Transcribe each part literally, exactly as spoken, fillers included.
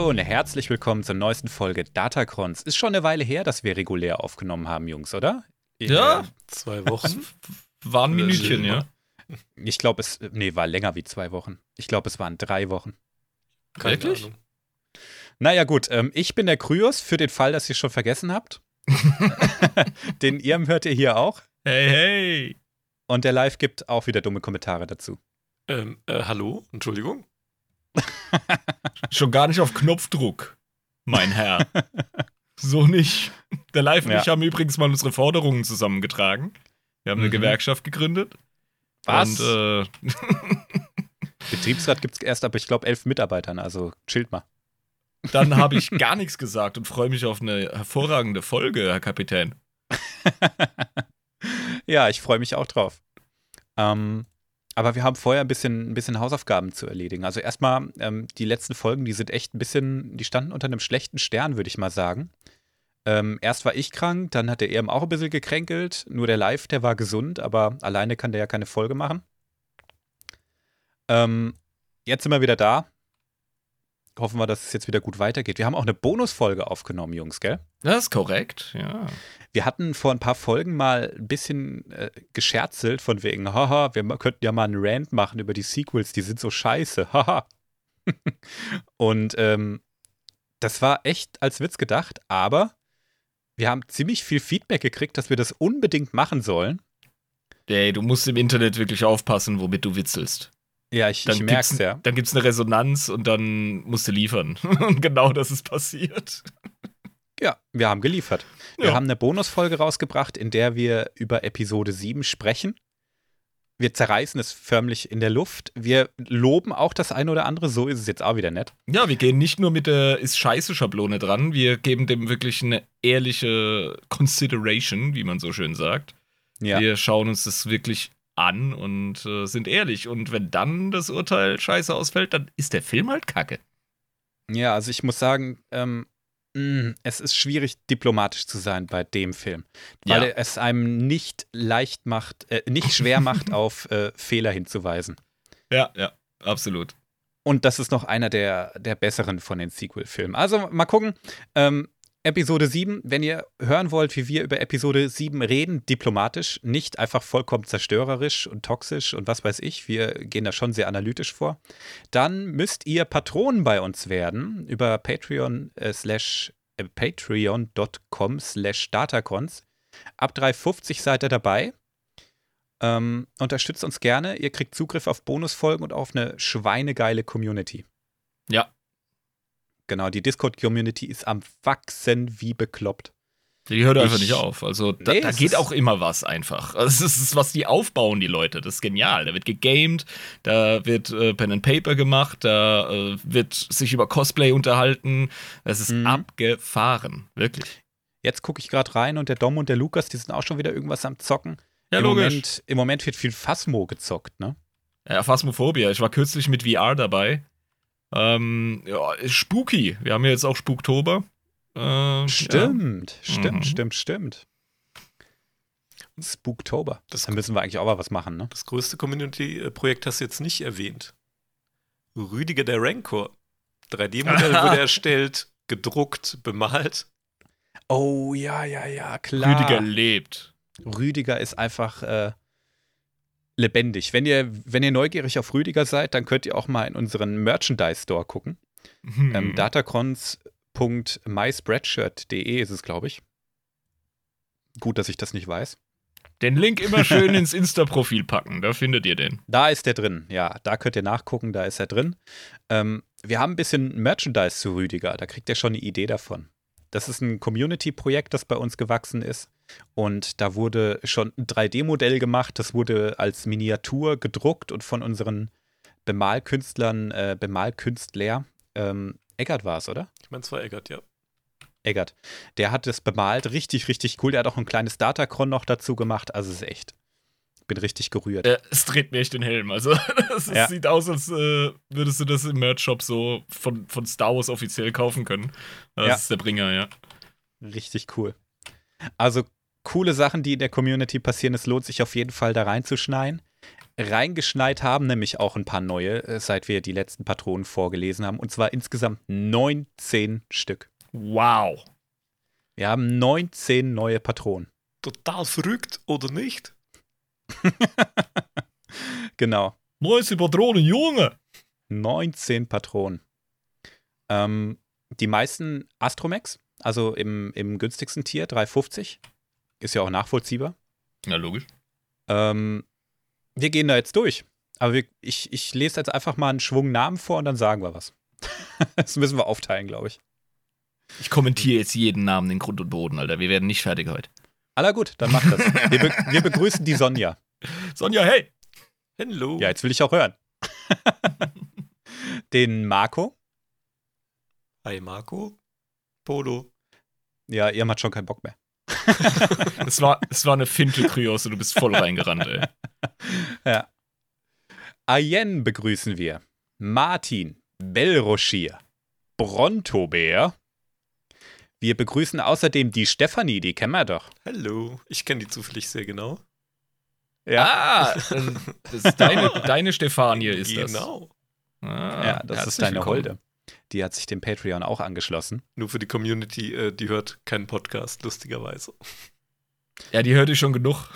Hallo und herzlich willkommen zur neuesten Folge Datacrons. Ist schon eine Weile her, dass wir regulär aufgenommen haben, Jungs, oder? Ja, Äh, zwei Wochen. War ein Minütchen, ja. Ich glaube, es nee, war länger wie zwei Wochen. Ich glaube, es waren drei Wochen. Keine Wirklich? Ahnung. Naja, gut. Ähm, ich bin der Kryos, für den Fall, dass ihr es schon vergessen habt. Den Irm hört ihr hier auch. Hey, hey. Und der Live gibt auch wieder dumme Kommentare dazu. Ähm, äh, hallo? Entschuldigung? Schon gar nicht auf Knopfdruck, mein Herr. So nicht. Der Live und Ja. ich haben übrigens mal unsere Forderungen zusammengetragen. Wir haben eine Mhm. Gewerkschaft gegründet. Was? Und, äh, Betriebsrat gibt es erst ab, ich glaube, elf Mitarbeitern, also chillt mal. dann habe ich gar nichts gesagt und freue mich auf eine hervorragende Folge, Herr Kapitän. Ja, ich freue mich auch drauf. Ähm, aber wir haben vorher ein bisschen, ein bisschen Hausaufgaben zu erledigen. Also erstmal, ähm, die letzten Folgen, die sind echt ein bisschen, die standen unter einem schlechten Stern, würde ich mal sagen. Ähm, erst war ich krank, dann hat der Irm auch ein bisschen gekränkelt. Nur der Live, der war gesund, aber alleine kann der ja keine Folge machen. Ähm, jetzt sind wir wieder da. Hoffen wir, dass es jetzt wieder gut weitergeht. Wir haben auch eine Bonusfolge aufgenommen, Jungs, gell? Das ist korrekt, ja. Wir hatten vor ein paar Folgen mal ein bisschen äh, gescherzelt von wegen, haha, wir ma- könnten ja mal einen Rant machen über die Sequels, die sind so scheiße, haha. Und ähm, das war echt als Witz gedacht, aber wir haben ziemlich viel Feedback gekriegt, dass wir das unbedingt machen sollen. Ey, du musst im Internet wirklich aufpassen, womit du witzelst. Ja, ich, Dann ich merk's gibt's, ja. Dann gibt's eine Resonanz und dann musst du liefern. Und genau das ist passiert. Ja, wir haben geliefert. Wir Ja. haben eine Bonusfolge rausgebracht, in der wir über Episode sieben sprechen. Wir zerreißen es förmlich in der Luft. Wir loben auch das eine oder andere, so ist es jetzt auch wieder nett. Ja, wir gehen nicht nur mit der Ist-Scheiße-Schablone dran, wir geben dem wirklich eine ehrliche Consideration, wie man so schön sagt. Ja. Wir schauen uns das wirklich an und äh, sind ehrlich. Und wenn dann das Urteil scheiße ausfällt, dann ist der Film halt kacke. Ja, also ich muss sagen, ähm, mh, es ist schwierig, diplomatisch zu sein bei dem Film, weil Ja. er es einem nicht leicht macht, äh, nicht schwer macht, auf äh, Fehler hinzuweisen. Ja, ja, absolut. Und das ist noch einer der, der besseren von den Sequel-Filmen. Also mal gucken. Ähm, Episode sieben, wenn ihr hören wollt, wie wir über Episode sieben reden, diplomatisch, nicht einfach vollkommen zerstörerisch und toxisch und was weiß ich, wir gehen da schon sehr analytisch vor, dann müsst ihr Patronen bei uns werden über Patreon äh, slash äh, patreon.com slash datacons. Ab drei Euro fünfzig seid ihr dabei. Ähm, unterstützt uns gerne. Ihr kriegt Zugriff auf Bonusfolgen und auf eine schweinegeile Community. Ja. Genau, die Discord-Community ist am Wachsen wie bekloppt. Die hört einfach Ich- nicht auf. Also da, Nee, da es geht ist- auch immer was einfach. Also, das ist, was die aufbauen, die Leute. Das ist genial. Da wird gegamed, da wird äh, Pen and Paper gemacht, da äh, wird sich über Cosplay unterhalten. Es ist Mhm. abgefahren. Wirklich. Jetzt gucke ich gerade rein und der Dom und der Lukas, die sind auch schon wieder irgendwas am Zocken. Ja, Im, logisch. Moment, Im Moment wird viel Phasmo gezockt, ne? Ja, Phasmophobia. Ich war kürzlich mit V R dabei. Ähm, ja, spooky. Wir haben ja jetzt auch Spooktober. Äh, Stimmt, Ja. stimmt, Mhm. stimmt, stimmt. Spooktober. Das- Da müssen wir eigentlich auch mal was machen, ne? Das größte Community-Projekt hast du jetzt nicht erwähnt. Rüdiger der Rancor. drei D-Modell wurde erstellt, gedruckt, bemalt. Oh, ja, ja, ja, Ja. klar. Rüdiger lebt. Rüdiger ist einfach äh, lebendig. Wenn ihr, wenn ihr neugierig auf Rüdiger seid, dann könnt ihr auch mal in unseren Merchandise-Store gucken. Hm. Ähm, datacrons punkt my spreadshirt punkt de ist es, glaube ich. Gut, dass ich das nicht weiß. Den Link immer schön ins Insta-Profil packen, da findet ihr den. Da ist der drin, ja. Da könnt ihr nachgucken, da ist er drin. Ähm, wir haben ein bisschen Merchandise zu Rüdiger, da kriegt ihr schon eine Idee davon. Das ist ein Community-Projekt, das bei uns gewachsen ist. Und da wurde schon ein drei D-Modell gemacht, das wurde als Miniatur gedruckt und von unseren Bemalkünstlern, äh, Bemalkünstler, ähm, Eggert war es, oder? Ich meine, es war Eggert, ja. Eggert. Der hat es bemalt, richtig, richtig cool. Der hat auch ein kleines Datacron noch dazu gemacht. Also es ist echt. Bin richtig gerührt. Äh, es dreht mir echt den Helm. Also, es Ja. sieht aus, als äh, würdest du das im Merch-Shop so von, von Star Wars offiziell kaufen können. Das Ja. ist der Bringer, ja. Richtig cool. Also coole Sachen, die in der Community passieren. Es lohnt sich auf jeden Fall, da reinzuschneiden. reingeschneit haben, nämlich auch ein paar neue, äh, seit wir die letzten Patronen vorgelesen haben. Und zwar insgesamt neunzehn Stück. Wow. Wir haben neunzehn neue Patronen. Total verrückt, oder nicht? Genau. Neueste Patronen, Junge. neunzehn Patronen. Ähm, die meisten Astromex, also im, im günstigsten Tier, drei fünfzig. Ist ja auch nachvollziehbar. Ja, logisch. Ähm, wir gehen da jetzt durch. Aber wir, ich, ich lese jetzt einfach mal einen Schwung Namen vor und dann sagen wir was. Das müssen wir aufteilen, glaube ich. Ich kommentiere jetzt jeden Namen in Grund und Boden, Alter. Wir werden nicht fertig heute. Aller gut, dann mach das. Wir, be wir begrüßen die Sonja. Sonja, hey! Hello. Ja, jetzt will ich auch hören. Den Marco. Hi Marco. Polo. Ja, ihr habt schon keinen Bock mehr. Es war, es war eine Finte, Kryos, und du bist voll reingerannt, ey. Ja. Ayen begrüßen wir. Martin. Belroschir. Brontobär. Wir begrüßen außerdem die Stefanie, die kennen wir doch. Hallo. Ich kenne die zufällig sehr genau. Ja. Ah, das ist deine, deine Stefanie ist das. Genau. Ah, Ja, das ist herzlich deine willkommen. Holde. Die hat sich dem Patreon auch angeschlossen. Nur für die Community, äh, die hört keinen Podcast, lustigerweise. Ja, die hörte ich schon genug.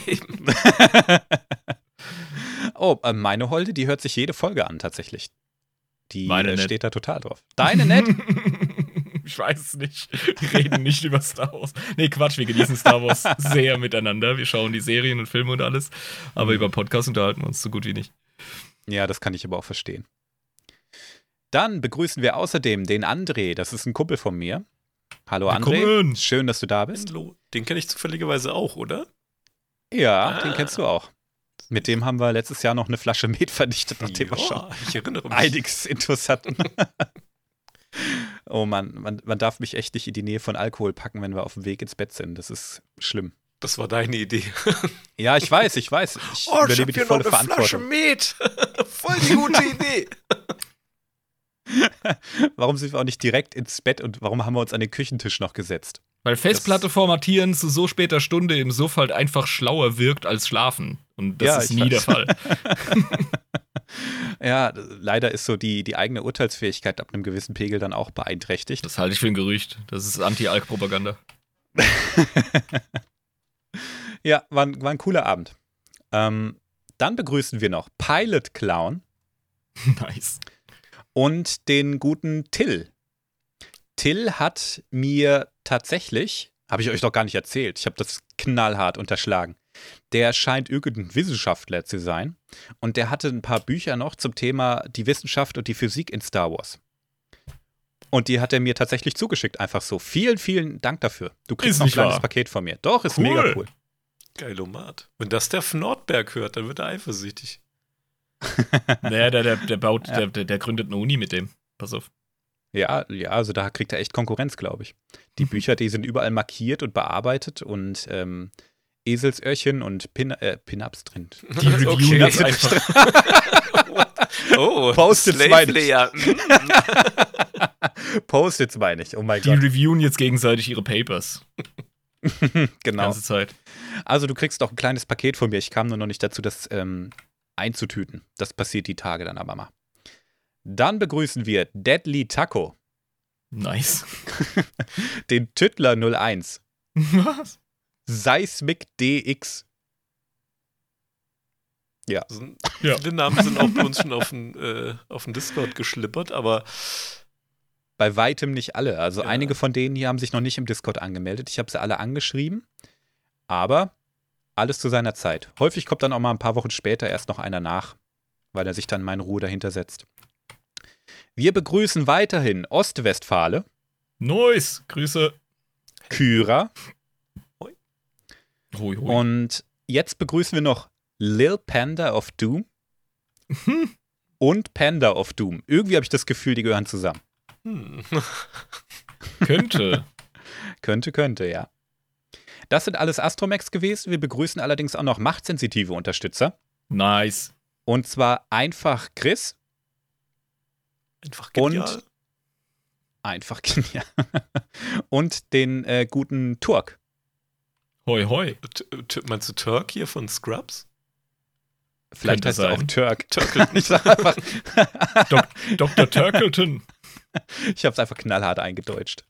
Oh, äh, meine Holde, die hört sich jede Folge an, tatsächlich. Die Meine äh, nicht. steht da total drauf. Deine nett? Ich weiß es nicht. Wir reden nicht über Star Wars. Nee, Quatsch, wir genießen Star Wars sehr miteinander. Wir schauen die Serien und Filme und alles. Aber Mhm. über Podcast unterhalten wir uns so gut wie nicht. Ja, das kann ich aber auch verstehen. Dann begrüßen wir außerdem den André. Das ist ein Kumpel von mir. Hallo André. Willkommen. Schön, dass du da bist. Hallo. Den kenne ich zufälligerweise auch, oder? Ja, Ah. den kennst du auch. Mit dem haben wir letztes Jahr noch eine Flasche Met vernichtet, nachdem wir schon Ja, ich erinnere mich. einiges Intus hatten. Oh Mann, man, man darf mich echt nicht in die Nähe von Alkohol packen, wenn wir auf dem Weg ins Bett sind. Das ist schlimm. Das war deine Idee. Ja, ich weiß, ich weiß. Ich übernehme die volle Verantwortung. Met. Voll die gute Idee. Warum sind wir auch nicht direkt ins Bett und warum haben wir uns an den Küchentisch noch gesetzt? Weil Festplatte formatieren zu so später Stunde im Suff halt einfach schlauer wirkt als schlafen. Und das Ja, ist ich nie weiß. der Fall. Ja, leider ist so die, die eigene Urteilsfähigkeit ab einem gewissen Pegel dann auch beeinträchtigt. Das halte ich für ein Gerücht. Das ist Anti-Alk-Propaganda. Ja, war, ein- war ein cooler Abend. Ähm, dann begrüßen wir noch Pilot Clown Nice. und den guten Till. Till hat mir tatsächlich, habe ich euch doch gar nicht erzählt, ich habe das knallhart unterschlagen. Der scheint irgendein Wissenschaftler zu sein und der hatte ein paar Bücher noch zum Thema die Wissenschaft und die Physik in Star Wars. Und die hat er mir tatsächlich zugeschickt, einfach so. Vielen, vielen Dank dafür. Du kriegst Ist noch ein nicht kleines wahr. Paket von mir. Doch, ist Cool. mega cool. Geilomat. Wenn das der Nordberg hört, dann wird er eifersüchtig. Naja, der, der, der baut, Ja. der, der, der gründet eine Uni mit dem. Pass auf. Ja, ja, also da kriegt er echt Konkurrenz, glaube ich. Die Bücher, die sind überall markiert und bearbeitet und ähm, Eselsöhrchen und Pin, äh, Pin-Ups drin. Die reviewen Okay. jetzt einfach. Oh, Post-its Slave meine ich. Layer. Post-its meine ich, oh mein Die Gott. reviewen jetzt gegenseitig ihre Papers. Die Genau. ganze Zeit. Also du kriegst auch ein kleines Paket von mir. Ich kam nur noch nicht dazu, das ähm, einzutüten. Das passiert die Tage dann aber mal. Dann begrüßen wir Deadly Taco, Nice. den Tüttler null eins, Was? Seismic D X. Sind, Ja. Viele Namen sind auch bei uns schon auf den, äh, auf den Discord geschlippert, aber Bei weitem nicht alle. Also Ja. einige von denen hier haben sich noch nicht im Discord angemeldet. Ich habe sie alle angeschrieben. Aber alles zu seiner Zeit. Häufig kommt dann auch mal ein paar Wochen später erst noch einer nach, weil er sich dann meine Ruhe dahinter setzt. Wir begrüßen weiterhin Ostwestfale, Nice. Grüße. Kyra Hui, hui. und jetzt begrüßen wir noch Lil Panda of Doom und Panda of Doom. Irgendwie habe ich das Gefühl, die gehören zusammen. hm. Könnte. Könnte, könnte, ja. Das sind alles Astromex gewesen. Wir begrüßen allerdings auch noch machtsensitive Unterstützer. Nice. Und zwar einfach Chris. einfach Und- genial. Einfach genial. Und den äh, guten Turk. Hoi, hoi. T- T- Meinst du Turk hier von Scrubs? Vielleicht Könnte heißt er sein. auch Turk. Turkleton. Ich sag einfach, Dok Doktor Turkleton. ich habe es einfach knallhart eingedeutscht.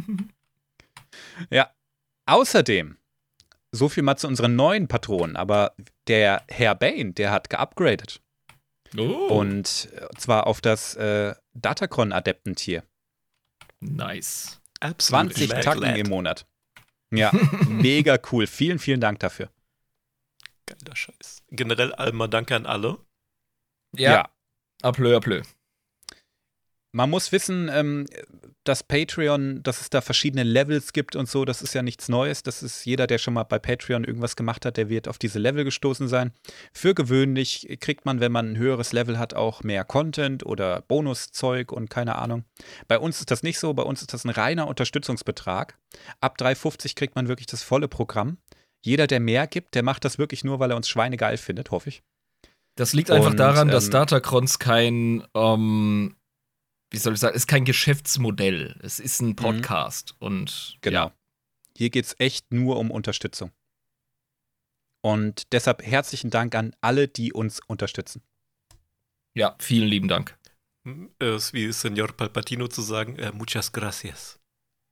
Ja, außerdem, so viel mal zu unseren neuen Patronen, aber der Herr Bane, der hat geupgradet. Oh, Und zwar auf das äh, Datacron-Adeptentier. nice. Absolut zwanzig mad Tacken lad. im Monat. Ja, mega cool. Vielen, vielen Dank dafür. Geiler Scheiß. Generell einmal danke an alle. Ja, Ja. Aplö, aplö. Man muss wissen, ähm, dass Patreon, dass es da verschiedene Levels gibt und so, das ist ja nichts Neues. Das ist jeder, der schon mal bei Patreon irgendwas gemacht hat, der wird auf diese Level gestoßen sein. Für gewöhnlich kriegt man, wenn man ein höheres Level hat, auch mehr Content oder Bonuszeug und keine Ahnung. Bei uns ist das nicht so, bei uns ist das ein reiner Unterstützungsbetrag. Ab drei fünfzig kriegt man wirklich das volle Programm. Jeder, der mehr gibt, der macht das wirklich nur, weil er uns schweinegeil findet, hoffe ich. Das liegt einfach Und, daran, dass ähm, Datacrons kein, ähm, wie soll ich sagen, ist kein Geschäftsmodell. Es ist ein Podcast. Und Genau. ja. Hier geht es echt nur um Unterstützung. Und deshalb herzlichen Dank an alle, die uns unterstützen. Ja, vielen lieben Dank. Hm, äh, ist wie Senor Palpatino zu sagen, äh, muchas gracias.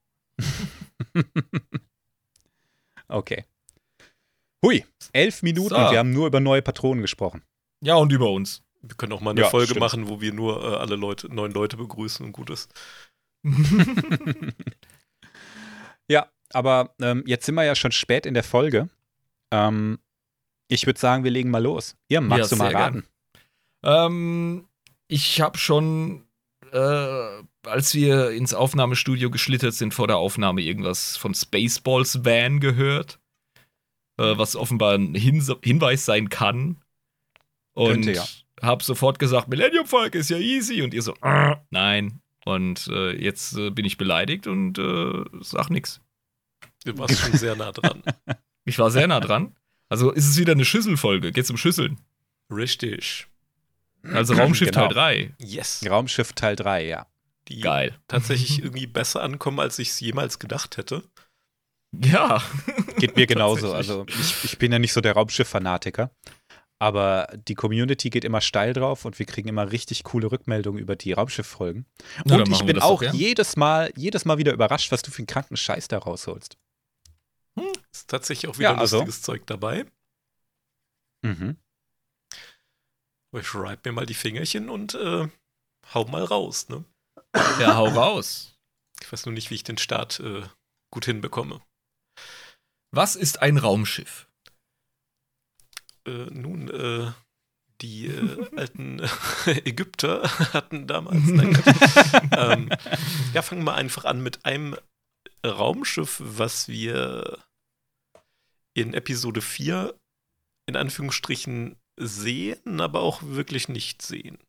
Okay. Hui, elf Minuten So. und wir haben nur über neue Patronen gesprochen. Ja, und über uns. Wir können auch mal eine Ja, Folge stimmt. machen, wo wir nur äh, alle Leute, neun Leute begrüßen und gut ist. Ja, aber ähm, jetzt sind wir ja schon spät in der Folge. Ähm, ich würde sagen, wir legen mal los. Ihr magst Ja, du mal sehr raten? Ähm, ich habe schon, äh, als wir ins Aufnahmestudio geschlittert sind vor der Aufnahme, irgendwas von Spaceballs Van gehört, äh, was offenbar ein Hins Hinweis sein kann. Und Könnte, ja. hab sofort gesagt, Millennium Falcon ist ja easy. Und ihr so, äh, nein. Und äh, jetzt äh, bin ich beleidigt und äh, sag nix. Du warst schon sehr nah dran. Ich war sehr nah dran. Also ist es wieder eine Schüsselfolge. Geht's um Schüsseln. Richtig. Also Raumschiff Genau. Teil drei. Yes. Raumschiff Teil drei, ja. Die Geil. tatsächlich irgendwie besser ankommen, als ich es jemals gedacht hätte. Ja. Geht mir genauso. Tatsächlich. Also ich, ich bin ja nicht so der Raumschiff-Fanatiker. Aber die Community geht immer steil drauf und wir kriegen immer richtig coole Rückmeldungen über die Raumschiff-Folgen. Na, dann Und ich machen wir bin das auch doch, ja. jedes Mal, jedes Mal wieder überrascht, was du für einen kranken Scheiß da rausholst. Ist tatsächlich auch wieder Ja, also. lustiges Zeug dabei. Mhm. Aber ich reib mir mal die Fingerchen und äh, hau mal raus, ne? Ja, hau raus. Ich weiß nur nicht, wie ich den Start äh, gut hinbekomme. Was ist ein Raumschiff? Äh, nun, äh, die äh, alten Ägypter hatten damals. Nein, Quatsch. ähm, ja, fangen wir einfach an mit einem Raumschiff, was wir in Episode vier in Anführungsstrichen sehen, aber auch wirklich nicht sehen.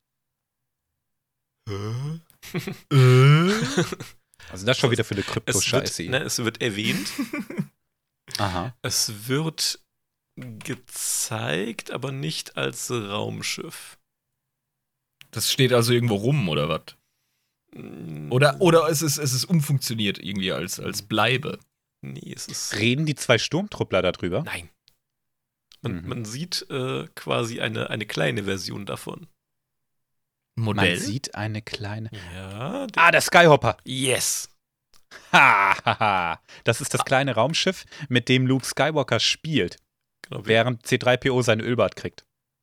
Also das schon wieder für eine Es Krypto-Scheiße. wird, ne, es wird erwähnt, Aha. es wird gezeigt, aber nicht als Raumschiff. Das steht also irgendwo rum, oder was? Mm, Oder, oder es, ist, es ist umfunktioniert irgendwie als, als Bleibe. Nee, es ist. Reden die zwei Sturmtruppler darüber? Nein. Man, Mhm. man sieht äh, quasi eine, eine kleine Version davon. Modell? Man sieht eine kleine. Ja. Der, Ah, der Skyhopper. yes. Ha, ha, ha. Das ist das kleine Raumschiff, mit dem Luke Skywalker spielt, Genau, wir während C drei P O sein Ölbad kriegt.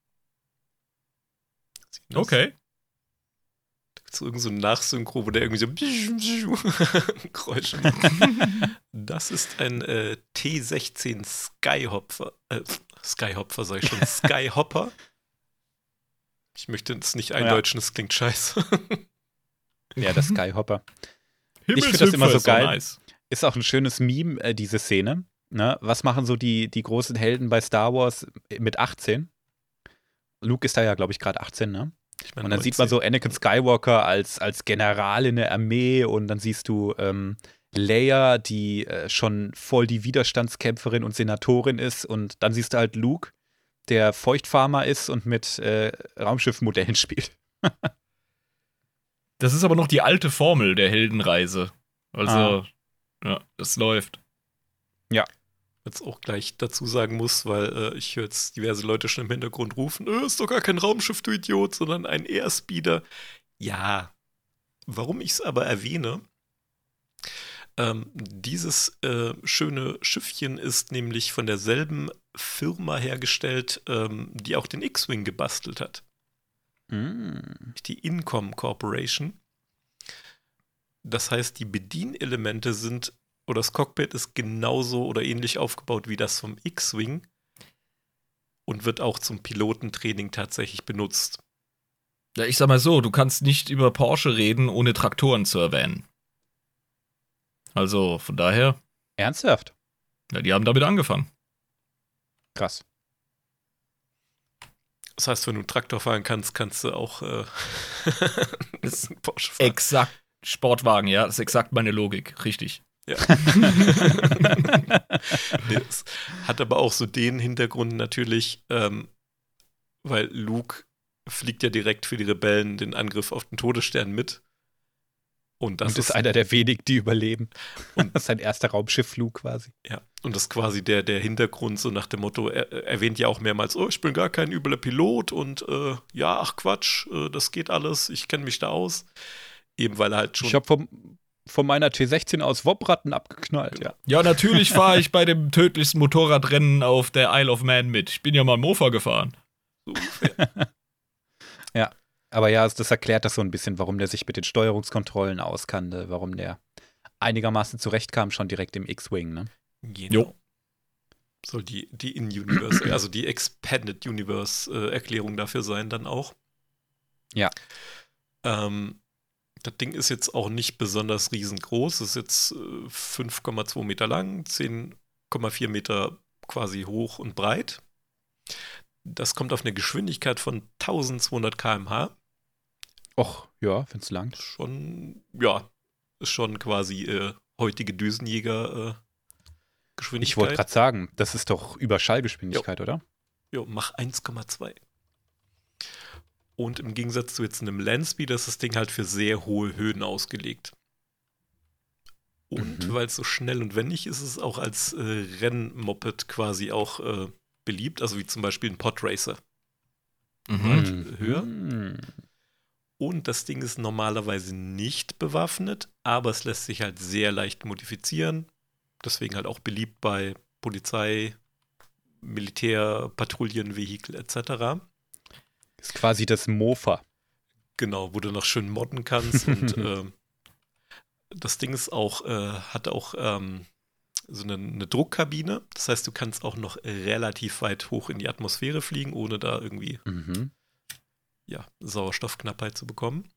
sehen das. Okay. Da gibt es irgend so ein Nachsynchro, wo der irgendwie so Geräusche macht. Das ist ein äh, T sechzehn Skyhopper. Äh, Skyhopper, sag ich schon. Skyhopper. Ich möchte es nicht eindeutschen, das klingt scheiße. Ja, der Skyhopper. Ich finde das immer so Himmelshüpfer ist geil. nice. Ist auch ein schönes Meme, äh, diese Szene. Ne? Was machen so die, die großen Helden bei Star Wars mit achtzehn? Luke ist da ja, glaube ich, gerade achtzehn, ne? Ich meine, Und dann sieht man so Anakin Skywalker als, als General in der Armee und dann siehst du ähm, Leia, die äh, schon voll die Widerstandskämpferin und Senatorin ist und dann siehst du halt Luke, der Feuchtfarmer ist und mit äh, Raumschiffmodellen spielt. Das ist aber noch die alte Formel der Heldenreise. Also, Ah. ja, das läuft. jetzt auch gleich dazu sagen muss, weil äh, ich höre jetzt diverse Leute schon im Hintergrund rufen, äh, ist doch gar kein Raumschiff, du Idiot, sondern ein Airspeeder. Ja, warum ich es aber erwähne, ähm, dieses äh, schöne Schiffchen ist nämlich von derselben Firma hergestellt, ähm, die auch den X-Wing gebastelt hat. Mm. Die Incom Corporation. Das heißt, die Bedienelemente sind, oder das Cockpit ist genauso oder ähnlich aufgebaut wie das vom X-Wing und wird auch zum Pilotentraining tatsächlich benutzt. Ja, ich sag mal so, du kannst nicht über Porsche reden, ohne Traktoren zu erwähnen. Also, von daher, Ernsthaft? ja, die haben damit angefangen. Krass. Das heißt, wenn du einen Traktor fahren kannst, kannst du auch äh, Das einen Porsche fahren. Exakt. Sportwagen, ja, das ist exakt meine Logik, richtig. Ja. Nee, es hat aber auch so den Hintergrund natürlich, ähm, weil Luke fliegt ja direkt für die Rebellen den Angriff auf den Todesstern mit. Und das Und ist einer der wenigen, die überleben. Und- das ist sein erster Raumschiffflug quasi. Ja, und das ist quasi der, der Hintergrund, so nach dem Motto, er er erwähnt ja auch mehrmals, oh, ich bin gar kein übler Pilot und äh, ja, ach Quatsch, äh, das geht alles, ich kenne mich da aus. Eben weil er halt schon. Ich habe vom, von meiner T sechzehn aus Wobratten abgeknallt, ja. Ja, natürlich fahre ich bei dem tödlichsten Motorradrennen auf der Isle of Man mit. Ich bin ja mal Mofa gefahren. so ungefähr. Aber ja, das erklärt das so ein bisschen, warum der sich mit den Steuerungskontrollen auskannte, warum der einigermaßen zurechtkam, schon direkt im X-Wing, ne? Genau. Jo. Soll die, die In-Universe, also die Expanded Universe-Erklärung dafür sein, dann auch. Ja. Ähm, das Ding ist jetzt auch nicht besonders riesengroß. Es ist jetzt äh, fünf Komma zwei Meter lang, zehn Komma vier Meter quasi hoch und breit. Das kommt auf eine Geschwindigkeit von tausendzweihundert Kilometer pro Stunde. Och, ja, wenn's langt. Schon, ja, ist schon quasi äh, heutige Düsenjäger äh, Geschwindigkeit. Ich wollte gerade sagen, das ist doch Überschallgeschwindigkeit, oder? Jo, mach eins Komma zwei. Und im Gegensatz zu jetzt einem Landspeeder ist das Ding halt für sehr hohe Höhen ausgelegt. Und Mhm. weil es so schnell und wendig ist, ist es auch als äh, Rennmoped quasi auch äh, beliebt, also wie zum Beispiel ein Podracer. Halt höher. Mhm. Und das Ding ist normalerweise nicht bewaffnet, aber es lässt sich halt sehr leicht modifizieren. Deswegen halt auch beliebt bei Polizei, Militär, Patrouillen, Vehikel et cetera. Ist quasi das Mofa. Genau, wo du noch schön modden kannst. Und ähm, das Ding ist auch, äh, hat auch ähm, so eine, eine Druckkabine. Das heißt, du kannst auch noch relativ weit hoch in die Atmosphäre fliegen, ohne da irgendwie Mhm. ja, Sauerstoffknappheit zu bekommen.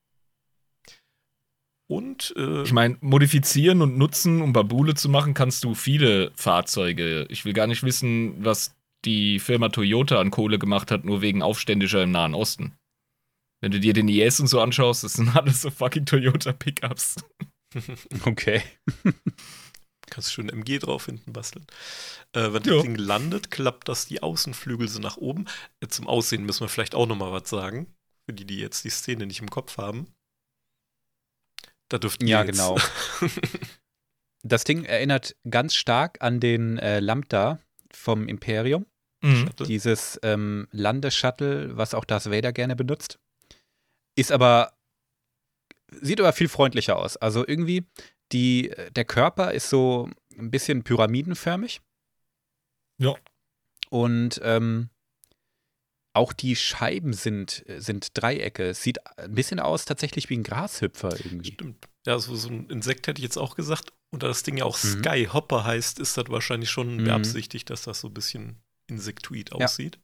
Und äh, Ich meine, modifizieren und nutzen, um Babule zu machen, kannst du viele Fahrzeuge. Ich will gar nicht wissen, was die Firma Toyota an Kohle gemacht hat, nur wegen Aufständischer im Nahen Osten. Wenn du dir den I S und so anschaust, das sind alles so fucking Toyota-Pickups. Okay. kannst schön M G drauf hinten basteln. Äh, wenn Ja. das Ding landet, klappt das die Außenflügel so nach oben. Äh, zum Aussehen müssen wir vielleicht auch noch mal was sagen. Für die, die jetzt die Szene nicht im Kopf haben. Da dürften Ja, wir jetzt genau. Das Ding erinnert ganz stark an den äh, Lambda vom Imperium. Mhm. Shuttle. Dieses ähm, Landeshuttle, was auch Darth Vader gerne benutzt. Ist aber, sieht aber viel freundlicher aus. Also irgendwie, die, der Körper ist so ein bisschen pyramidenförmig. Ja. Und ähm, auch die Scheiben sind, sind Dreiecke. Es sieht ein bisschen aus tatsächlich wie ein Grashüpfer irgendwie. Stimmt. Ja, so, so ein Insekt hätte ich jetzt auch gesagt. Und da das Ding ja auch Mhm. Skyhopper heißt, ist das wahrscheinlich schon Mhm. beabsichtigt, dass das so ein bisschen insektoid Ja. aussieht.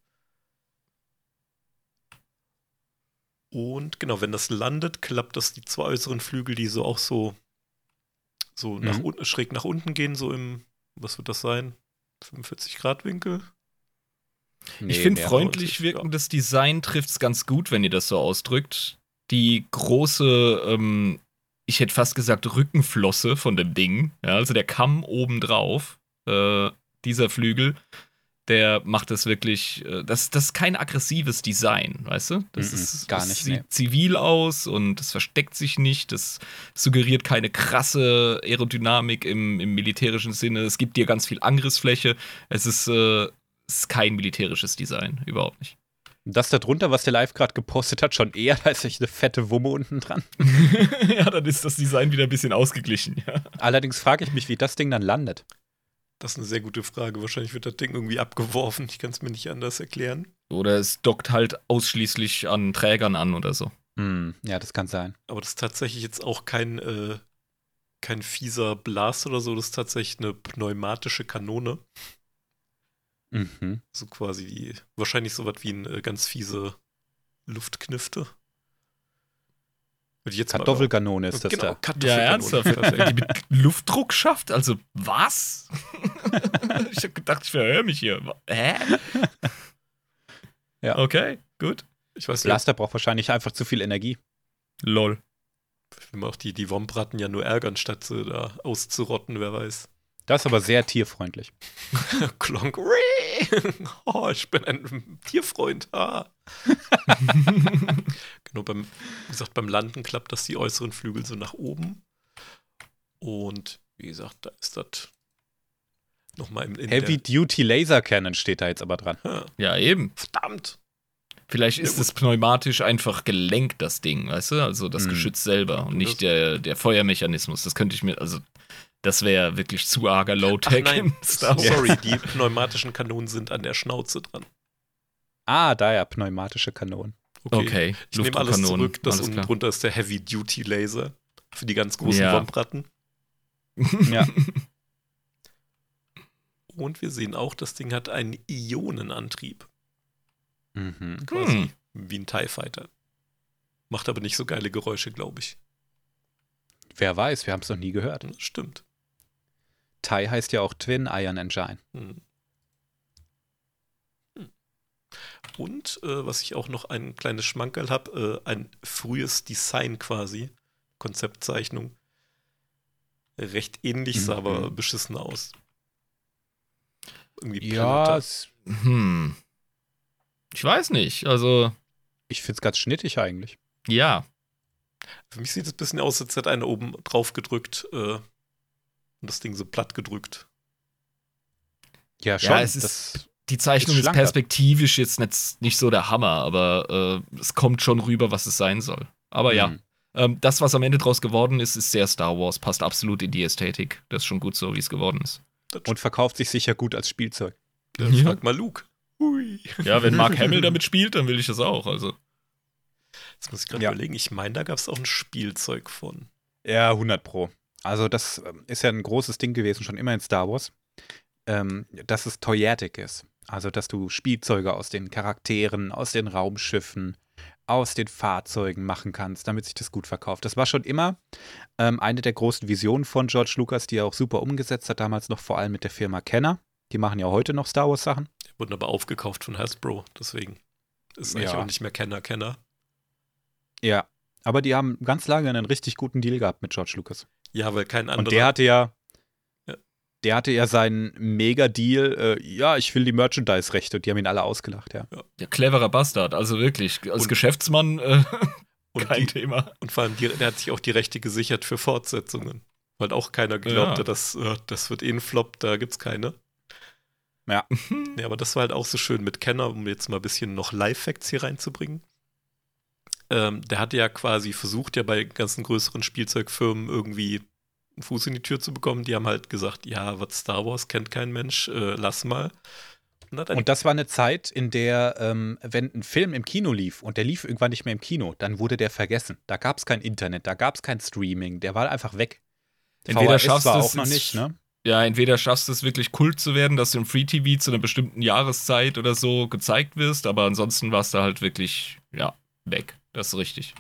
Und genau, wenn das landet, klappt das die zwei äußeren Flügel, die so auch so, so nach Mhm. unten, schräg nach unten gehen, so im, was wird das sein? fünfundvierzig Grad Winkel? Nee, Ich finde, mehr. freundlich neunzig, wirkendes Design trifft es ganz gut, wenn ihr das so ausdrückt. Die große, ähm, ich hätte fast gesagt, Rückenflosse von dem Ding, ja, also der Kamm obendrauf, äh, dieser Flügel, der macht das wirklich, äh, das, das ist kein aggressives Design, weißt du? Das Mm-mm, ist gar das nicht, sieht nee. zivil aus und es versteckt sich nicht, das suggeriert keine krasse Aerodynamik im, im militärischen Sinne, es gibt dir ganz viel Angriffsfläche, es ist, äh, es ist kein militärisches Design, überhaupt nicht. Das da drunter, was der Live gerade gepostet hat, schon eher, da ist echt eine fette Wumme unten dran. Ja, dann ist das Design wieder ein bisschen ausgeglichen, ja. Allerdings frage ich mich, wie das Ding dann landet. Das ist eine sehr gute Frage. Wahrscheinlich wird das Ding irgendwie abgeworfen. Ich kann es mir nicht anders erklären. Oder es dockt halt ausschließlich an Trägern an oder so. Hm, ja, das kann sein. Aber das ist tatsächlich jetzt auch kein, äh, kein fieser Blast oder so. Das ist tatsächlich eine pneumatische Kanone. Mhm. So quasi wie, wahrscheinlich so was wie eine äh, ganz fiese Luftknifte. Würde ich jetzt mal- Kartoffelkanone ist das genau, da. Ja, Kartoffelkanone. ernsthaft. Perfekt. Die mit Luftdruck schafft? Also, was? Ich hab gedacht, ich verhöre mich hier. Hä? Ja. Okay, gut. Ich weiß nicht, Blaster braucht wahrscheinlich einfach zu viel Energie. Lol. ich will mal auch die, die Wombratten ja nur ärgern, statt sie da auszurotten, wer weiß. Das ist aber sehr tierfreundlich. Klonk. Oh, ich bin ein Tierfreund. Ah. Genau, beim, wie gesagt, beim Landen klappt das die äußeren Flügel so nach oben. Und wie gesagt, da ist das nochmal im in Heavy Duty Laser Cannon steht da jetzt aber dran. der, Ja, eben. Verdammt! Vielleicht Ja, ist gut. es pneumatisch einfach gelenkt, das Ding, weißt du? Also das Hm. Geschütz selber und Das- nicht der, der Feuermechanismus. Das könnte ich mir, also das wäre wirklich zu arger Ach Low-Tech nein, im Star Wars. sorry, die pneumatischen Kanonen sind an der Schnauze dran. Ah, da ja, pneumatische Kanonen. Okay, Ich nehme alles Luftdruckkanonen, zurück, das alles unten klar. drunter ist der Heavy Duty Laser für die ganz großen Ja. Wombratten. Ja. Und wir sehen auch, das Ding hat einen Ionenantrieb. Mhm. Quasi Hm. wie ein TIE Fighter. Macht aber nicht so geile Geräusche, glaube ich. Wer weiß, wir haben es noch nie gehört. Das stimmt. TIE heißt ja auch Twin Iron Engine. Hm. Hm. Und äh, was ich auch noch ein kleines Schmankerl habe, äh, ein frühes Design quasi, Konzeptzeichnung. Recht ähnlich, sah Mhm. aber beschissen aus. Irgendwie Ja, Predator. es, Hm. Ich weiß nicht, also ich finde es ganz schnittig eigentlich. ja. Für mich sieht es ein bisschen aus, als hätte einer oben drauf gedrückt äh, und das Ding so platt gedrückt. Ja, schon. Ja, es ist- das, Die Zeichnung Ist ist schlanker. perspektivisch jetzt nicht, nicht so der Hammer, aber äh, es kommt schon rüber, was es sein soll. Aber ja, Mhm. ähm, das, was am Ende draus geworden ist, ist sehr Star Wars, passt absolut in die Ästhetik. Das ist schon gut so, wie es geworden ist. Das Und verkauft sich sicher gut als Spielzeug. äh, Ja. Frag mal Luke. Hui. Ja, wenn Mark Hamill damit spielt, dann will ich das auch. Also. Jetzt muss ich gerade Ja. überlegen, ich meine, da gab es auch ein Spielzeug von. Ja, hundert Pro. Also das ähm, ist ja ein großes Ding gewesen, schon immer in Star Wars, ähm, dass es Toyetic ist. Also, dass du Spielzeuge aus den Charakteren, aus den Raumschiffen, aus den Fahrzeugen machen kannst, damit sich das gut verkauft. Das war schon immer ähm, eine der großen Visionen von George Lucas, die er auch super umgesetzt hat, damals noch vor allem mit der Firma Kenner. Die machen ja heute noch Star Wars Sachen. Die wurden aber aufgekauft von Hasbro, deswegen ist eigentlich Ja. auch nicht mehr Kenner Kenner. Ja. Aber die haben ganz lange einen richtig guten Deal gehabt mit George Lucas. Ja, weil kein Und anderer. der hatte ja, Ja. der hatte ja seinen Mega-Deal, äh, ja, ich will die Merchandise-Rechte und die haben ihn alle ausgelacht, ja. Ja, cleverer Bastard, also wirklich. Als Und- Geschäftsmann äh, und, kein die, Ja. und vor allem, die, der hat sich auch die Rechte gesichert für Fortsetzungen. Weil auch keiner glaubte, Ja. dass äh, das wird eh ein Flop, da gibt's keine. Ja. Nee, aber das war halt auch so schön mit Kenner, um jetzt mal ein bisschen noch Live-Facts hier reinzubringen. Ähm, der hatte ja quasi versucht, ja bei ganzen größeren Spielzeugfirmen irgendwie einen Fuß in die Tür zu bekommen. Die haben halt gesagt, ja, was Star Wars kennt kein Mensch, äh, lass mal. Und hat dann Und das war eine Zeit, in der, ähm, wenn ein Film im Kino lief und der lief irgendwann nicht mehr im Kino, dann wurde der vergessen. Da gab es kein Internet, da gab es kein Streaming, der war einfach weg. Entweder V H S schaffst war du auch es noch ins- nicht, ne? Ja, entweder schaffst du es wirklich Kult zu werden, dass du im Free-T V zu einer bestimmten Jahreszeit oder so gezeigt wirst, aber ansonsten warst du halt wirklich, ja, weg. Das ist richtig.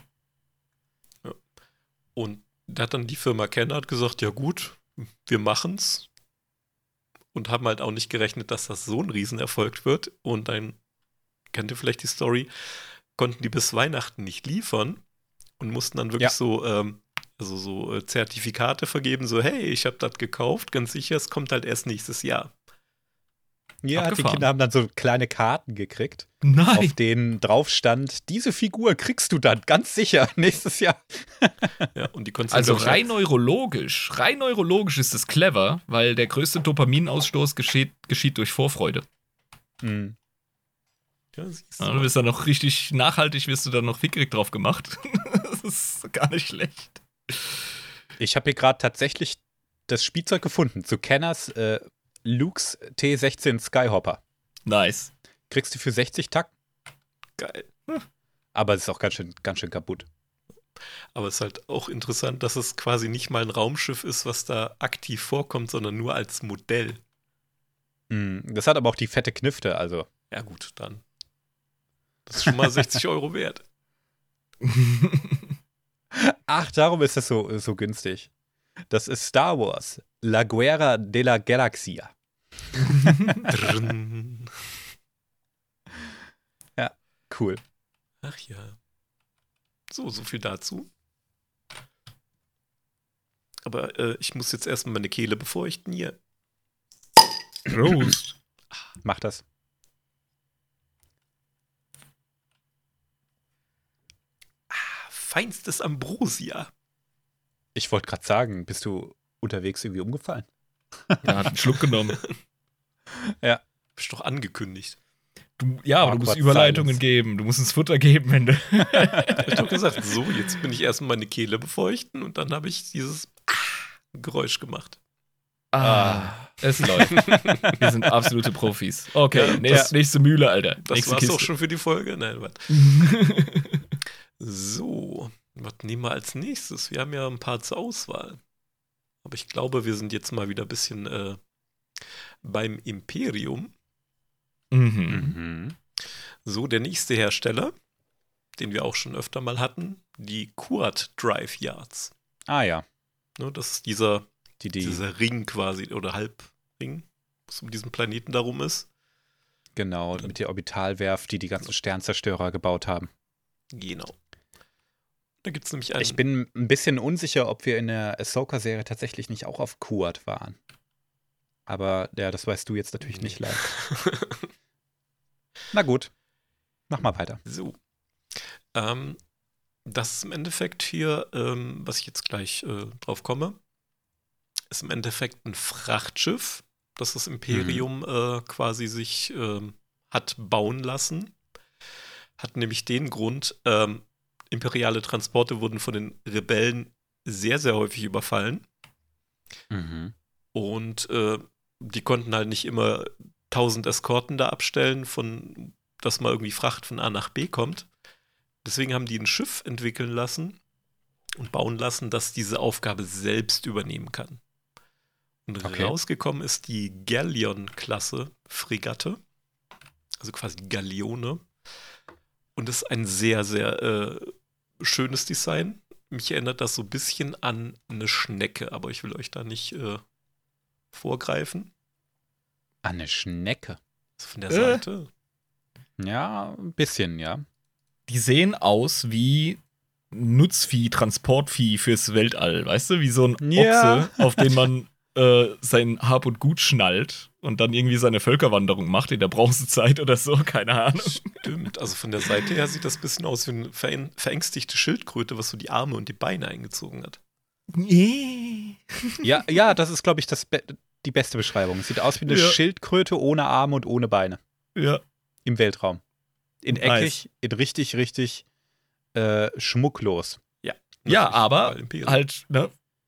Und da hat dann die Firma Kenner hat gesagt, ja gut, wir machen's. Und haben halt auch nicht gerechnet, dass das so ein Riesenerfolg wird. Und dann, kennt ihr vielleicht die Story, konnten die bis Weihnachten nicht liefern und mussten dann wirklich Ja. so, ähm, also so äh, Zertifikate vergeben, so hey, ich habe das gekauft, ganz sicher, es kommt halt erst nächstes Jahr. Ja, die Abgefahren. Kinder haben dann so kleine Karten gekriegt, Nein. auf denen drauf stand, diese Figur kriegst du dann ganz sicher nächstes Jahr. Ja, und die konntest Also du, glaub ich, rein neurologisch, rein neurologisch ist es clever, weil der größte Dopaminausstoß geschieht, geschieht durch Vorfreude. Mhm. Ja, siehst du. Ja, du bist dann noch richtig nachhaltig, wirst du dann noch fickrig drauf gemacht. Das ist gar nicht schlecht. Ich habe hier gerade tatsächlich das Spielzeug gefunden zu Kenners äh, Luke's T sechzehn Skyhopper. Nice. Kriegst du für sechzig Tack, Geil. aber es ist auch ganz schön, ganz schön kaputt. Aber es ist halt auch interessant, dass es quasi nicht mal ein Raumschiff ist, was da aktiv vorkommt, sondern nur als Modell. Mhm. Das hat aber auch die fette Knifte, also. Ja, gut, dann. Das ist schon mal sechzig Euro wert. Ach, darum ist das so, so günstig. Das ist Star Wars, La Guerra de la Galaxia. Drrrn. Cool. Ach ja. So, so viel dazu. Aber äh, ich muss jetzt erstmal meine Kehle befeuchten hier. Prost. Mach das. Feinstes Ambrosia. Ich wollte gerade sagen, bist du unterwegs irgendwie umgefallen? Ja, hat einen Schluck genommen. Bist doch angekündigt. Du, ja, aber du Awkward musst Überleitungen silence. geben. Du musst ins Futter geben, wenn du. Ich hab doch gesagt, so, jetzt bin ich erstmal meine Kehle befeuchten und dann habe ich dieses Geräusch gemacht. Ah, es läuft. Wir sind absolute Profis. Okay, Ja, nächst, das- nächste Mühle, Alter. Das nächste war's Kiste. auch schon für die Folge. Nein, warte. So, was nehmen wir als nächstes? Wir haben ja ein paar zur Auswahl. Aber ich glaube, wir sind jetzt mal wieder ein bisschen äh, beim Imperium. Mhm. Mhm. So, der nächste Hersteller, den wir auch schon öfter mal hatten, die Quad Drive Yards. Ah ja, Ne, das ist dieser, die, die, dieser Ring quasi, oder Halbring, was um diesen Planeten darum ist. genau, mit der Orbitalwerft, die die ganzen Sternzerstörer gebaut haben. Genau. Da gibt es nämlich einen. Ich bin ein bisschen unsicher, ob wir in der Ahsoka-Serie tatsächlich nicht auch auf Quad waren. Aber ja, das weißt du jetzt natürlich nicht live. Na gut, mach mal weiter. So. Ähm, das ist im Endeffekt hier, ähm, was ich jetzt gleich äh, drauf komme, ist im Endeffekt ein Frachtschiff, das das Imperium äh, quasi sich ähm, hat bauen lassen. Hat nämlich den Grund, ähm, imperiale Transporte wurden von den Rebellen sehr, sehr häufig überfallen. Mhm. Und äh, die konnten halt nicht immer tausend Eskorten da abstellen, von, dass mal irgendwie Fracht von A nach B kommt. Deswegen haben die ein Schiff entwickeln lassen und bauen lassen, das diese Aufgabe selbst übernehmen kann. Und Okay. rausgekommen ist die Galleon-Klasse Fregatte, also quasi Galeone. Und das ist ein sehr, sehr äh, schönes Design. Mich erinnert das so ein bisschen an eine Schnecke, aber ich will euch da nicht äh, vorgreifen. Eine Schnecke. Also von der Äh. Seite. Ja, ein bisschen, ja. Die sehen aus wie Nutzvieh, Transportvieh fürs Weltall, weißt du? Wie so ein Ja. Ochse, auf den man äh, sein Hab und Gut schnallt und dann irgendwie seine Völkerwanderung macht in der Bronzezeit oder so, keine Ahnung. Stimmt, also von der Seite her sieht das ein bisschen aus wie eine veräng- verängstigte Schildkröte, was so die Arme und die Beine eingezogen hat. Nee. Ja, ja, das ist, glaube ich, das Be die beste Beschreibung. Es sieht aus wie eine Ja. Schildkröte ohne Arme und ohne Beine. Ja. Im Weltraum. In Nice. eckig, in richtig, richtig äh, schmucklos. Ja, Natürlich, aber weil Imperium. halt, ne?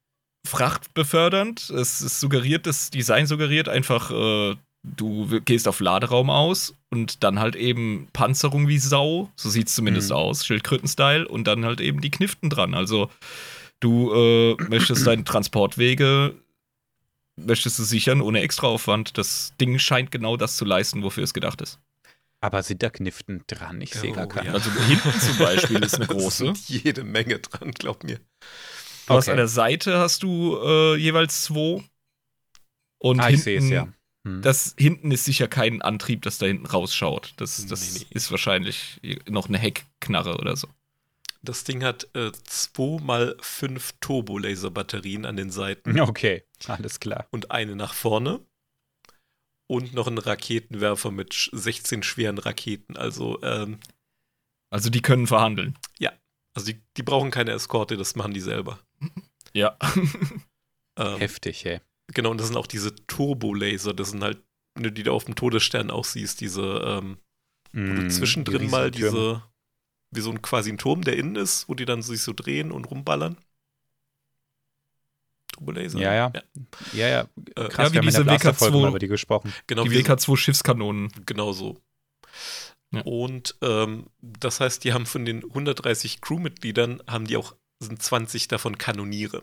Frachtbefördernd. Es ist suggeriert, das Design suggeriert einfach, äh, du w- gehst auf Laderaum aus und dann halt eben Panzerung wie Sau. So sieht es zumindest Mhm. aus, Schildkröten-Style. Und dann halt eben die Kniften dran. Also du äh, möchtest deine Transportwege, möchtest du sichern ohne Extraaufwand. Das Ding scheint genau das zu leisten, wofür es gedacht ist. Aber sind da Kniften dran? Ich sehe gar Oh, keine. ja. Also hinten zum Beispiel ist eine Da große. sind jede Menge dran, glaub mir. Du hast Okay. an der Seite hast du äh, jeweils zwei. Und Ah, ich sehe es, hinten- ja. Hm. Das hinten ist sicher kein Antrieb, das da hinten rausschaut. Das, das Nee, nee. ist wahrscheinlich noch eine Heckknarre oder so. Das Ding hat äh, zwei mal fünf Turbolaser-Batterien an den Seiten Okay, alles klar. und eine nach vorne. und noch einen Raketenwerfer mit sch- sechzehn schweren Raketen. Also, ähm, Also die können verhandeln. also die, die brauchen keine Eskorte, das machen die selber. Ja. Ähm, Heftig, ey. Genau, und das sind auch diese Turbolaser, das sind halt, wenn du die da auf dem Todesstern auch siehst, diese, ähm, wo du Mm, zwischendrin die mal riesigen Türme. diese, wie so ein quasi ein Turm, der innen ist, wo die dann sich so drehen und rumballern. Turbolaser. Ja, ja. Ja, ja. Äh, Krass, ja, wie wir haben in der diese W K Blaster-Folge zwei mal über die gesprochen. Genau, Die wie W so- K zwei Schiffskanonen. Genau so. Ja. Und ähm, das heißt, die haben von den hundertdreißig Crewmitgliedern, haben die auch, sind zwanzig davon Kanoniere.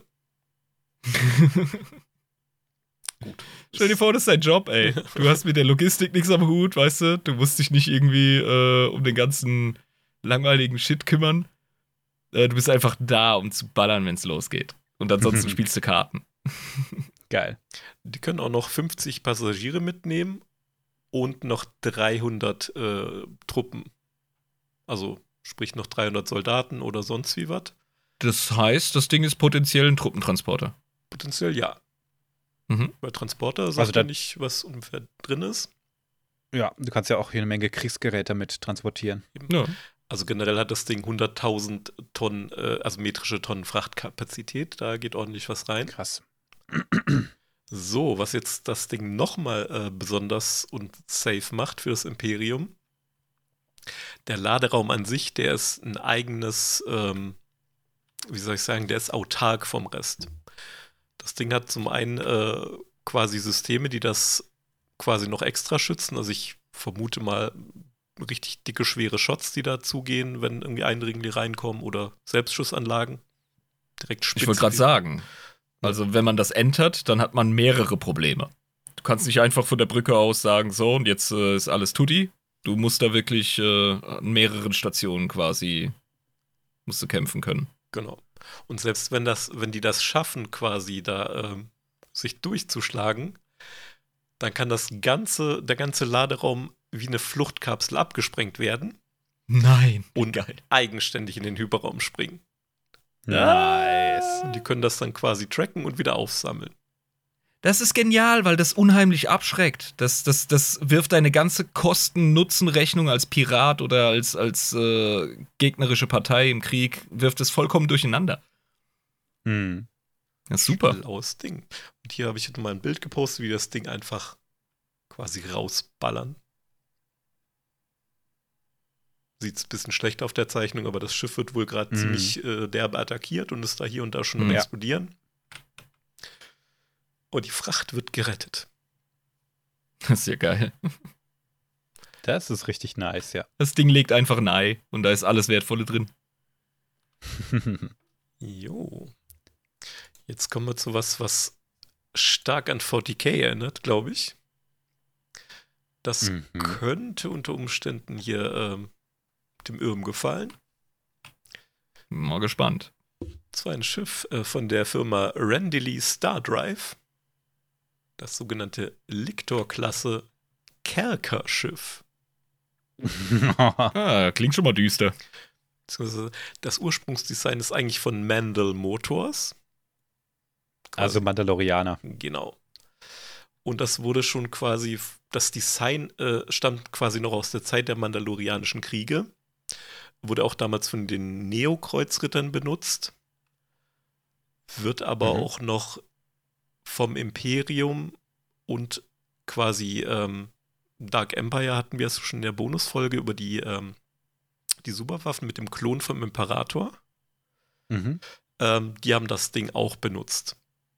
Gut. Stell dir vor, das ist dein Job, ey. Du hast mit der Logistik nichts am Hut, weißt du? Du musst dich nicht irgendwie äh, um den ganzen langweiligen Shit kümmern. Äh, du bist einfach da, um zu ballern, wenn es losgeht. Und ansonsten spielst du Karten. Geil. Die können auch noch fünfzig Passagiere mitnehmen und noch dreihundert äh, Truppen. Also sprich noch dreihundert Soldaten oder sonst wie was. Das heißt, das Ding ist potenziell ein Truppentransporter. Potenziell ja. Mhm. Bei Transporter sagt Also da- er nicht, was ungefähr drin ist. Ja, du kannst ja auch hier eine Menge Kriegsgeräte mit transportieren. Ja. Also generell hat das Ding hunderttausend Tonnen, äh, also metrische Tonnen Frachtkapazität. Da geht ordentlich was rein. Krass. So, was jetzt das Ding nochmal äh, besonders und safe macht für das Imperium. Der Laderaum an sich, der ist ein eigenes, ähm, wie soll ich sagen, der ist autark vom Rest. Das Ding hat zum einen äh, quasi Systeme, die das quasi noch extra schützen. Also ich vermute mal richtig dicke, schwere Shots, die dazugehen, wenn irgendwie Eindringlinge reinkommen oder Selbstschussanlagen. Direkt spitz. Ich wollte gerade sagen, also wenn man das entert, dann hat man mehrere Probleme. Du kannst nicht einfach von der Brücke aus sagen, so und jetzt äh, ist alles tutti. Du musst da wirklich äh, an mehreren Stationen quasi musst du kämpfen können. Genau. Und selbst wenn das, wenn die das schaffen, quasi da ähm, sich durchzuschlagen, dann kann das ganze, der ganze Laderaum wie eine Fluchtkapsel abgesprengt werden Nein. und eigenständig in den Hyperraum springen. Nice. Und die können das dann quasi tracken und wieder aufsammeln. Das ist genial, weil das unheimlich abschreckt. Das, das, das wirft deine ganze Kosten-Nutzen-Rechnung als Pirat oder als, als äh, gegnerische Partei im Krieg, wirft es vollkommen durcheinander. Hm. Das ist super. Blaues Ding. Und hier habe ich jetzt mal ein Bild gepostet, wie das Ding einfach quasi rausballern. Sieht ein bisschen schlecht auf der Zeichnung, aber das Schiff wird wohl gerade Mhm. ziemlich äh, derbe attackiert und ist da hier und da schon am Ja. Explodieren. Und die Fracht wird gerettet. Das ist ja geil. Das ist richtig nice, ja. Das Ding legt einfach ein Ei und da ist alles Wertvolle drin. Jo. Jetzt kommen wir zu was, was stark an vierzig K erinnert, glaube ich. Das Mhm. könnte unter Umständen hier ähm, dem Irm gefallen. Mal gespannt. Das war ein Schiff äh, von der Firma Randeley Star Drive. Das sogenannte Lictor-Klasse Kerker-Schiff. Ah, klingt schon mal düster. Beziehungsweise Das Ursprungsdesign ist eigentlich von Mandel Motors. Also Mandalorianer. Genau. Und das wurde schon quasi, das Design äh, stammt quasi noch aus der Zeit der Mandalorianischen Kriege. Wurde auch damals von den Neo-Kreuzrittern benutzt. Wird aber Mhm. auch noch vom Imperium und quasi ähm, Dark Empire hatten wir es schon in der Bonusfolge über die, ähm, die Superwaffen mit dem Klon vom Imperator. Mhm. Ähm, die haben das Ding auch benutzt.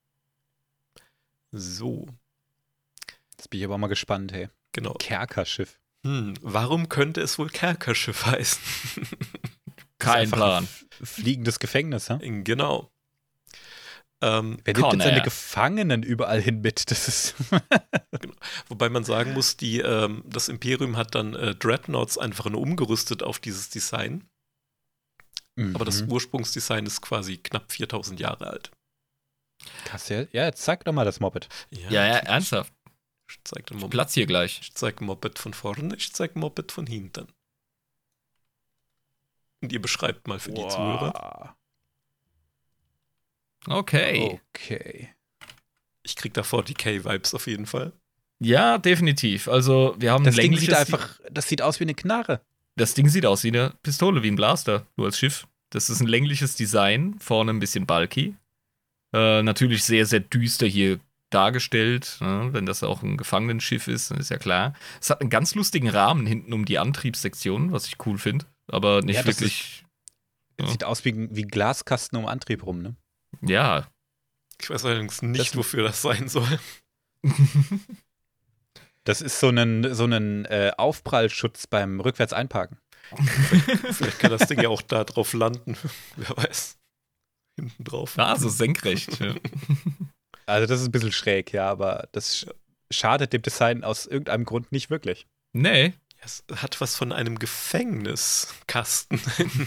So, Jetzt bin ich aber mal gespannt, hey. genau. Kerkerschiff. Hm, warum könnte es wohl Kerkerschiff heißen? Kein Einfach Plan. ein fliegendes Gefängnis, hä? Genau. Ähm, Wer nimmt Con denn seine Air. Gefangenen überall hin mit? Das ist. wobei man sagen muss, die, ähm, das Imperium hat dann äh, Dreadnoughts einfach nur umgerüstet auf dieses Design. Aber das Mhm. Ursprungsdesign ist quasi knapp viertausend Jahre alt. Krass, ja. Ja, jetzt zeig doch mal das Moped. Ja, ja, ernsthaft. Ich zeig ein Moped. Platz hier gleich. Ich zeig ein Moped von vorne, ich zeig ein Moped von hinten. Und ihr beschreibt mal für die Zuhörer. Okay. Okay. Ich krieg da vierzig K-Vibes auf jeden Fall. Ja, definitiv. Also, wir haben Das ein Ding sieht längliches. einfach, das sieht aus wie eine Knarre. Das Ding sieht aus wie eine Pistole, wie ein Blaster, nur als Schiff. Das ist ein längliches Design, vorne ein bisschen bulky. Äh, natürlich sehr, sehr düster hier dargestellt. Ne? Wenn das auch ein Gefangenenschiff ist, dann ist ja klar. Es hat einen ganz lustigen Rahmen hinten um die Antriebssektion, was ich cool finde. Aber nicht Ja, das wirklich. Das Ja. sieht aus wie, wie ein Glaskasten um Antrieb rum, ne? Ja. Ich weiß allerdings nicht, Das- wofür das sein soll. Das ist so ein, so ein äh, Aufprallschutz beim rückwärts einparken. Vielleicht kann das Ding ja auch da drauf landen. Wer weiß. Hinten drauf. Ah, so senkrecht. Ja. Also das ist ein bisschen schräg, ja, aber das sch schadet dem Design aus irgendeinem Grund nicht wirklich. Nee. Es hat was von einem Gefängniskasten.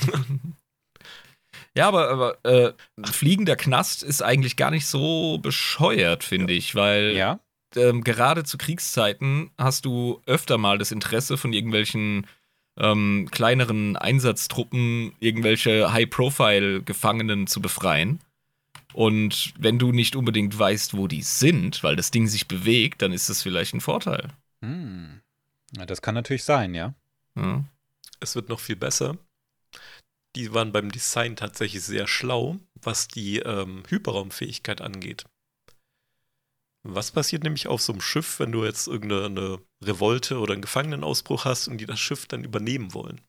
Ja, aber, aber äh, fliegender Knast ist eigentlich gar nicht so bescheuert, finde ich, weil Ja? ähm, gerade zu Kriegszeiten hast du öfter mal das Interesse von irgendwelchen ähm, kleineren Einsatztruppen, irgendwelche High-Profile-Gefangenen zu befreien. Und wenn du nicht unbedingt weißt, wo die sind, weil das Ding sich bewegt, dann ist das vielleicht ein Vorteil. Hm. Ja, das kann natürlich sein, ja. Ja. Es wird noch viel besser. Die waren beim Design tatsächlich sehr schlau, was die ähm, Hyperraumfähigkeit angeht. Was passiert nämlich auf so einem Schiff, wenn du jetzt irgendeine Revolte oder einen Gefangenenausbruch hast und die das Schiff dann übernehmen wollen?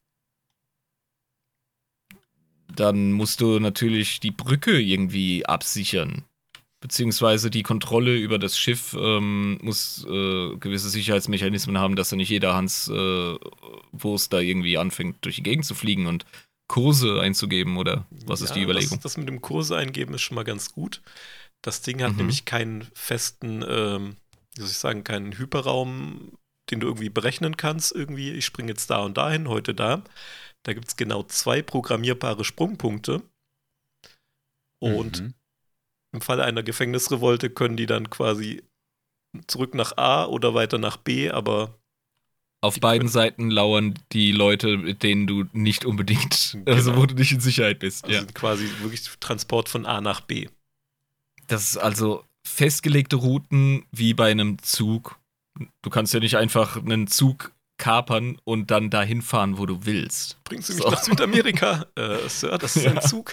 Dann musst du natürlich die Brücke irgendwie absichern. Beziehungsweise die Kontrolle über das Schiff ähm, muss äh, gewisse Sicherheitsmechanismen haben, dass da nicht jeder Hans äh, Wurst da irgendwie anfängt, durch die Gegend zu fliegen und Kurse einzugeben, oder was ist die Überlegung? Das, das mit dem Kurse eingeben ist schon mal ganz gut. Das Ding hat Mhm. nämlich keinen festen, ähm, wie soll ich sagen, keinen Hyperraum, den du irgendwie berechnen kannst. Irgendwie, ich springe jetzt da und dahin, heute da. Da gibt es genau zwei programmierbare Sprungpunkte. Und Mhm. im Falle einer Gefängnisrevolte können die dann quasi zurück nach A oder weiter nach B, aber Auf die beiden können- Seiten lauern die Leute, mit denen du nicht unbedingt, also Genau. wo du nicht in Sicherheit bist. also Ja. sind quasi wirklich Transport von A nach B. Das ist also festgelegte Routen wie bei einem Zug. Du kannst ja nicht einfach einen Zug kapern und dann dahin fahren, wo du willst. Bringen Sie mich So. nach Südamerika. äh, Sir, das ist Ja. ein Zug.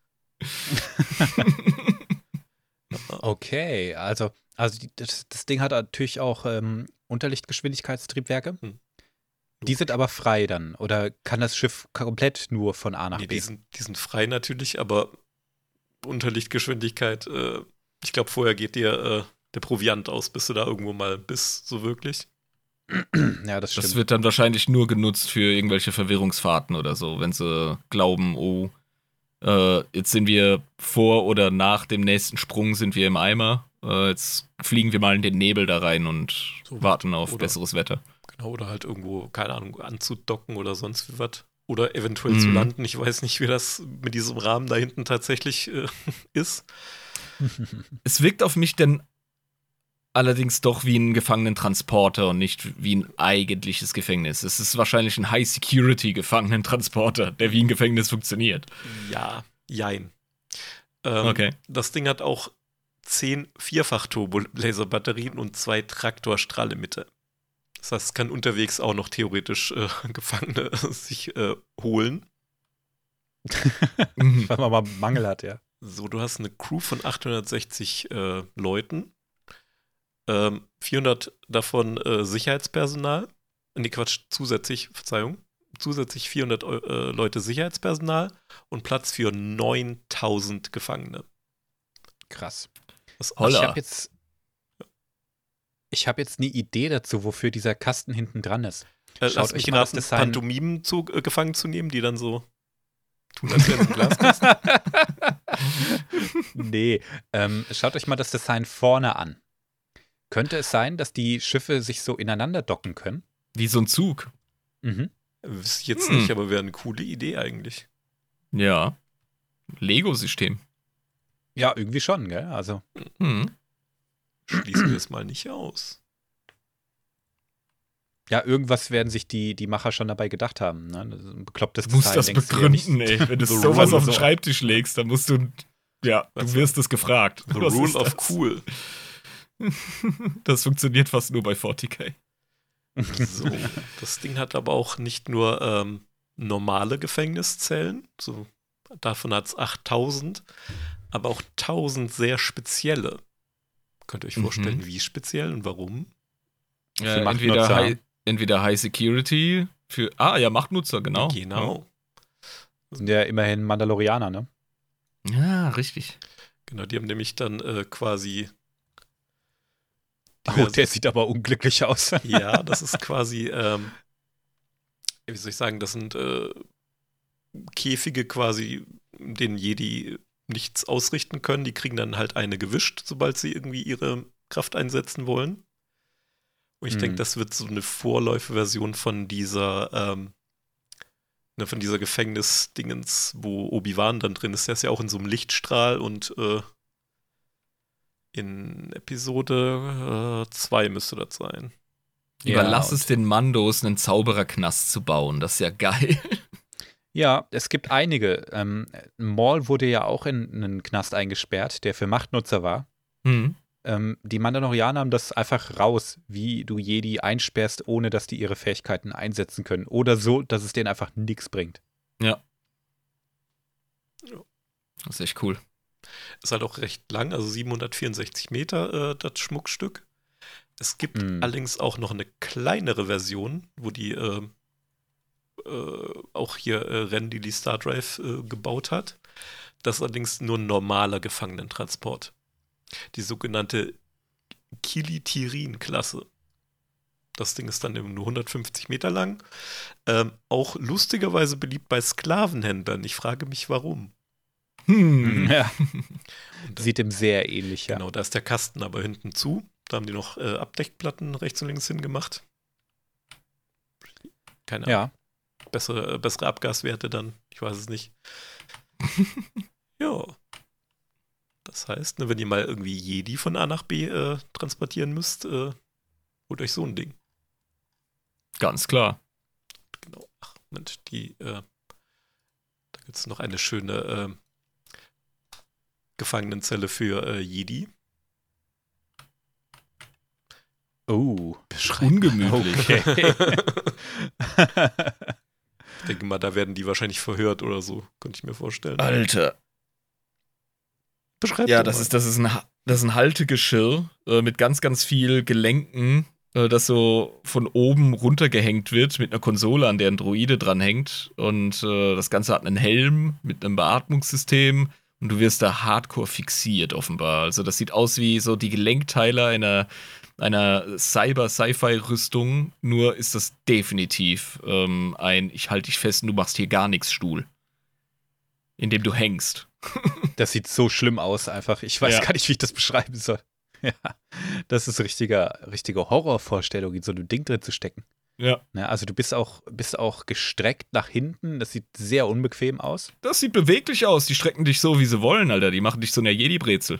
Okay, also, also die, das, das Ding hat natürlich auch ähm, Unterlichtgeschwindigkeitstriebwerke. Hm. Die sind aber frei dann. Oder kann das Schiff komplett nur von A nach Nee, B? die, sind, die sind frei natürlich, aber Unterlichtgeschwindigkeit, äh, ich glaube, vorher geht dir äh, der Proviant aus, bis du da irgendwo mal bist, so wirklich. Ja, das stimmt. Das wird dann wahrscheinlich nur genutzt für irgendwelche Verwirrungsfahrten oder so, wenn sie glauben, oh, äh, jetzt sind wir vor oder nach dem nächsten Sprung sind wir im Eimer. Äh, jetzt fliegen wir mal in den Nebel da rein und So, warten auf oder- besseres Wetter. Genau, oder halt irgendwo, keine Ahnung, anzudocken oder sonst wie was. Oder eventuell zu Mhm. landen. Ich weiß nicht, wie das mit diesem Rahmen da hinten tatsächlich äh, ist. Es wirkt auf mich denn allerdings doch wie ein Gefangenentransporter und nicht wie ein eigentliches Gefängnis. Es ist wahrscheinlich ein High-Security-Gefangenentransporter, der wie ein Gefängnis funktioniert. Ja, jein. Ähm, Okay. Das Ding hat auch zehn Vierfach-Turbo-Laserbatterien und zwei Traktorstrahlemitter. Das heißt, es kann unterwegs auch noch theoretisch äh, Gefangene sich äh, holen. Mhm. Was man mal Mangel hat, ja. So, du hast eine Crew von achthundertsechzig äh, Leuten. Ähm, vierhundert davon äh, Sicherheitspersonal. Nee, Quatsch, zusätzlich, Verzeihung. Zusätzlich vierhundert Eu- äh, Leute Sicherheitspersonal und Platz für neuntausend Gefangene. Krass. Das Holla. Ich habe jetzt, ich hab jetzt eine Idee dazu, wofür dieser Kasten hinten dran ist. Äh, Schaut lass euch mich mal das raten, Design- Pantomimen zu, äh, gefangen zu nehmen, die dann so tun, als wären sie Glaskasten. Nee, ähm, schaut euch mal das Design vorne an. Könnte es sein, dass die Schiffe sich so ineinander docken können? Wie so ein Zug. Mhm. Wüsste ich jetzt Hm. nicht, aber wäre eine coole Idee eigentlich. Ja. Lego-System. Ja, irgendwie schon, gell? Also, Hm. Schließen wir es mal nicht aus. ja, irgendwas werden sich die, die Macher schon dabei gedacht haben. Ne? Das ist ein beklopptes Du musst Design, das denkst du ja begründen, nicht. ey. Wenn du The sowas rule auf den so. Schreibtisch legst, dann musst du. Ja, Was? du wirst es gefragt. The Was Rule ist of das? Cool. Das funktioniert fast nur bei forty K. So, das Ding hat aber auch nicht nur ähm, normale Gefängniszellen, so, davon hat es achttausend, aber auch tausend sehr spezielle. Könnt ihr euch vorstellen, Mhm. wie speziell und warum? Für Äh, entweder, Machtnutzer. High, entweder High Security für. Ah, ja, Machtnutzer, genau. Genau. Sind ja immerhin Mandalorianer, ne? Ja, richtig. Genau, die haben nämlich dann äh, quasi. Oh, der sieht aber unglücklich aus. Ja, das ist quasi, ähm, wie soll ich sagen, das sind äh, Käfige quasi, in denen Jedi nichts ausrichten können. Die kriegen dann halt eine gewischt, sobald sie irgendwie ihre Kraft einsetzen wollen. Und ich Mhm. denke, das wird so eine Vorläuferversion von dieser, ähm, ne, von dieser Gefängnisdingens, wo Obi-Wan dann drin ist. Der ist ja auch in so einem Lichtstrahl und äh, in Episode zwei müsste das sein. Überlass und- es den Mandos, einen Zaubererknast zu bauen. Das ist ja geil. Ja, es gibt einige. Ähm, Maul wurde ja auch in einen Knast eingesperrt, der für Machtnutzer war. Hm. Ähm, die Mandalorianer haben das einfach raus, wie du Jedi einsperrst, ohne dass die ihre Fähigkeiten einsetzen können. Oder so, dass es denen einfach nichts bringt. Ja. Das ist echt cool. Ist halt auch recht lang, also siebenhundertvierundsechzig Meter, äh, das Schmuckstück. Es gibt Hm. allerdings auch noch eine kleinere Version, wo die äh, äh, auch hier äh, Randy die Star Drive äh, gebaut hat. Das ist allerdings nur ein normaler Gefangenentransport. Die sogenannte Kilitirin-Klasse. Das Ding ist dann eben nur hundertfünfzig Meter lang. Ähm, auch lustigerweise beliebt bei Sklavenhändlern. Ich frage mich, warum. Hm. Ja, Und da- sieht dem sehr ähnlich, ja. Genau, da ist der Kasten aber hinten zu. Da haben die noch äh, Abdeckplatten rechts und links hingemacht. Keine Ahnung. Ja, Bessere, äh, bessere Abgaswerte dann. Ich weiß es nicht. Ja. Das heißt, ne, wenn ihr mal irgendwie Jedi von A nach B äh, transportieren müsst, äh, holt euch so ein Ding. Ganz klar. Genau. Ach, Mensch, die, äh, da gibt es noch eine schöne äh, Gefangenenzelle für äh, Jedi. oh, Ungemütlich. okay. Ich denke mal, da werden die wahrscheinlich verhört oder so, könnte ich mir vorstellen. Alter. Beschreibt Ja, doch das mal. ist, das ist ein, Ha- das ist ein Haltegeschirr äh, mit ganz, ganz viel Gelenken, äh, das so von oben runtergehängt wird mit einer Konsole, an der ein Droide dranhängt. Und äh, das Ganze hat einen Helm mit einem Beatmungssystem und du wirst da hardcore fixiert offenbar. Also das sieht aus wie so die Gelenkteile einer, einer Cyber-Sci-Fi-Rüstung, nur ist das definitiv ähm, ein ich halte dich fest und du machst hier gar nichts Stuhl, in dem du hängst. Das sieht so schlimm aus einfach. Ich weiß Ja. gar nicht, wie ich das beschreiben soll. Ja, das ist richtiger, richtige Horrorvorstellung, in so einem Ding drin zu stecken. Ja. Ne, also du bist auch, bist auch gestreckt nach hinten. Das sieht sehr unbequem aus. Das sieht beweglich aus. Die strecken dich so, wie sie wollen, Alter. Die machen dich zu einer Jedi-Brezel.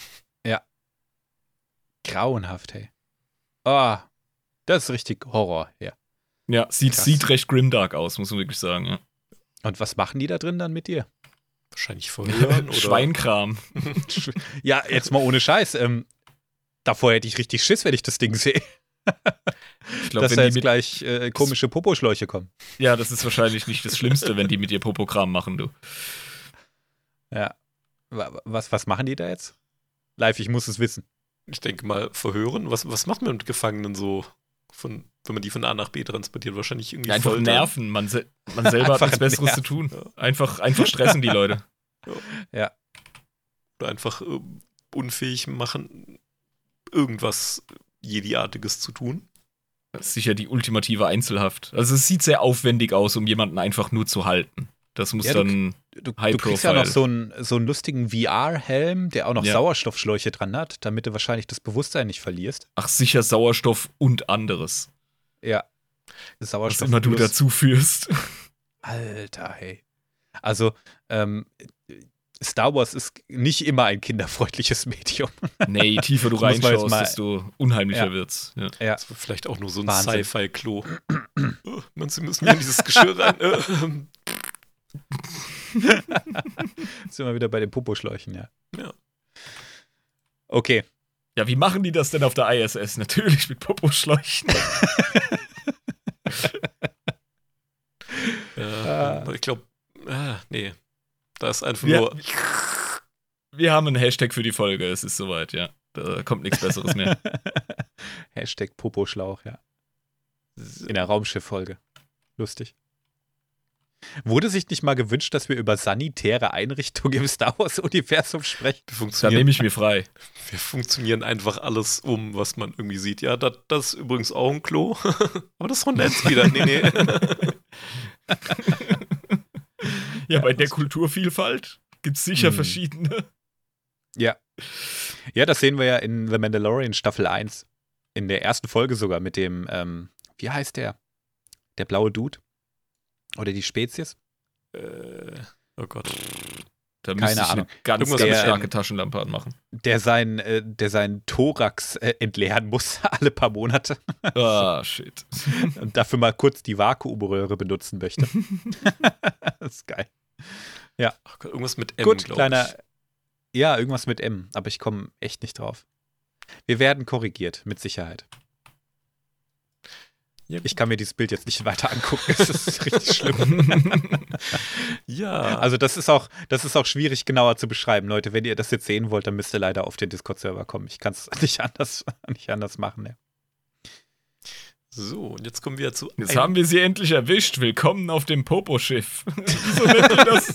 Grauenhaft, hey. Ah, das ist richtig Horror, ja. Ja, sieht, Krass. sieht recht grimdark aus, muss man wirklich sagen. Ja. Und was machen die da drin dann mit dir? Wahrscheinlich verhören oder. Schweinkram. Ja, jetzt mal ohne Scheiß. Ähm, davor hätte ich richtig Schiss, wenn ich das Ding sehe. Ich glaube, Dass da wenn die jetzt mit. gleich äh, komische Poposchläuche kommen. Ja, das ist wahrscheinlich nicht das Schlimmste, wenn die mit dir Popokram machen, du. Ja. Wa- Was, was machen die da jetzt? Live, ich muss es wissen. Ich denke mal, verhören. Was, was macht man mit Gefangenen so, von, wenn man die von A nach B transportiert? Wahrscheinlich irgendwie Einfach foltern. nerven. Man, se man selber hat Einfach nichts Besseres nerven. zu tun. Ja. Einfach, einfach stressen die Leute. Ja. Oder einfach äh, unfähig machen, irgendwas Jedi-artiges zu tun. Das ist sicher die ultimative Einzelhaft. Also es sieht sehr aufwendig aus, um jemanden einfach nur zu halten. Das muss Ja, du- dann. Du, High du kriegst ja Profile. noch so einen, so einen lustigen V R-Helm, der auch noch Ja. Sauerstoffschläuche dran hat, damit du wahrscheinlich das Bewusstsein nicht verlierst. Ach, sicher Sauerstoff und anderes. Ja. Was Sauerstoff immer du plus. dazu führst. Alter, hey. Also, ähm, Star Wars ist nicht immer ein kinderfreundliches Medium. Nee, je tiefer du Das muss man jetzt reinschaust, mal- desto unheimlicher Ja. wird's. Ja. Ja. Das wird vielleicht auch nur so ein Wahnsinn. Sci-Fi-Klo. oh, meinst du, wir müssen hier in dieses Geschirr rein? Äh, ähm, Sind wir wieder bei den Poposchläuchen, ja. Ja. Okay. Ja, wie machen die das denn auf der I S S? Natürlich mit Poposchläuchen. Ja, ah. Ich glaube, ah, nee. Da ist einfach wir, nur. Wir haben einen Hashtag für die Folge, es ist soweit, ja. Da kommt nichts Besseres mehr. Hashtag Poposchlauch, ja. In der Raumschiff-Folge. Lustig. Wurde sich nicht mal gewünscht, dass wir über sanitäre Einrichtungen im Star Wars-Universum sprechen? Da nehme ich mir frei. Wir funktionieren einfach alles um, was man irgendwie sieht. Ja, das, das ist übrigens auch ein Klo. Aber das ist von Netz wieder. Nee, nee. Ja, bei der Kulturvielfalt gibt es sicher hm. verschiedene. Ja. Ja, das sehen wir ja in The Mandalorian Staffel eins. In der ersten Folge sogar mit dem, ähm, wie heißt der? Der blaue Dude? Oder die Spezies? Äh, oh Gott. Da müsste ich eine ganz, ganz der, starke Taschenlampe anmachen. Der seinen äh, der sein Thorax äh, entleeren muss, alle paar Monate. Ah, shit. Und dafür mal kurz die Vakuumröhre benutzen möchte. Das ist geil. Ja. Ach Gott, irgendwas mit M, Gut, kleiner. Ich. Ja, irgendwas mit M, aber ich komme echt nicht drauf. Wir werden korrigiert, mit Sicherheit. Ja, ich kann mir dieses Bild jetzt nicht weiter angucken. Es ist richtig schlimm. Ja. Also das ist auch, das ist auch schwierig genauer zu beschreiben, Leute. Wenn ihr das jetzt sehen wollt, dann müsst ihr leider auf den Discord-Server kommen. Ich kann es nicht anders, nicht anders machen. Ja. So, und jetzt kommen wir zu. Jetzt haben wir sie endlich erwischt. Willkommen auf dem Popo-Schiff. So nennt ihr das.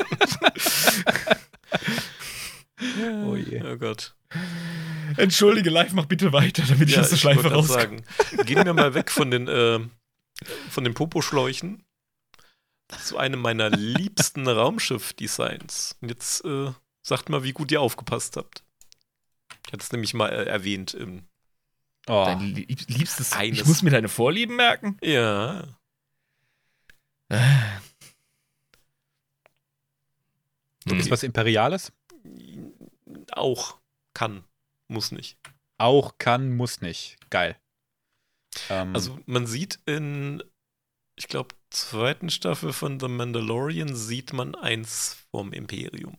Oh je. Oh Gott. Entschuldige, live, mach bitte weiter, damit ich ja, aus der Schleife raus sagen. Gehen wir mal weg von den, äh, von den Poposchläuchen zu einem meiner liebsten Raumschiff-Designs. Und jetzt äh, sagt mal, wie gut ihr aufgepasst habt. Ich hatte es nämlich mal äh, erwähnt im oh. Dein lieb liebstes Eines. Ich muss mir deine Vorlieben merken? Ja. Äh. Gibt es was Imperiales? Auch. Kann. Muss nicht. Auch kann, muss nicht. Geil. Ähm, also man sieht in, ich glaube, zweiten Staffel von The Mandalorian sieht man eins vom Imperium.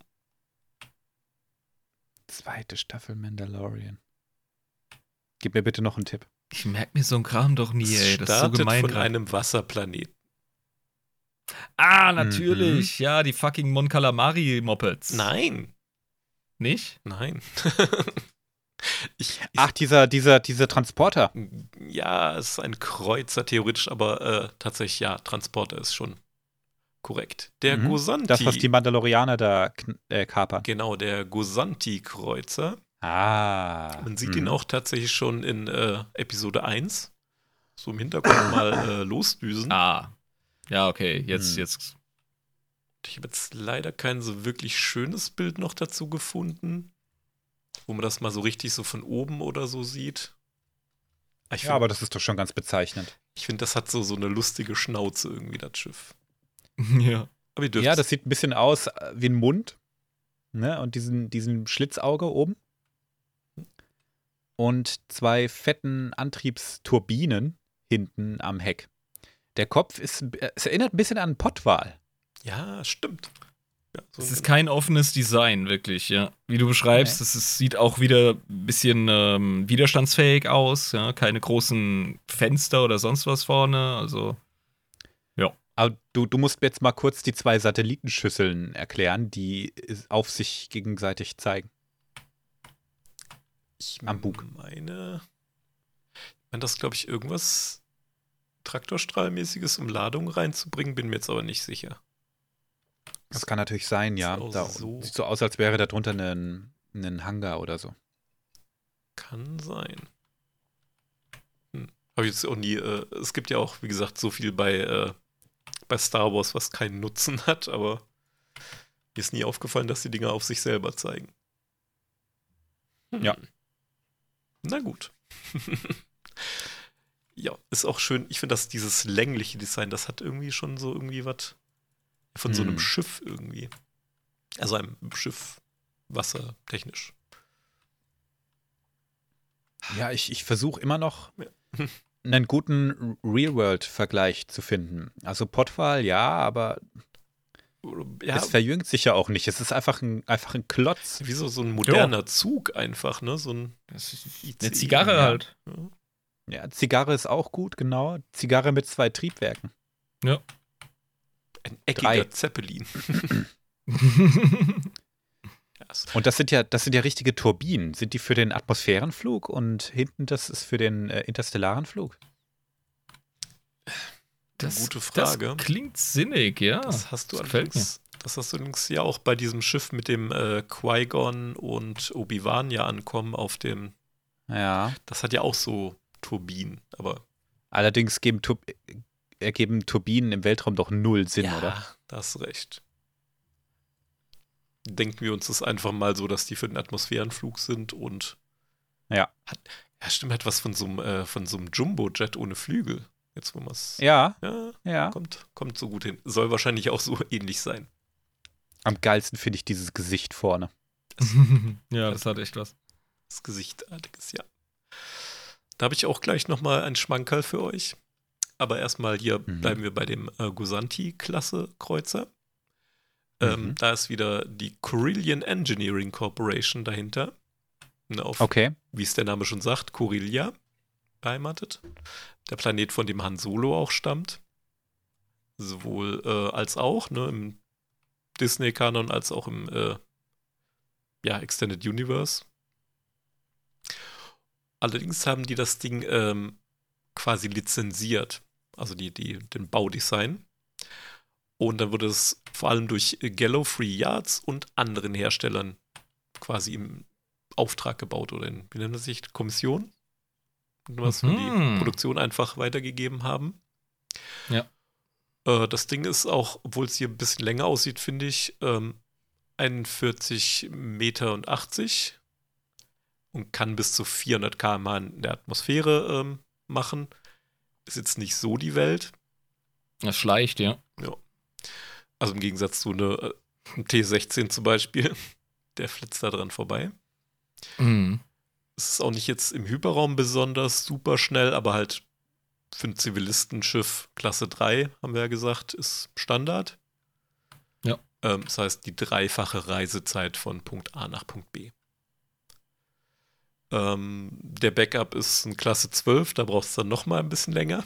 Zweite Staffel Mandalorian. Gib mir bitte noch einen Tipp. Ich merke mir so einen Kram doch nie, es ey. Das ist so gemein von grad. einem Wasserplaneten. Ah, natürlich. Mhm. Ja, die fucking Mon Calamari-Mopeds. Nein. Nicht? Nein. ich, ich, Ach, dieser, dieser, dieser Transporter. Ja, es ist ein Kreuzer theoretisch, aber äh, tatsächlich, ja, Transporter ist schon korrekt. Der mhm. Gozanti. Das, was die Mandalorianer da äh, kapern. Genau, der Gozanti-Kreuzer. Ah. Man sieht mhm. ihn auch tatsächlich schon in äh, Episode eins. So im Hintergrund mal äh, losdüsen. Ah. Ja, okay, jetzt, mhm. jetzt. Ich habe jetzt leider kein so wirklich schönes Bild noch dazu gefunden, wo man das mal so richtig so von oben oder so sieht. Ich ja, find, aber das ist doch schon ganz bezeichnend. Ich finde, das hat so, so eine lustige Schnauze irgendwie, das Schiff. Ja. Aber ihr dürft. Ja, das sieht ein bisschen aus wie ein Mund. Ne? Und diesen, diesen Schlitzauge oben. Und zwei fetten Antriebsturbinen hinten am Heck. Der Kopf ist, es erinnert ein bisschen an einen Pottwal. Ja, stimmt. Ja, so es ist kein offenes Design, wirklich, ja. Wie du beschreibst, es ist, sieht auch wieder ein bisschen ähm, widerstandsfähig aus, ja. Keine großen Fenster oder sonst was vorne, also, ja. Aber du, du musst mir jetzt mal kurz die zwei Satellitenschüsseln erklären, die auf sich gegenseitig zeigen. Ich Am Bug. meine, ich meine, das glaube ich irgendwas Traktorstrahlmäßiges, um Ladung reinzubringen, bin mir jetzt aber nicht sicher. Das kann natürlich sein, ja. Da, so sieht so aus, als wäre da drunter ein, ein Hangar oder so. Kann sein. Hm. Habe ich jetzt auch nie, äh, es gibt ja auch, wie gesagt, so viel bei, äh, bei Star Wars, was keinen Nutzen hat, aber mir ist nie aufgefallen, dass die Dinger auf sich selber zeigen. Hm. Ja. Na gut. Ja, ist auch schön. Ich finde, dass dieses längliche Design, das hat irgendwie schon so irgendwie was von so einem hm. Schiff irgendwie. Also einem Schiff, wassertechnisch. Ja, ich, ich versuche immer noch ja. einen guten Real-World-Vergleich zu finden. Also Pottwal, ja, aber Ja, Es verjüngt sich ja auch nicht. Es ist einfach ein, einfach ein Klotz. wie so, so ein moderner Zug einfach, ne? So ein Das ist I C E. eine Zigarre ja. halt. Ja. Ja, Zigarre ist auch gut, genau. Zigarre mit zwei Triebwerken. Ja. Ein eckiger Drei. Zeppelin. Ja, es- Und das sind ja, das sind ja richtige Turbinen. Sind die für den Atmosphärenflug und hinten das ist für den äh, interstellaren Flug? Das, gute Frage. Das klingt sinnig, ja. Das hast du das gefällt mir. allerdings, das hast du allerdings ja auch bei diesem Schiff mit dem äh, Qui-Gon und Obi-Wan ja ankommen auf dem. Ja. Das hat ja auch so Turbinen, aber Allerdings geben Tur ergeben Turbinen im Weltraum doch null Sinn, ja, oder? da hast recht. Denken wir uns das einfach mal so, dass die für den Atmosphärenflug sind und Ja. hat, ja, stimmt, hat was von so einem äh, von so einem Jumbo-Jet ohne Flügel. Jetzt, wo man es. Ja, Ja, ja. kommt, kommt so gut hin. Soll wahrscheinlich auch so ähnlich sein. Am geilsten finde ich dieses Gesicht vorne. Ja, das hat echt was. Das Gesichtartiges, ja. Da habe ich auch gleich nochmal ein Schmankerl für euch. Aber erstmal hier Mhm. bleiben wir bei dem äh, Gusanti-Klasse-Kreuzer. Mhm. Ähm, da ist wieder die Corellian Engineering Corporation dahinter. Ne, auf, Okay. wie es der Name schon sagt, Corellia beheimatet. Der Planet, von dem Han Solo auch stammt. Sowohl äh, als auch, ne, im Disney-Kanon als auch im äh, ja, Extended Universe. Allerdings haben die das Ding ähm, quasi lizenziert, also die, die, den Baudesign. Und dann wurde es vor allem durch Gallifrey Yards und anderen Herstellern quasi im Auftrag gebaut oder in, wie nennt das sich, Kommission? Was für Mhm. die Produktion einfach weitergegeben haben. Ja. Äh, das Ding ist auch, obwohl es hier ein bisschen länger aussieht, finde ich, ähm, einundvierzig Meter und achtzig und kann bis zu vierhundert Kilometer pro Stunde in der Atmosphäre ähm, machen. Ist jetzt nicht so die Welt. Das schleicht, ja. Also im Gegensatz zu eine, äh, einem T sechzehn zum Beispiel. Der flitzt da dran vorbei. Mhm. Es ist auch nicht jetzt im Hyperraum besonders super schnell, aber halt für ein Zivilistenschiff Klasse drei, haben wir ja gesagt, ist Standard. Ja. Ähm, das heißt, die dreifache Reisezeit von Punkt A nach Punkt B. Ähm, der Backup ist ein Klasse zwölf, da brauchst du dann nochmal ein bisschen länger.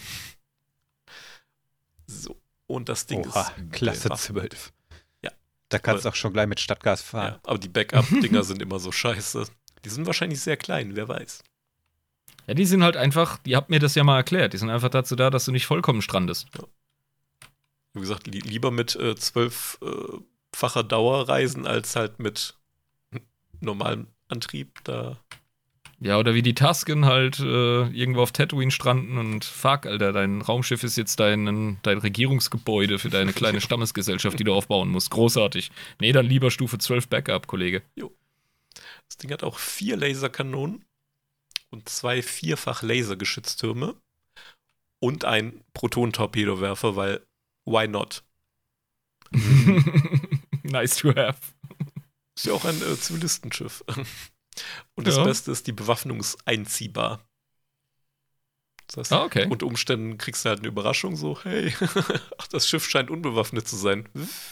So, und das Ding Oha, ist Klasse einfach- zwölf. Ja. Da kannst du Aber- auch schon gleich mit Stadtgas fahren. Ja, aber die Backup-Dinger sind immer so scheiße. Die sind wahrscheinlich sehr klein, wer weiß. Ja, die sind halt einfach, ihr habt mir das ja mal erklärt, die sind einfach dazu da, dass du nicht vollkommen strandest. Wie gesagt, li lieber mit äh, zwölffacher Dauer reisen, als halt mit normalem Antrieb. Da Ja, oder wie die Tusken halt äh, irgendwo auf Tatooine stranden und fuck, Alter, dein Raumschiff ist jetzt dein, dein Regierungsgebäude für deine kleine Stammesgesellschaft, die du aufbauen musst. Großartig. Nee, dann lieber Stufe zwölf Backup, Kollege. Das Ding hat auch vier Laserkanonen und zwei vierfach Lasergeschütztürme und ein Proton-Torpedowerfer, weil why not? Nice to have. Ist ja auch ein äh, Zivilistenschiff. Und das Ja. Beste ist, die Bewaffnung ist einziehbar. Das heißt, Ah, okay. unter Umständen kriegst du halt eine Überraschung, so, hey, ach, das Schiff scheint unbewaffnet zu sein.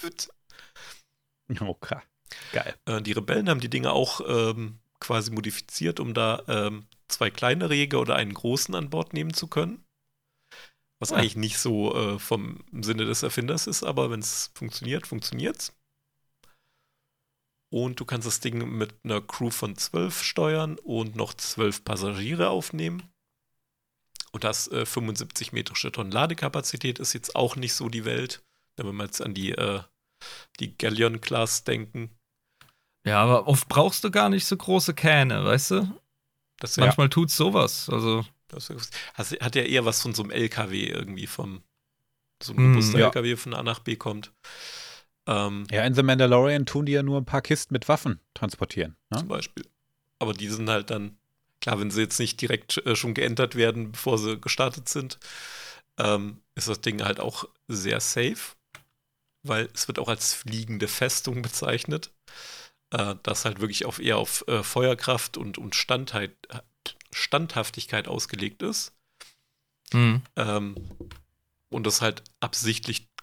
Okay. Geil. Äh, die Rebellen haben die Dinge auch ähm, quasi modifiziert, um da ähm, zwei kleinere Jäger oder einen großen an Bord nehmen zu können. Was Ah. eigentlich nicht so äh, vom Sinne des Erfinders ist, aber wenn es funktioniert, funktioniert's. Und du kannst das Ding mit einer Crew von zwölf steuern und noch zwölf Passagiere aufnehmen. Und das äh, fünfundsiebzig metrische Tonnen Ladekapazität ist jetzt auch nicht so die Welt. Wenn wir jetzt an die, äh, die Galleon-Class denken. Ja, aber oft brauchst du gar nicht so große Kähne, weißt du? Das, ja, Manchmal tut's sowas. Also, das hat hat ja eher was von so einem L K W irgendwie, vom so ein Hm, robuster ja. L K W von A nach B kommt. Ähm, Ja, in The Mandalorian tun die ja nur ein paar Kisten mit Waffen transportieren. Ne? Zum Beispiel. Aber die sind halt dann, klar, wenn sie jetzt nicht direkt äh, schon geentert werden, bevor sie gestartet sind, ähm, ist das Ding halt auch sehr safe, weil es wird auch als fliegende Festung bezeichnet, äh, das halt wirklich auf eher auf äh, Feuerkraft und, und Standheit, Standhaftigkeit ausgelegt ist. hm. Ähm, und das halt absichtlich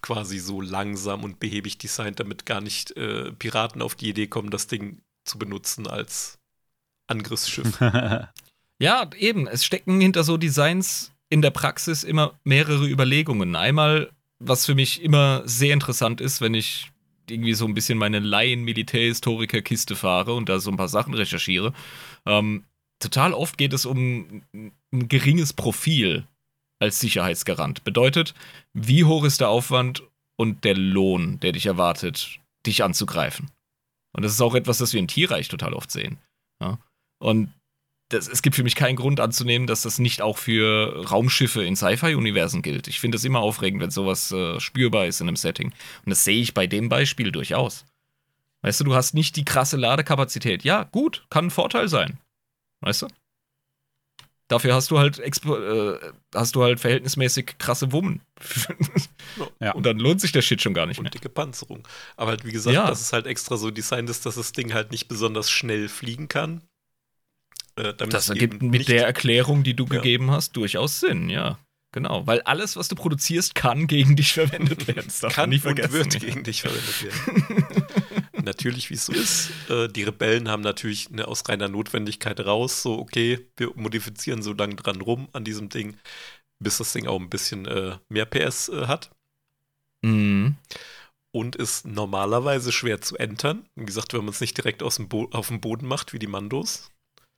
quasi so langsam und behäbig designt, damit gar nicht äh, Piraten auf die Idee kommen, das Ding zu benutzen als Angriffsschiff. Ja, eben. Es stecken hinter so Designs in der Praxis immer mehrere Überlegungen. Einmal, was für mich immer sehr interessant ist, wenn ich irgendwie so ein bisschen meine Laien-Militärhistoriker-Kiste fahre und da so ein paar Sachen recherchiere. Ähm, total oft geht es um ein geringes Profil als Sicherheitsgarant. Bedeutet, wie hoch ist der Aufwand und der Lohn, der dich erwartet, dich anzugreifen? Und das ist auch etwas, das wir in Tierreich total oft sehen. Ja? Und das, es gibt für mich keinen Grund anzunehmen, dass das nicht auch für Raumschiffe in Sci-Fi-Universen gilt. Ich finde es immer aufregend, wenn sowas äh, spürbar ist in einem Setting. Und das sehe ich bei dem Beispiel durchaus. Weißt du, du hast nicht die krasse Ladekapazität. Ja, gut, kann ein Vorteil sein. Weißt du? Dafür hast du halt expo- äh, hast du halt verhältnismäßig krasse Wummen. Ja. Und dann lohnt sich der Shit schon gar nicht Und mehr. dicke Panzerung. Aber halt, wie gesagt, Ja. dass es halt extra so designt ist, dass das Ding halt nicht besonders schnell fliegen kann. Äh, damit Das es ergibt eben mit nicht- der Erklärung, die du Ja. gegeben hast, durchaus Sinn, ja. Genau, weil alles, was du produzierst, kann gegen dich verwendet werden. Das darf man kann nicht und vergessen. wird ja. gegen dich verwendet werden. Natürlich, wie es so ist. Äh, die Rebellen haben natürlich ne, aus reiner Notwendigkeit raus, so okay, wir modifizieren so lange dran rum an diesem Ding, bis das Ding auch ein bisschen äh, mehr P S äh, hat Mhm. und ist normalerweise schwer zu entern. Wie gesagt, wenn man es nicht direkt aus dem Bo- auf dem Boden macht, wie die Mandos.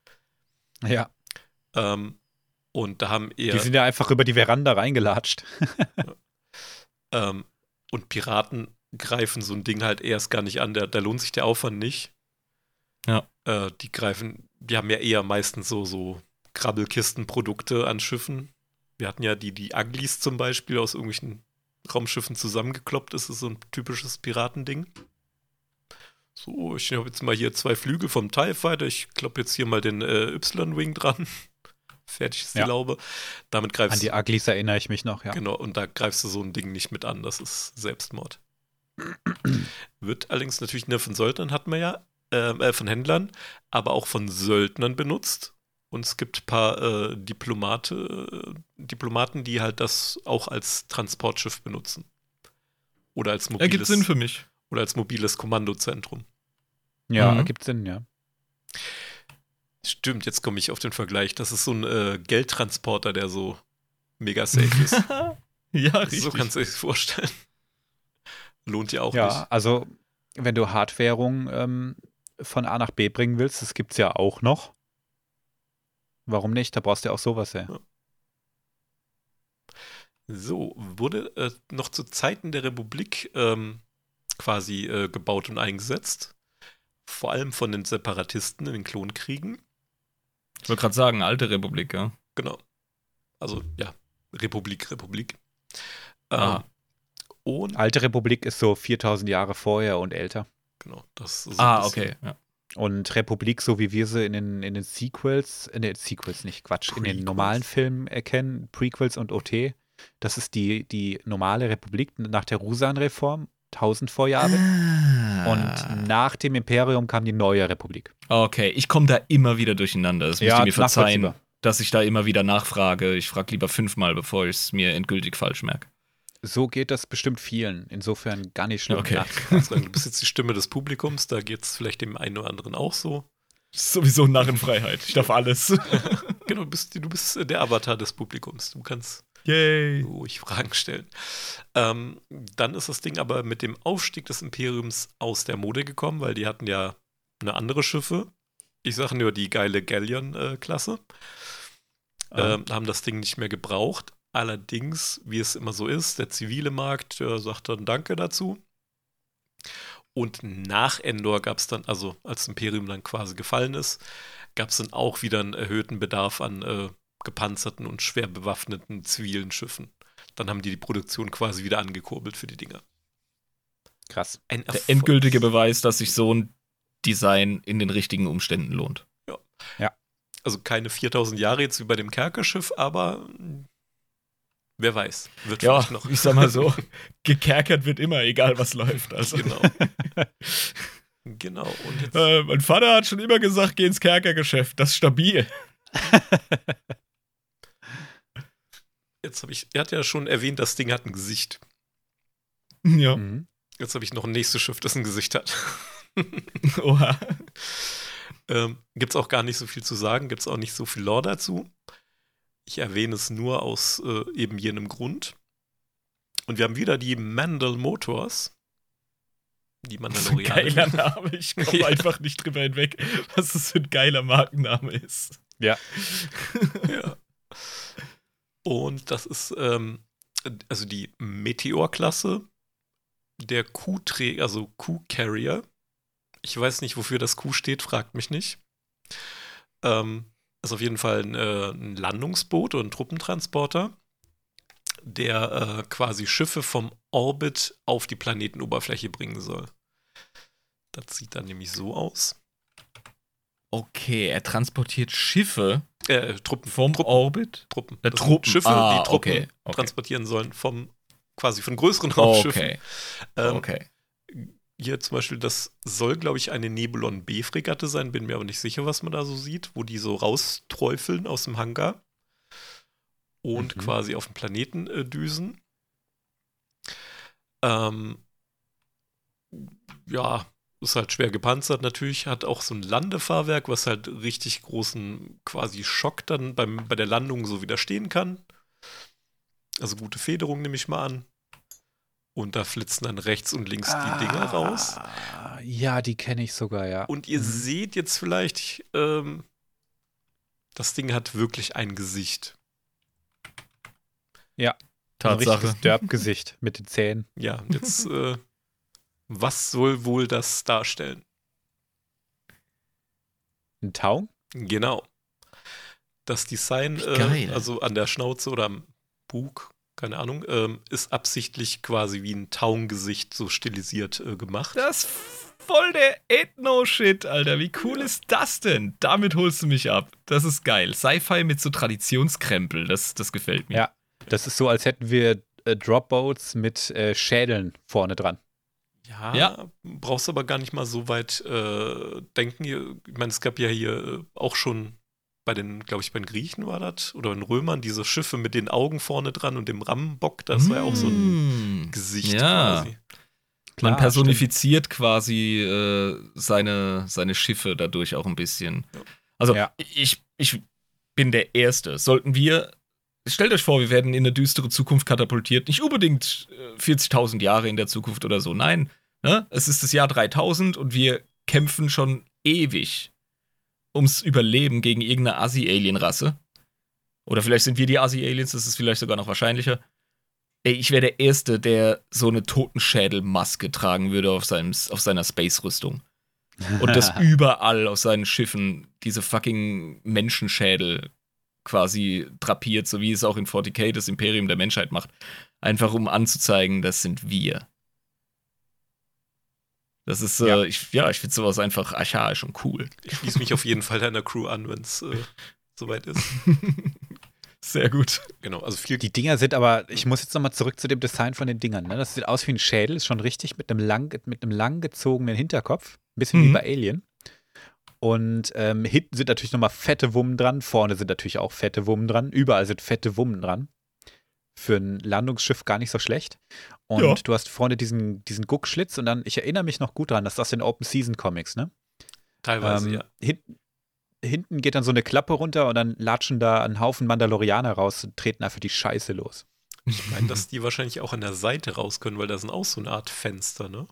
Ja, Ähm, und da haben eher die sind ja einfach über die Veranda reingelatscht. ähm, und Piraten greifen so ein Ding halt erst gar nicht an. Da, da lohnt sich der Aufwand nicht. Ja. Äh, die greifen, die haben ja eher meistens so, so Krabbelkistenprodukte an Schiffen. Wir hatten ja die, die Uglies zum Beispiel aus irgendwelchen Raumschiffen zusammengekloppt. Das ist so ein typisches Piratending. So, ich habe jetzt mal hier zwei Flügel vom TIE Fighter. Ich kloppe jetzt hier mal den äh, Y-Wing dran. Fertig ist die Ja. Laube. Damit greifst An die Uglies erinnere ich mich noch, ja. Genau, und da greifst du so ein Ding nicht mit an, das ist Selbstmord. Wird allerdings natürlich ne, von Söldnern hatten wir ja, äh, äh, von Händlern, aber auch von Söldnern benutzt. Und es gibt ein paar äh, Diplomate, äh, Diplomaten, die halt das auch als Transportschiff benutzen. Oder als Ergibt mobiles, Sinn für mich. oder als mobiles Kommandozentrum. Ja, Mhm. ergibt Sinn, ja. Stimmt, jetzt komme ich auf den Vergleich. Das ist so ein äh, Geldtransporter, der so mega safe ist. Ja, richtig. So kannst du dir das vorstellen. Lohnt ja auch Ja, nicht. also wenn du Hardwährung ähm, von A nach B bringen willst, das gibt's ja auch noch. Warum nicht? Da brauchst du ja auch sowas, ja. So, wurde äh, noch zu Zeiten der Republik ähm, quasi äh, gebaut und eingesetzt. Vor allem von den Separatisten in den Klonkriegen. Ich wollte gerade sagen, alte Republik, ja. Genau. Also, ja, Republik, Republik. Ähm, Aha. und, Alte Republik ist so viertausend Jahre vorher und älter. genau, das ist so ein Ah, bisschen- okay. Ja. Und Republik, so wie wir sie in den, in den Sequels, in den Sequels nicht, Quatsch, in den Prequels. normalen Filmen erkennen, Prequels und O T, das ist die, die normale Republik nach der Rusan-Reform, tausend Vorjahre. Ah. Und nach dem Imperium kam die neue Republik. Okay, ich komme da immer wieder durcheinander. Das müsst Ja, ihr mir verzeihen, nachvollziehbar. dass ich da immer wieder nachfrage. Ich frage lieber fünfmal, bevor ich es mir endgültig falsch merke. So geht das bestimmt vielen. Insofern gar nicht schlimm. Okay. Ja. Also, du bist jetzt die Stimme des Publikums, da geht es vielleicht dem einen oder anderen auch so. Sowieso Narrenfreiheit. Ich darf alles. Genau, du bist, du bist der Avatar des Publikums. Du kannst Yay. ruhig Fragen stellen. Ähm, dann ist das Ding aber mit dem Aufstieg des Imperiums aus der Mode gekommen, weil die hatten ja eine andere Schiffe. Ich sage nur die geile Galleon-Klasse. Ah. Ähm, haben das Ding nicht mehr gebraucht. Allerdings, wie es immer so ist, der zivile Markt der sagt dann Danke dazu. Und nach Endor gab es dann, also als das Imperium dann quasi gefallen ist, gab es dann auch wieder einen erhöhten Bedarf an äh, gepanzerten und schwer bewaffneten zivilen Schiffen. Dann haben die die Produktion quasi wieder angekurbelt für die Dinger. Krass. Ein Der Erfolg. endgültige Beweis, dass sich so ein Design in den richtigen Umständen lohnt. Also keine viertausend Jahre jetzt wie bei dem Kerkerschiff, aber mh, wer weiß. Wird Ja, vielleicht noch. ich sag mal so, gekerkert wird immer, egal was läuft. Also. Genau. Genau. Und jetzt, Äh, mein Vater hat schon immer gesagt, geh ins Kerkergeschäft, das ist stabil. jetzt habe ich, er hat ja schon erwähnt, das Ding hat ein Gesicht. Ja. Mhm. Jetzt habe ich noch ein nächstes Schiff, das ein Gesicht hat. Oha. ähm, Gibt es auch gar nicht so viel zu sagen, gibt es auch nicht so viel Lore dazu. Ich erwähne es nur aus äh, eben jenem Grund. Und wir haben wieder die Mandal Motors. Die Mandalorianer. Geiler Name, ich komme Ja. einfach nicht drüber hinweg, was das für ein geiler Markenname ist. Ja. Ja. Und das ist ähm, also die Meteor-Klasse, der Q-Träger, also Q-Carrier. Ich weiß nicht, wofür das Q steht, fragt mich nicht. Ähm, ist auf jeden Fall ein, äh, ein Landungsboot oder ein Truppentransporter, der äh, quasi Schiffe vom Orbit auf die Planetenoberfläche bringen soll. Das sieht dann nämlich so aus. Okay, er transportiert Schiffe Äh, Truppen. vom Truppen. Orbit. Truppen. Äh, Das sind Truppen. Schiffe, Ah, die Truppen okay, okay. transportieren sollen vom quasi von größeren Raumschiffen. Okay, Ähm, okay. Hier zum Beispiel, das soll, glaube ich, eine Nebulon B-Fregatte sein, bin mir aber nicht sicher, was man da so sieht, wo die so rausträufeln aus dem Hangar und Mhm. quasi auf den Planeten äh, düsen. Ähm, ja, ist halt schwer gepanzert natürlich, hat auch so ein Landefahrwerk, was halt richtig großen quasi Schock dann beim, bei der Landung so widerstehen kann. Also gute Federung nehme ich mal an. Und da flitzen dann rechts und links die Dinger raus. Ah, Ja, die kenne ich sogar, ja. Und ihr Mhm. seht jetzt vielleicht, ähm, das Ding hat wirklich ein Gesicht. Ein Tatsache. richtiges Derb-Gesicht mit den Zähnen. Ja, jetzt, äh, was soll wohl das darstellen? Ein Taung? Genau. Das Design, Wie äh, geil. also an der Schnauze oder am Bug, keine Ahnung, ähm, ist absichtlich quasi wie ein Taungesicht so stilisiert äh, gemacht. Das ist voll der Ethno-Shit, Alter. Wie cool ist das denn? Damit holst du mich ab. Das ist geil. Sci-Fi mit so Traditionskrempel, das, das gefällt mir. Ja. Das ist so, als hätten wir äh, Dropboats mit äh, Schädeln vorne dran. Ja, Ja. brauchst aber gar nicht mal so weit äh, denken. Hier- Ich meine, es gab ja hier äh, auch schon bei den, glaube ich, bei den Griechen war das, oder den Römern, diese Schiffe mit den Augen vorne dran und dem Rambock, das war ja auch so ein Mm. Gesicht Ja. quasi. Man Klar, personifiziert quasi äh, seine, seine Schiffe dadurch auch ein bisschen. Ja. Also, Ja. ich, ich bin der Erste. Sollten wir, stellt euch vor, wir werden in eine düstere Zukunft katapultiert. Nicht unbedingt äh, vierzigtausend Jahre in der Zukunft oder so. Nein, ne? Es ist das Jahr dreitausend und wir kämpfen schon ewig ums Überleben gegen irgendeine Assi-Alien-Rasse. Oder vielleicht sind wir die Assi-Aliens, das ist vielleicht sogar noch wahrscheinlicher. Ey, ich wäre der Erste, der so eine Totenschädelmaske tragen würde auf, seinem, auf seiner Space-Rüstung. Und das überall auf seinen Schiffen diese fucking Menschenschädel quasi drapiert, so wie es auch in forty K das Imperium der Menschheit macht. Einfach um anzuzeigen, das sind wir. Das ist, Ja. äh, ich, ja, ich finde sowas einfach archaisch und cool. Ich schließe mich auf jeden Fall deiner Crew an, wenn es äh, soweit ist. Sehr gut. Genau, also viel Die Dinger sind aber, ich muss jetzt nochmal zurück zu dem Design von den Dingern. Ne? Das sieht aus wie ein Schädel, ist schon richtig, mit einem lang, mit einem lang gezogenen Hinterkopf. Ein bisschen wie Mhm. bei Alien. Und ähm, hinten sind natürlich nochmal fette Wummen dran, vorne sind natürlich auch fette Wummen dran. Überall sind fette Wummen dran. Für ein Landungsschiff gar nicht so schlecht. Und Ja. du hast vorne diesen, diesen Guckschlitz und dann, ich erinnere mich noch gut dran, das ist aus den Open Season Comics, ne? teilweise, Ähm, ja. hinten, hinten geht dann so eine Klappe runter und dann latschen da ein Haufen Mandalorianer raus und treten einfach die Scheiße los. Ich meine, dass die wahrscheinlich auch an der Seite raus können, weil da sind auch so eine Art Fenster, ne?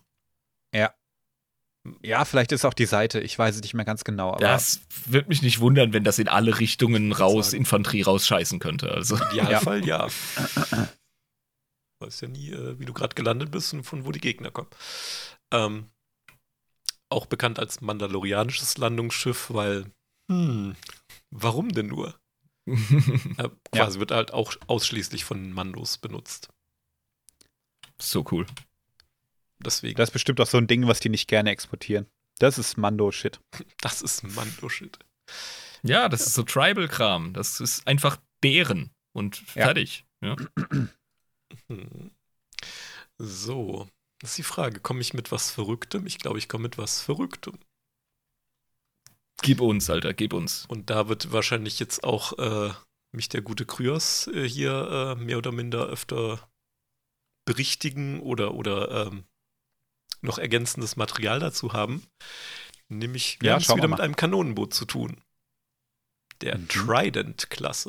Ja, vielleicht ist auch die Seite, ich weiß es nicht mehr ganz genau. Aber Das würde mich nicht wundern, wenn das in alle Richtungen raus, sagen. Infanterie rausscheißen könnte. Also. Im Idealfall ja. Weiß ja nie, äh, wie du gerade gelandet bist und von wo die Gegner kommen. Ähm, auch bekannt als mandalorianisches Landungsschiff, weil, hm, warum denn nur? Äh, quasi wird halt auch ausschließlich von Mandos benutzt. So cool. Deswegen, das ist bestimmt auch so ein Ding, was die nicht gerne exportieren. Das ist Mando-Shit. das ist Mando-Shit. Ja, das ist so Tribal-Kram. Das ist einfach deren und Ja. fertig. Ja. Hm. So, das ist die Frage, komme ich mit was Verrücktem? Ich glaube, ich komme mit was Verrücktem. Gib uns, Alter, gib uns. Und da wird wahrscheinlich jetzt auch äh, mich der gute Kryos äh, hier äh, mehr oder minder öfter berichtigen oder, oder ähm, noch ergänzendes Material dazu haben. Nämlich, wir Ja, haben es schauen wieder wir mit mal. einem Kanonenboot zu tun. Der Mhm. Trident-Klasse.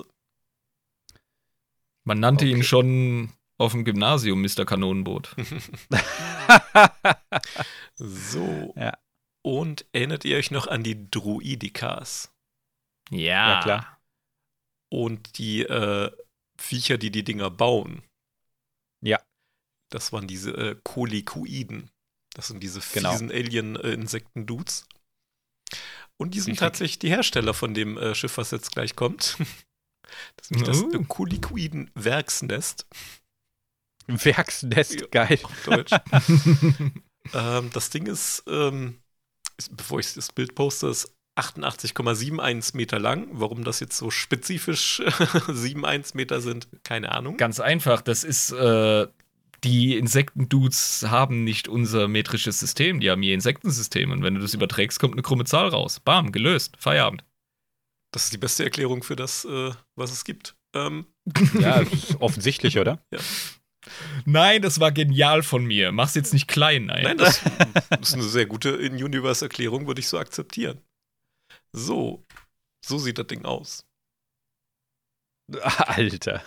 Man nannte ihn Okay. schon auf dem Gymnasium Mister Kanonenboot. So. Ja. Und erinnert ihr euch noch an die Druidikas? Ja. Ja, klar. Und die äh, Viecher, die die Dinger bauen? Ja. Das waren diese äh, Kolikuiden. Das sind diese Genau. fiesen Alien-Insekten-Dudes. Und die sind Richtig. tatsächlich die Hersteller von dem äh, Schiff, was jetzt gleich kommt. Das ist nämlich das Oh. äh, Kolikuiden-Werksnest. Werksnest, Ja. geil. Auf Deutsch. ähm, das Ding ist, ähm, ist, bevor ich das Bild poste, ist achtundachtzig Komma einundsiebzig Meter lang. Warum das jetzt so spezifisch siebenundsiebzig Meter sind, keine Ahnung. Ganz einfach, das ist, äh, die Insektendudes haben nicht unser metrisches System, die haben ihr Insektensystem. Und wenn du das überträgst, kommt eine krumme Zahl raus. Bam, gelöst, Feierabend. Das ist die beste Erklärung für das, äh, was es gibt. Ähm, Ja, ist offensichtlich, oder? Nein, das war genial von mir. Mach's jetzt nicht klein, nein. Nein, das ist eine sehr gute In-Universe-Erklärung, würde ich so akzeptieren. So, so sieht das Ding aus. Alter.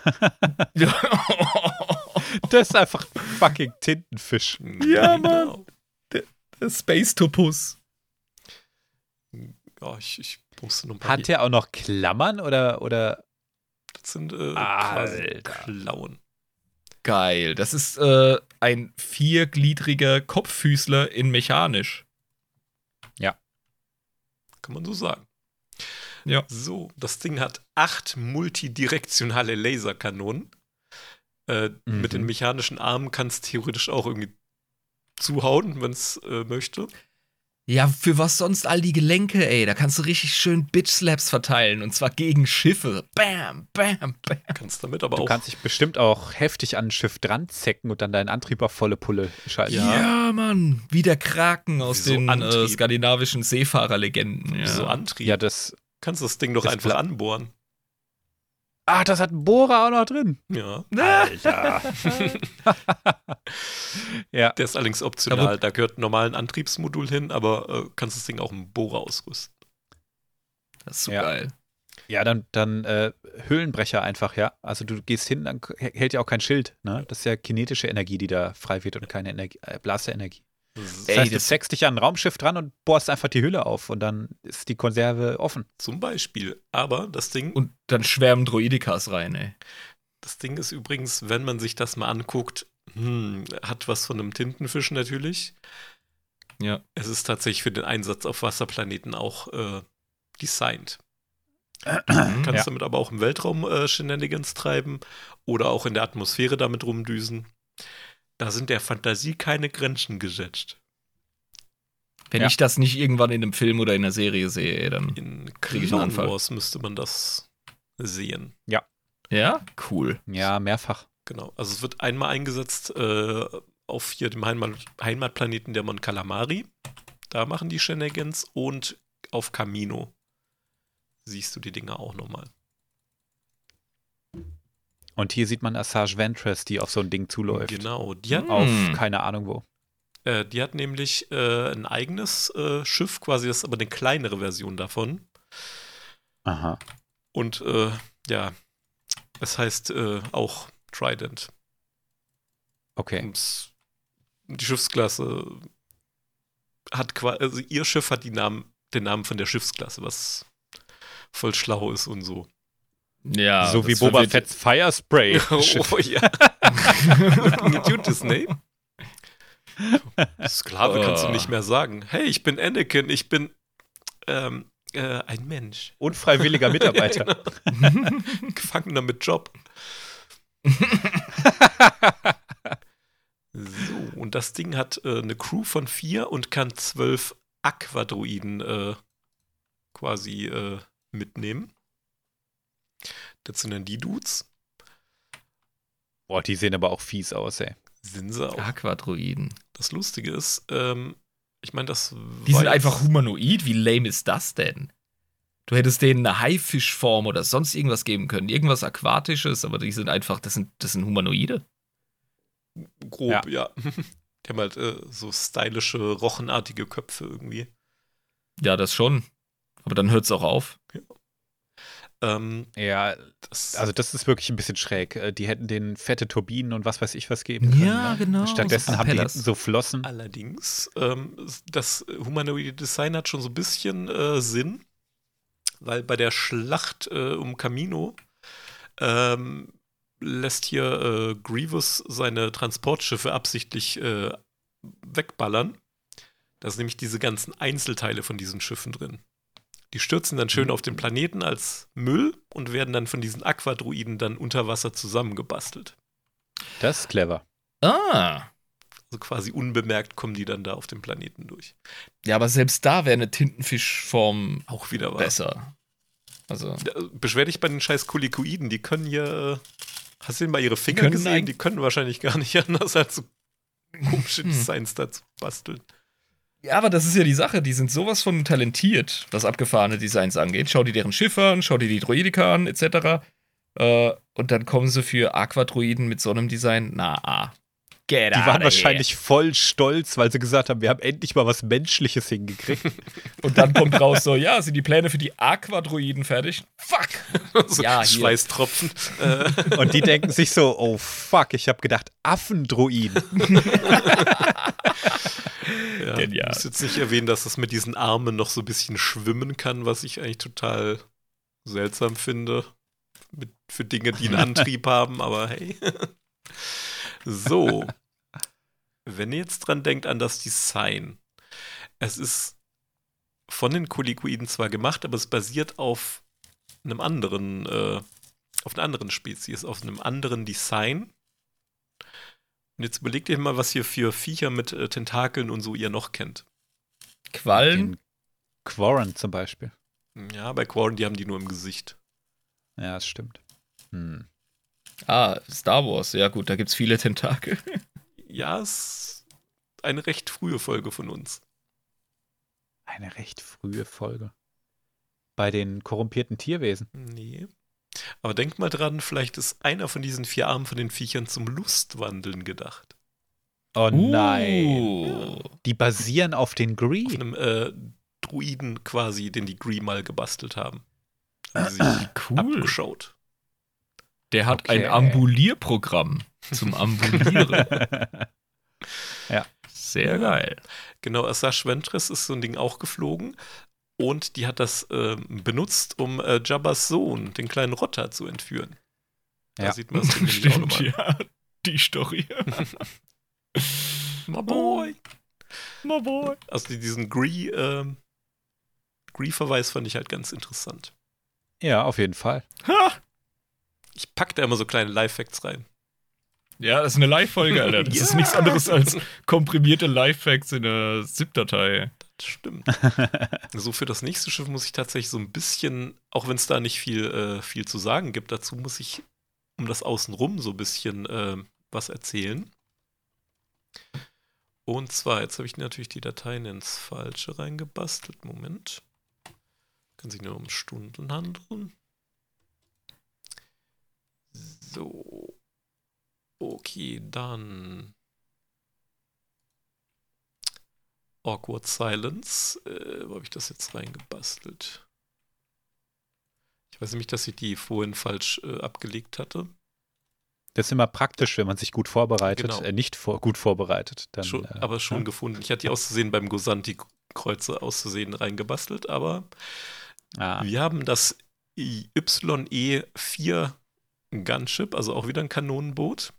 Das ist einfach fucking Tintenfisch. Ja, Genau. Space Topus. Ja, ich, ich poste noch ein paar. Hat der auch noch Klammern oder, oder? Das sind äh, quasi Alter. Klauen. Geil. Das ist äh, ein viergliedriger Kopffüßler in mechanisch. Kann man so sagen. Ja. So, das Ding hat acht multidirektionale Laserkanonen. Äh, Mhm. Mit den mechanischen Armen kann es theoretisch auch irgendwie zuhauen, wenn es äh, möchte. Ja, für was sonst all die Gelenke, ey? Da kannst du richtig schön Bitch-Slaps verteilen. Und zwar gegen Schiffe. Bam, bam, bam. Kannst damit aber Du auch. kannst dich bestimmt auch heftig an ein Schiff dran zecken und dann deinen Antrieb auf volle Pulle schalten. Ja. Ja, Mann. Wie der Kraken aus Wie so den äh, Antrieb. skandinavischen Seefahrerlegenden. Ja. So Antrieb. Ja, das. Kannst das Ding doch Das einfach bla- anbohren. Ah, das hat ein Bohrer auch noch drin. Ja. Alter. Ja. Der ist allerdings optional. Da gehört ein normalen Antriebsmodul hin, aber äh, kannst das Ding auch mit einem Bohrer ausrüsten. Das ist so Ja. geil. Ja, dann, dann äh, Höhlenbrecher einfach, ja. Also du gehst hin, dann k- hält ja auch kein Schild. Ne? Das ist ja kinetische Energie, die da frei wird und keine Energie, äh, Blasterenergie. Das Ey, heißt, du das- zeckst dich an ein Raumschiff dran und bohrst einfach die Hülle auf und dann ist die Konserve offen. Zum Beispiel. Aber das Ding, Und dann schwärmen Droidikas rein, ey. das Ding ist übrigens, wenn man sich das mal anguckt, hm, hat was von einem Tintenfisch natürlich. Ja. Es ist tatsächlich für den Einsatz auf Wasserplaneten auch äh, designt. Kannst Ja. damit aber auch im Weltraum äh, Shenanigans treiben oder auch in der Atmosphäre damit rumdüsen. Da sind der Fantasie keine Grenzen gesetzt. Wenn Ja. ich das nicht irgendwann in einem Film oder in einer Serie sehe, ey, dann. In Krieg ich einen Clone Anfall. Wars müsste man das sehen. Ja? Cool. Ja, mehrfach. Genau. Also es wird einmal eingesetzt äh, auf hier dem Heimat Heimatplaneten der Mon Calamari. Da machen die Shenanigans und auf Camino siehst du die Dinger auch nochmal. Und hier sieht man Asajj Ventress, die auf so ein Ding zuläuft. Genau. Die hat, Auf Hm. keine Ahnung wo. äh, die hat nämlich äh, ein eigenes äh, Schiff, quasi, das ist aber eine kleinere Version davon. Aha. Und äh, ja, es heißt äh, auch Trident. Okay. Und die Schiffsklasse hat quasi, also ihr Schiff hat die Namen, den Namen von der Schiffsklasse, was voll schlau ist und so. Ja. so wie das Boba verwirrt- Fett's Fire Spray. Oh ja. Looking at you, Disney. Sklave kannst du Oh. nicht mehr sagen. Hey, ich bin Anakin, ich bin ähm, äh, ein Mensch. Unfreiwilliger Mitarbeiter. Gefangener mit Job. So, und das Ding hat äh, eine Crew von vier und kann zwölf Aquadroiden äh, quasi äh, mitnehmen. Das sind dann die Dudes. Boah, die sehen aber auch fies aus, ey. Sind sie auch. Aquadroiden. Das Lustige ist, ähm, ich meine, das Die war sind jetzt- einfach humanoid. Wie lame ist das denn? Du hättest denen eine Haifischform oder sonst irgendwas geben können. Irgendwas Aquatisches, aber die sind einfach, das sind, das sind Humanoide. Grob, ja. ja. Die haben halt äh, so stylische, rochenartige Köpfe irgendwie. Ja, das schon. Aber dann hört es auch auf. Ja. Ähm, ja, das, also das ist wirklich ein bisschen schräg. Äh, Die hätten den fette Turbinen und was weiß ich was geben können. Ja, ne? genau. Stattdessen So haben die Propellers. hinten so Flossen. allerdings, ähm, das humanoide Design hat schon so ein bisschen äh, Sinn, weil bei der Schlacht äh, um Kamino ähm, lässt hier äh, Grievous seine Transportschiffe absichtlich äh, wegballern. Da sind nämlich diese ganzen Einzelteile von diesen Schiffen drin. Die stürzen dann schön auf den Planeten als Müll und werden dann von diesen Aquadruiden dann unter Wasser zusammengebastelt. Das ist clever. Ah. Also quasi unbemerkt kommen die dann da auf dem Planeten durch. Ja, aber selbst da wäre eine Tintenfischform Auch wieder was. besser. Also. Beschwer dich bei den scheiß Kolikoiden, die können ja. Hast du denn mal ihre Finger Können gesehen? ein- Die können wahrscheinlich gar nicht anders, als so komische Hm. Designs dazu basteln. Ja, aber das ist ja die Sache, die sind sowas von talentiert, was abgefahrene Designs angeht. Schau dir deren Schiffe an, schau dir die Droidika an, et cetera. Äh, und dann kommen sie für Aquadroiden mit so einem Design. Na, ah. Get Die outta waren here. wahrscheinlich voll stolz, weil sie gesagt haben, wir haben endlich mal was Menschliches hingekriegt. Und dann kommt raus so, ja, sind die Pläne für die Aquadroiden fertig? Fuck! So Ja, hier. Schweißtropfen. äh, Und die denken sich so, oh fuck, ich habe gedacht, Affendruiden. ja, Genial. Ich muss jetzt nicht erwähnen, dass das mit diesen Armen noch so ein bisschen schwimmen kann, was ich eigentlich total seltsam finde. Mit, für Dinge, die einen Antrieb haben, aber hey. So. Wenn ihr jetzt dran denkt an das Design. Es ist von den Kolikoiden zwar gemacht, aber es basiert auf einem anderen, äh, auf einer anderen Spezies, auf einem anderen Design. Und jetzt überlegt ihr mal, was ihr für Viecher mit äh, Tentakeln und so ihr noch kennt. Quallen? Den Quarren zum Beispiel. Ja, bei Quarren, die haben die nur im Gesicht. Ja, das stimmt. Hm. Ah, Star Wars. Ja gut, da gibt's viele Tentakel. Ja, es ist eine recht frühe Folge von uns. Eine recht frühe Folge. Bei den korrumpierten Tierwesen. Nee. Aber denkt mal dran, vielleicht ist einer von diesen vier Armen von den Viechern zum Lustwandeln gedacht. Oh nein. Uh. Die basieren auf den Auf Gree. einem äh, Druiden quasi, den die Gree mal gebastelt haben. Haben sie sich Cool. abgeschaut. Der hat Okay. ein Ambulierprogramm zum Ambulieren. Ja. Sehr geil. Genau, Asajj Ventress ist so ein Ding auch geflogen. Und die hat das ähm, benutzt, um äh, Jabbas Sohn, den kleinen Rotter, zu entführen. Da Ja. sieht man das Ding nämlich auch Stimmt, nochmal. ja. Die Story. My boy. My boy. Also die- diesen Gree, ähm, Gree-Verweis fand ich halt ganz interessant. Ja, auf jeden Fall. Ha! Ich pack da immer so kleine Live-Facts rein. Ja, das ist eine Live-Folge, Alter. Das Ja. ist nichts anderes als komprimierte Live-Facts in der ZIP-Datei. Das stimmt. So, für das nächste Schiff muss ich tatsächlich so ein bisschen, auch wenn es da nicht viel, äh, viel zu sagen gibt, dazu muss ich um das Außenrum so ein bisschen äh, was erzählen. Und zwar, jetzt habe ich natürlich die Dateien ins Falsche reingebastelt. Moment. Kann sich nur um Stunden handeln. So. Okay, dann. Awkward Silence. Äh, wo habe ich das jetzt reingebastelt? Ich weiß nämlich, dass ich die vorhin falsch äh, abgelegt hatte. Das ist immer praktisch, wenn man sich gut vorbereitet, Genau. äh, nicht vor, gut vorbereitet. Dann, Schon, äh, aber schon ja. gefunden. Ich hatte die auszusehen beim Gosanti-Kreuze auszusehen reingebastelt, aber Ah, wir haben das Y E vier Gunship, also auch wieder ein Kanonenboot.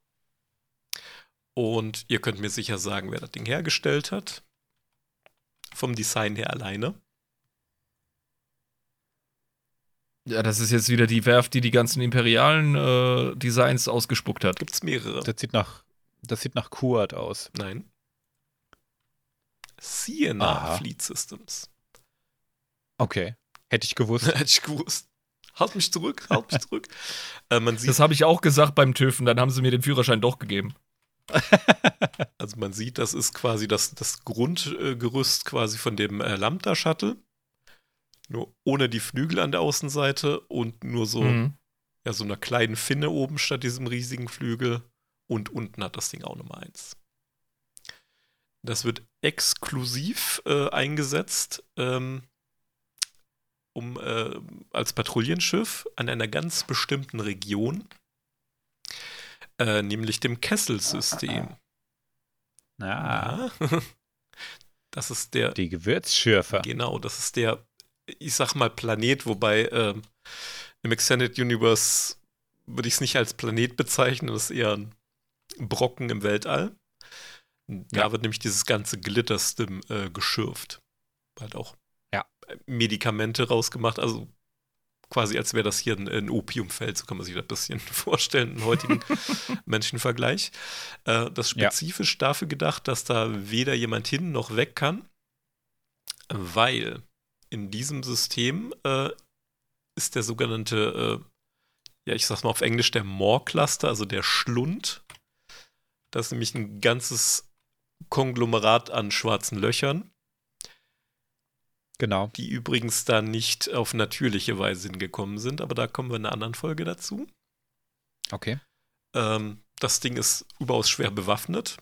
Und ihr könnt mir sicher sagen, wer das Ding hergestellt hat. Vom Design her alleine. Ja, das ist jetzt wieder die Werft, die die ganzen imperialen äh, Designs ausgespuckt hat. Gibt es mehrere? das sieht nach, das sieht nach Kuat aus. Nein. Siena Aha. Fleet Systems. Okay. Hätte ich gewusst. Hätte ich gewusst. Halt mich zurück, halt mich zurück. Äh, man sieht, Das habe ich auch gesagt beim TÜV und dann haben sie mir den Führerschein doch gegeben. also man sieht, das ist quasi das, das Grundgerüst quasi von dem äh, Lambda-Shuttle. Nur ohne die Flügel an der Außenseite und nur so, Mhm. ja, so einer kleinen Finne oben statt diesem riesigen Flügel. und unten hat das Ding auch Nummer eins. Das wird exklusiv äh, eingesetzt, ähm, um äh, als Patrouillenschiff an einer ganz bestimmten Region, äh, nämlich dem Kessel-System. Ah, Ja. Das ist der. die Gewürzschürfer. Genau, das ist der, ich sag mal, Planet, wobei ähm, im Extended Universe würde ich es nicht als Planet bezeichnen, das ist eher ein Brocken im Weltall. Da Ja. wird nämlich dieses ganze Glitterstim äh, geschürft. Halt auch Ja. Medikamente rausgemacht, also quasi als wäre das hier ein, ein Opiumfeld, so kann man sich das ein bisschen vorstellen, einen heutigen Menschenvergleich. Äh, das ist spezifisch ja. dafür gedacht, dass da weder jemand hin noch weg kann, weil in diesem System äh, ist der sogenannte, äh, ja, ich sag's mal auf Englisch, der Maw-Cluster, also der Schlund. Das ist nämlich ein ganzes Konglomerat an schwarzen Löchern. Genau. Die übrigens da nicht auf natürliche Weise hingekommen sind, aber da kommen wir in einer anderen Folge dazu. Okay. Ähm, das Ding ist überaus schwer bewaffnet.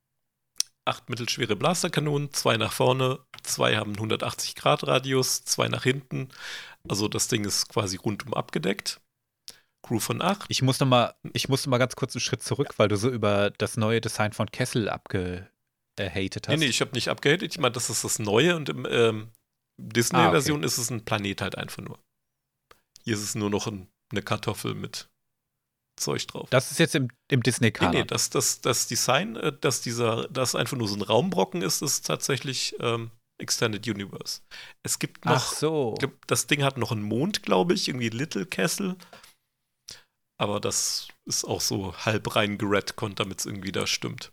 Acht mittelschwere Blasterkanonen, zwei nach vorne, zwei haben einen hundertachtzig Grad Radius, zwei nach hinten. Also das Ding ist quasi rundum abgedeckt. Crew von acht. Ich muss noch mal, ich muss noch mal ganz kurz einen Schritt zurück, ja. weil du so über das neue Design von Kessel abgehatet hast. Nee, nee, ich habe nicht abgehatet. Ich meine, das ist das Neue und im ähm, Disney-Version ah, okay. ist es ein Planet halt einfach nur. Hier ist es nur noch ein, eine Kartoffel mit Zeug drauf. Das ist jetzt im, im Disney-Kanon. Nee, nee, das, das, das Design, dass dieser, das einfach nur so ein Raumbrocken ist, ist tatsächlich ähm, Extended Universe. Es gibt noch, Ach so. Das Ding hat noch einen Mond, glaube ich, irgendwie Little Castle. Aber das ist auch so halb rein geredconnt, damit es irgendwie da stimmt.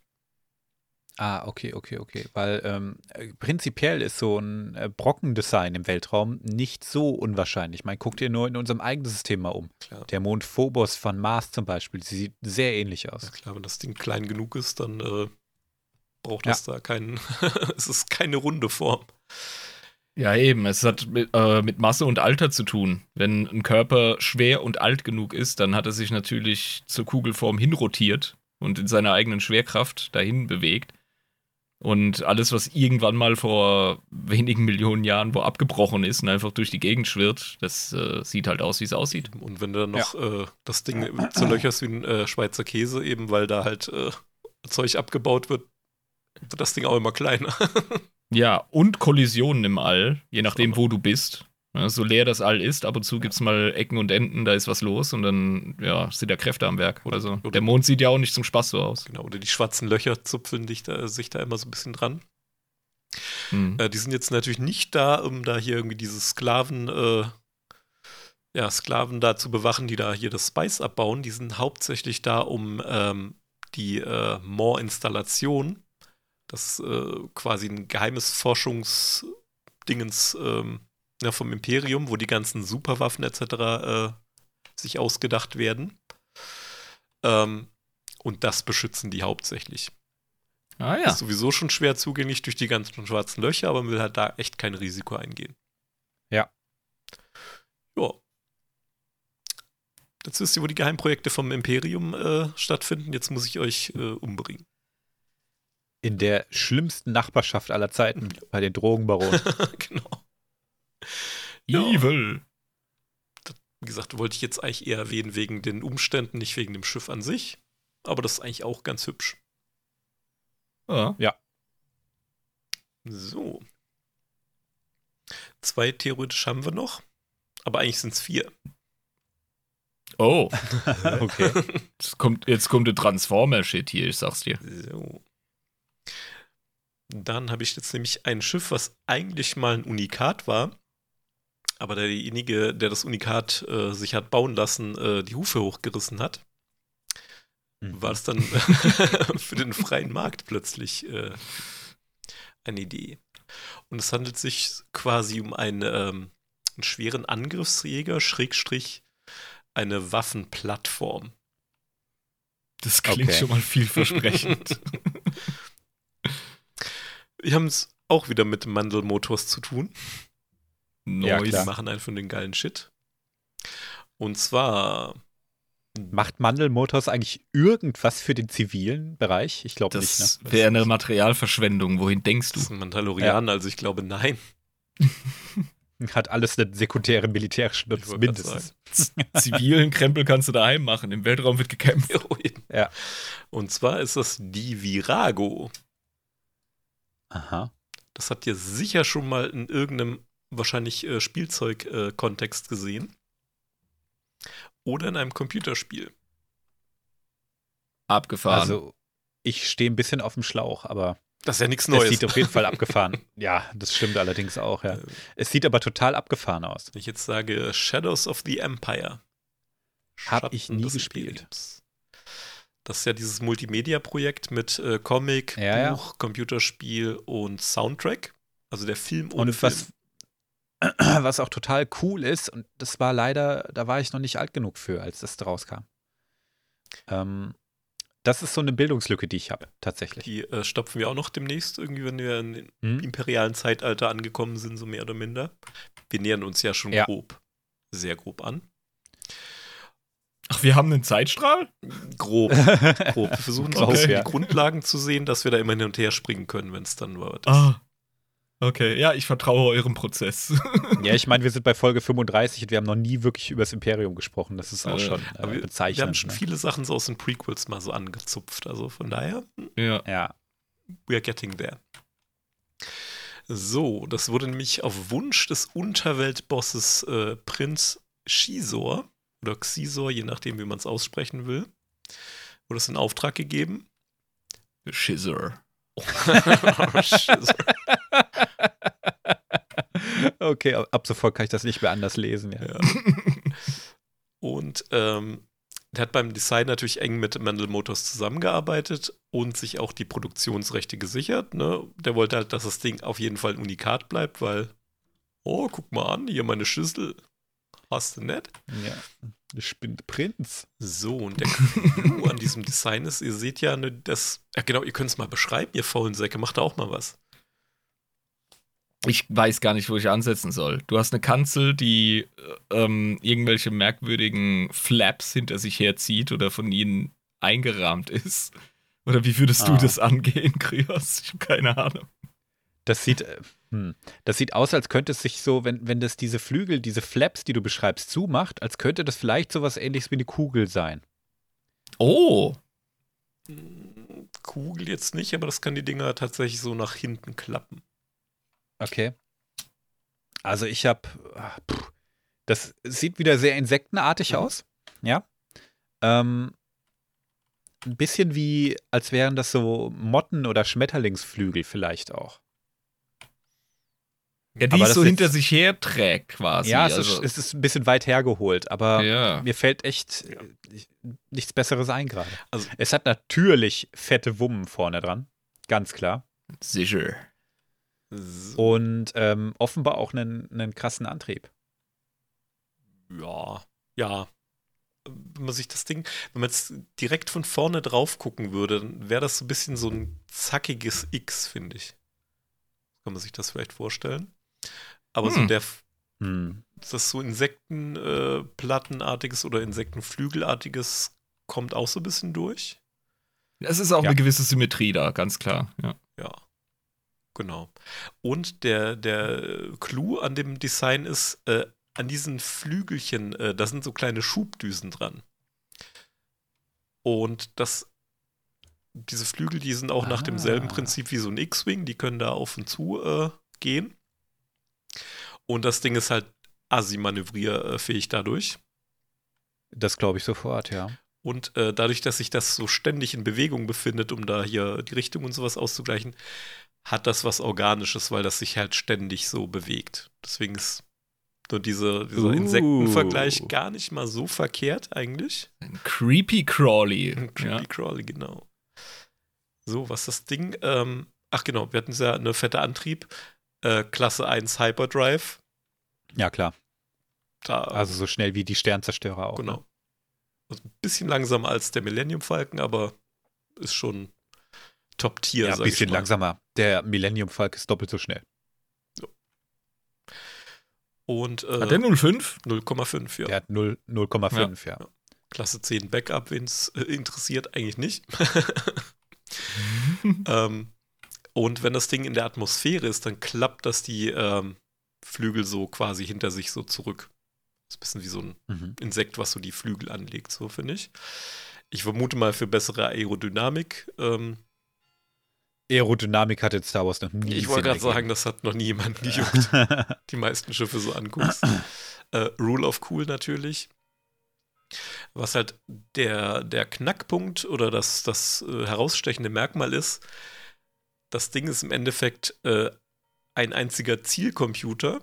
Ah, okay, okay, okay. Weil ähm, prinzipiell ist so ein äh, Brockendesign im Weltraum nicht so unwahrscheinlich. Man guckt dir nur in unserem eigenen System mal um. Klar. Der Mond Phobos von Mars zum Beispiel, sie sieht sehr ähnlich aus. Ja, klar, wenn das Ding klein genug ist, dann äh, braucht das ja. da keinen, es ist keine runde Form. Ja, eben. Es hat mit, äh, mit Masse und Alter zu tun. Wenn ein Körper schwer und alt genug ist, dann hat er sich natürlich zur Kugelform hinrotiert und in seiner eigenen Schwerkraft dahin bewegt. Und alles, was irgendwann mal vor wenigen Millionen Jahren wo abgebrochen ist und einfach durch die Gegend schwirrt, das äh, sieht halt aus, wie es aussieht. Und wenn du dann noch ja. äh, das Ding zerlöcherst wie ein äh, Schweizer Käse, eben weil da halt äh, Zeug abgebaut wird, wird das Ding auch immer kleiner. Ja, und Kollisionen im All, je nachdem, wo du bist. Ja, so leer das All ist, ab und zu gibt es mal Ecken und Enden, da ist was los und dann ja, sind da Kräfte am Werk. Oder so. Der Mond sieht ja auch nicht zum Spaß so aus. Genau, oder die schwarzen Löcher zupfeln dich da, sich da immer so ein bisschen dran. Mhm. Äh, die sind jetzt natürlich nicht da, um da hier irgendwie diese Sklaven, äh, ja, Sklaven da zu bewachen, die da hier das Spice abbauen. Die sind hauptsächlich da, um ähm, die äh, Maw-Installation, das ist äh, quasi ein geheimes Forschungsdingens ähm, ja, vom Imperium, wo die ganzen Superwaffen et cetera äh, sich ausgedacht werden. Ähm, und das beschützen die hauptsächlich. Ah ja. Ist sowieso schon schwer zugänglich durch die ganzen schwarzen Löcher, aber man will halt da echt kein Risiko eingehen. Ja. Ja. Jetzt wisst ihr, wo die Geheimprojekte vom Imperium äh, stattfinden. Jetzt muss ich euch äh, umbringen. In der schlimmsten Nachbarschaft aller Zeiten, bei den Drogenbaronen. Genau. Evil. Ja. Wie gesagt, wollte ich jetzt eigentlich eher erwähnen wegen den Umständen, nicht wegen dem Schiff an sich. Aber das ist eigentlich auch ganz hübsch. Ja. Ja. So. Zwei theoretisch haben wir noch. Aber eigentlich sind es vier. Oh. Okay. Jetzt kommt, jetzt kommt der Transformer-Shit hier, ich sag's dir. So. Dann habe ich jetzt nämlich ein Schiff, was eigentlich mal ein Unikat war. Aber derjenige, der das Unikat äh, sich hat bauen lassen, äh, die Hufe hochgerissen hat, mhm. war es dann für den freien Markt plötzlich äh, eine Idee. Und es handelt sich quasi um einen, ähm, einen schweren Angriffsjäger, Schrägstrich, eine Waffenplattform. Das klingt okay. schon mal vielversprechend. Wir haben es auch wieder mit Mandelmotors zu tun. Ja, die machen einfach den geilen Shit. Und zwar Macht Mandel Motors eigentlich irgendwas für den zivilen Bereich? Ich glaube nicht. Das Ne? wäre eine Materialverschwendung. Wohin denkst Das ist du? ein Mandalorianer, also ich glaube, nein. Hat alles einen sekundären militärischen Ich Nutz, wollte grad mindestens. Z- Zivilen Krempel kannst du daheim machen. Im Weltraum wird gekämpft. Oh, eben. Ja. Und zwar ist das die Virago. Aha. Das habt ihr sicher schon mal in irgendeinem wahrscheinlich äh, Spielzeug-Kontext gesehen. Oder in einem Computerspiel. Abgefahren. Also, ich stehe ein bisschen auf dem Schlauch, aber Das ist ja nichts es Neues. sieht auf jeden Fall abgefahren. Ja, das stimmt allerdings auch, ja. Äh, Es sieht aber total abgefahren aus. Wenn ich jetzt sage Shadows of the Empire. Hab ich Schatten nie des gespielt. Imperiums. Das ist ja dieses Multimedia-Projekt mit äh, Comic, Ja, ja. Buch, Computerspiel und Soundtrack. Also der Film ohne Und Film. was, was auch total cool ist, und das war leider, da war ich noch nicht alt genug für, als das rauskam. Ähm, das ist so eine Bildungslücke, die ich habe, tatsächlich. Die äh, stopfen wir auch noch demnächst, irgendwie, wenn wir im Hm? imperialen Zeitalter angekommen sind, so mehr oder minder. Wir nähern uns ja schon Ja. grob, sehr grob an. Ach, wir haben einen Zeitstrahl? Grob, grob. Wir versuchen so ein Okay. bisschen Ja. die Grundlagen zu sehen, dass wir da immer hin und her springen können, wenn es dann wird. Ah. Okay, ja, ich vertraue eurem Prozess. Ja, ich meine, wir sind bei Folge fünfunddreißig und wir haben noch nie wirklich über das Imperium gesprochen. Das ist auch Äh, schon Aber äh, wir, bezeichnend. wir haben schon ne? viele Sachen so aus den Prequels mal so angezupft. Also von daher, ja. Ja. we're getting there. So, das wurde nämlich auf Wunsch des Unterweltbosses äh, Prinz Xizor oder Xizor, je nachdem, wie man es aussprechen will, wurde es in Auftrag gegeben. Schizzer. Xizor. Okay, ab ab sofort kann ich das nicht mehr anders lesen. Ja. Ja. Und ähm, der hat beim Design natürlich eng mit Mandel Motors zusammengearbeitet und sich auch die Produktionsrechte gesichert. Ne? Der wollte halt, dass das Ding auf jeden Fall ein Unikat bleibt, weil, oh, guck mal an, hier meine Schüssel. Hast du nicht? Ja. Ich bin der Prinz. So, und der Clou an diesem Design ist, ihr seht ja, ne, das, ja genau, ihr könnt es mal beschreiben, ihr faulen Säcke, macht da auch mal was. Ich weiß gar nicht, wo ich ansetzen soll. Du hast eine Kanzel, die äh, ähm, irgendwelche merkwürdigen Flaps hinter sich herzieht oder von ihnen eingerahmt ist. Oder wie würdest du Ah. das angehen, Krios? Ich habe keine Ahnung. Das sieht, äh, hm, das sieht aus, als könnte es sich so, wenn, wenn das diese Flügel, diese Flaps, die du beschreibst, zumacht, als könnte das vielleicht sowas ähnliches wie eine Kugel sein. Oh, Hm, Kugel jetzt nicht, aber das kann die Dinger tatsächlich so nach hinten klappen. Okay. Also ich habe, das sieht wieder sehr insektenartig Mhm. aus, ja. Ähm, ein bisschen wie, als wären das so Motten- oder Schmetterlingsflügel vielleicht auch. ja, die Aber es das so ist- hinter sich her trägt quasi. Ja, es, also, ist, es ist ein bisschen weit hergeholt, aber ja. mir fällt echt Ja. äh, nichts Besseres ein gerade. Also- Es hat natürlich fette Wummen vorne dran, ganz klar. Sicher. So, Und ähm, offenbar auch einen, einen krassen Antrieb. ja, ja. Wenn man sich das Ding, wenn man jetzt direkt von vorne drauf gucken würde, dann wäre das so ein bisschen so ein zackiges X, finde ich. Kann man sich das vielleicht vorstellen? Aber so Hm. der, Hm. das so Insektenplattenartiges oder Insektenflügelartiges kommt auch so ein bisschen durch. Es ist auch Ja. eine gewisse Symmetrie da, ganz klar. Ja. Ja, genau. Und der, der Clou an dem Design ist, äh, an diesen Flügelchen, äh, da sind so kleine Schubdüsen dran. Und das, diese Flügel, die sind auch nach Ah. demselben Prinzip wie so ein X-Wing, die können da auf und zu äh, gehen. Und das Ding ist halt assi-manövrierfähig dadurch. Das glaube ich sofort, ja. Und äh, dadurch, dass sich das so ständig in Bewegung befindet, um da hier die Richtung und sowas auszugleichen, hat das was Organisches, weil das sich halt ständig so bewegt. Deswegen ist nur diese, dieser Uh. Insektenvergleich gar nicht mal so verkehrt eigentlich. Ein Creepy Crawly. Creepy Ja. Crawly, genau. So, was das Ding, ähm, ach genau, wir hatten ja eine fette Antrieb, äh, Klasse eins Hyperdrive. Ja, klar. Da, Also so schnell wie die Sternzerstörer auch. genau. Ne? Also ein bisschen langsamer als der Millennium Falcon, aber ist schon Top-Tier, Ja, ein sag ich bisschen mal. langsamer. Der Millennium Falcon ist doppelt so schnell. Und äh, Hat der null Komma fünf? null Komma fünf, ja. Der hat null Komma fünf, ja. Klasse zehn Backup, wen es äh, interessiert, eigentlich nicht. ähm, und wenn das Ding in der Atmosphäre ist, dann klappt das die ähm, Flügel so quasi hinter sich so zurück. Das ist ein bisschen wie so ein Mhm. Insekt, was so die Flügel anlegt, so finde ich. Ich vermute mal für bessere Aerodynamik. Ähm, Aerodynamik hat in Star Wars noch nie ich wollte Sinn gerade sagen, das hat noch nie jemand gejuckt. ergeben. Die meisten Schiffe so anguckst. äh, Rule of Cool natürlich. Was halt der, der Knackpunkt oder das, das äh, herausstechende Merkmal ist, das Ding ist im Endeffekt äh, ein einziger Zielcomputer,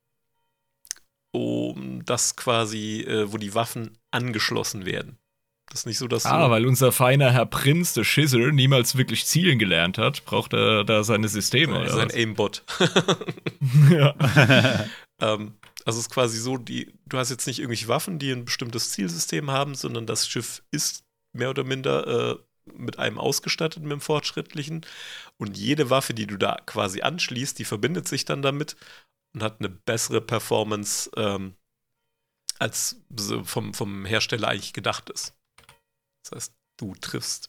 um das quasi, äh, wo die Waffen angeschlossen werden. Das ist nicht so, dass Ah, du, weil unser feiner Herr Prinz, der Schissel, niemals wirklich zielen gelernt hat, braucht er da seine Systeme. äh, Oder sein was? Aimbot. Ja. ähm, also es ist quasi so, die, du hast jetzt nicht irgendwelche Waffen, die ein bestimmtes Zielsystem haben, sondern das Schiff ist mehr oder minder äh, mit einem ausgestattet, mit dem fortschrittlichen. Und jede Waffe, die du da quasi anschließt, die verbindet sich dann damit und hat eine bessere Performance, ähm, als so vom, vom Hersteller eigentlich gedacht ist. Das heißt, du triffst.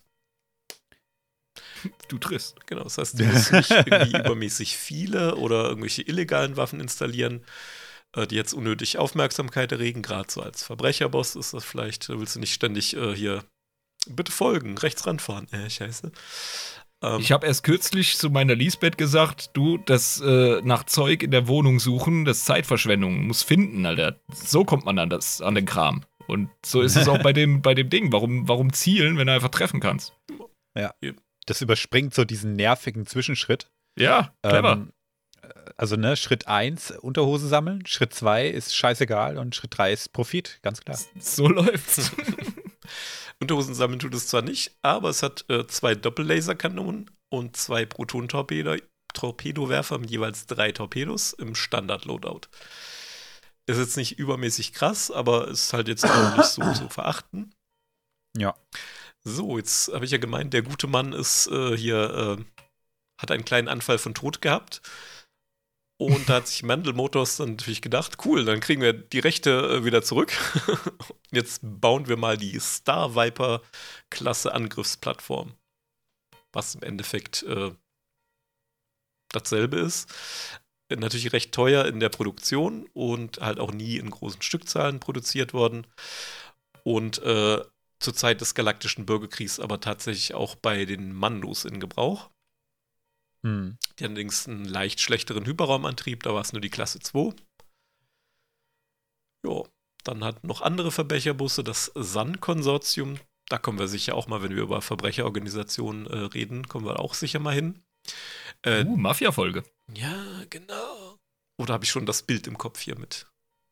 Du triffst. Genau, das heißt, du musst nicht irgendwie übermäßig viele oder irgendwelche illegalen Waffen installieren, äh, die jetzt unnötig Aufmerksamkeit erregen. Gerade so als Verbrecherboss ist das vielleicht, da willst du nicht ständig äh, hier, bitte folgen, rechts ranfahren. Äh, scheiße. Ähm, Ich habe erst kürzlich zu meiner Lisbeth gesagt, du, das äh, nach Zeug in der Wohnung suchen, das ist Zeitverschwendung, muss finden, Alter. So kommt man an, das, an den Kram. Und so ist es auch bei dem, bei dem Ding. Warum, warum zielen, wenn du einfach treffen kannst? Das überspringt so diesen nervigen Zwischenschritt. Ja, clever. Ähm, also, ne, Schritt eins, Unterhosen sammeln, Schritt zwei ist scheißegal und Schritt drei ist Profit, ganz klar. So läuft's. Unterhosen sammeln tut es zwar nicht, aber es hat äh, zwei Doppellaserkanonen und zwei Proton-Torpedowerfer mit jeweils drei Torpedos im Standard-Loadout. Ist jetzt nicht übermäßig krass, aber ist halt jetzt auch nicht so zu verachten. Ja. So, jetzt habe ich ja gemeint, der gute Mann ist äh, hier, äh, hat einen kleinen Anfall von Tod gehabt. Und da hat sich Mandel Motors dann natürlich gedacht, cool, dann kriegen wir die Rechte äh, wieder zurück. Jetzt bauen wir mal die Star Viper Klasse Angriffsplattform. Was im Endeffekt äh, dasselbe ist. Natürlich recht teuer in der Produktion und halt auch nie in großen Stückzahlen produziert worden. Und äh, zur Zeit des Galaktischen Bürgerkriegs aber tatsächlich auch bei den Mandos in Gebrauch. Hm. Die hatten allerdings einen leicht schlechteren Hyperraumantrieb, da war es nur die Klasse zwei. Jo, dann hat noch andere Verbrecherbusse, das Sun-Konsortium. Da kommen wir sicher auch mal, wenn wir über Verbrecherorganisationen äh, reden, kommen wir auch sicher mal hin. Äh, Uh, Mafia-Folge. Ja, genau. Oder habe ich schon das Bild im Kopf hier mit?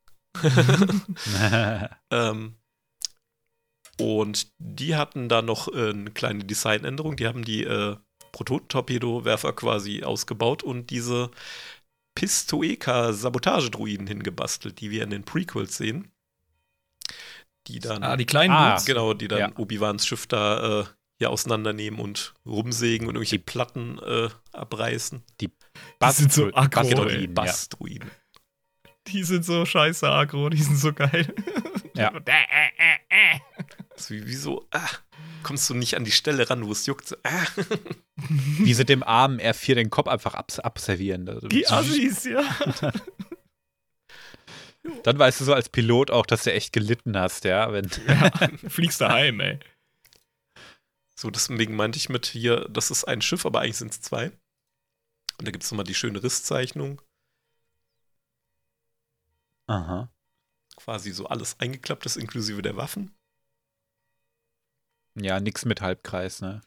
ähm, und die hatten da noch äh, eine kleine Designänderung. Die haben die äh, Proton-Torpedo-Werfer quasi ausgebaut und diese Pistoeka-Sabotagedruiden hingebastelt, die wir in den Prequels sehen. Die dann, Ah, die kleinen Ah. Dudes. genau, die dann Ja. Obi-Wans Schiff da äh, hier auseinandernehmen und rumsägen und irgendwelche Die- Platten äh, abreißen. Die sind so aggro, Genau, ey. die ja. Bass-Druiden. Die sind so scheiße aggro, die sind so geil. Ja. Das ist wie, wie so, ah, kommst du nicht an die Stelle ran, wo es juckt. So, ah. Wie sie dem armen R vier den Kopf einfach abs abservieren. Also, Die Assis, ja. Dann weißt du so als Pilot auch, dass du echt gelitten hast, ja. Wenn ja. Fliegst daheim, ey. So, deswegen meinte ich mit hier, das ist ein Schiff, aber eigentlich sind es zwei. Und da gibt es nochmal die schöne Risszeichnung. Aha. Quasi so alles eingeklappt ist, inklusive der Waffen. Ja, nix mit Halbkreis, ne?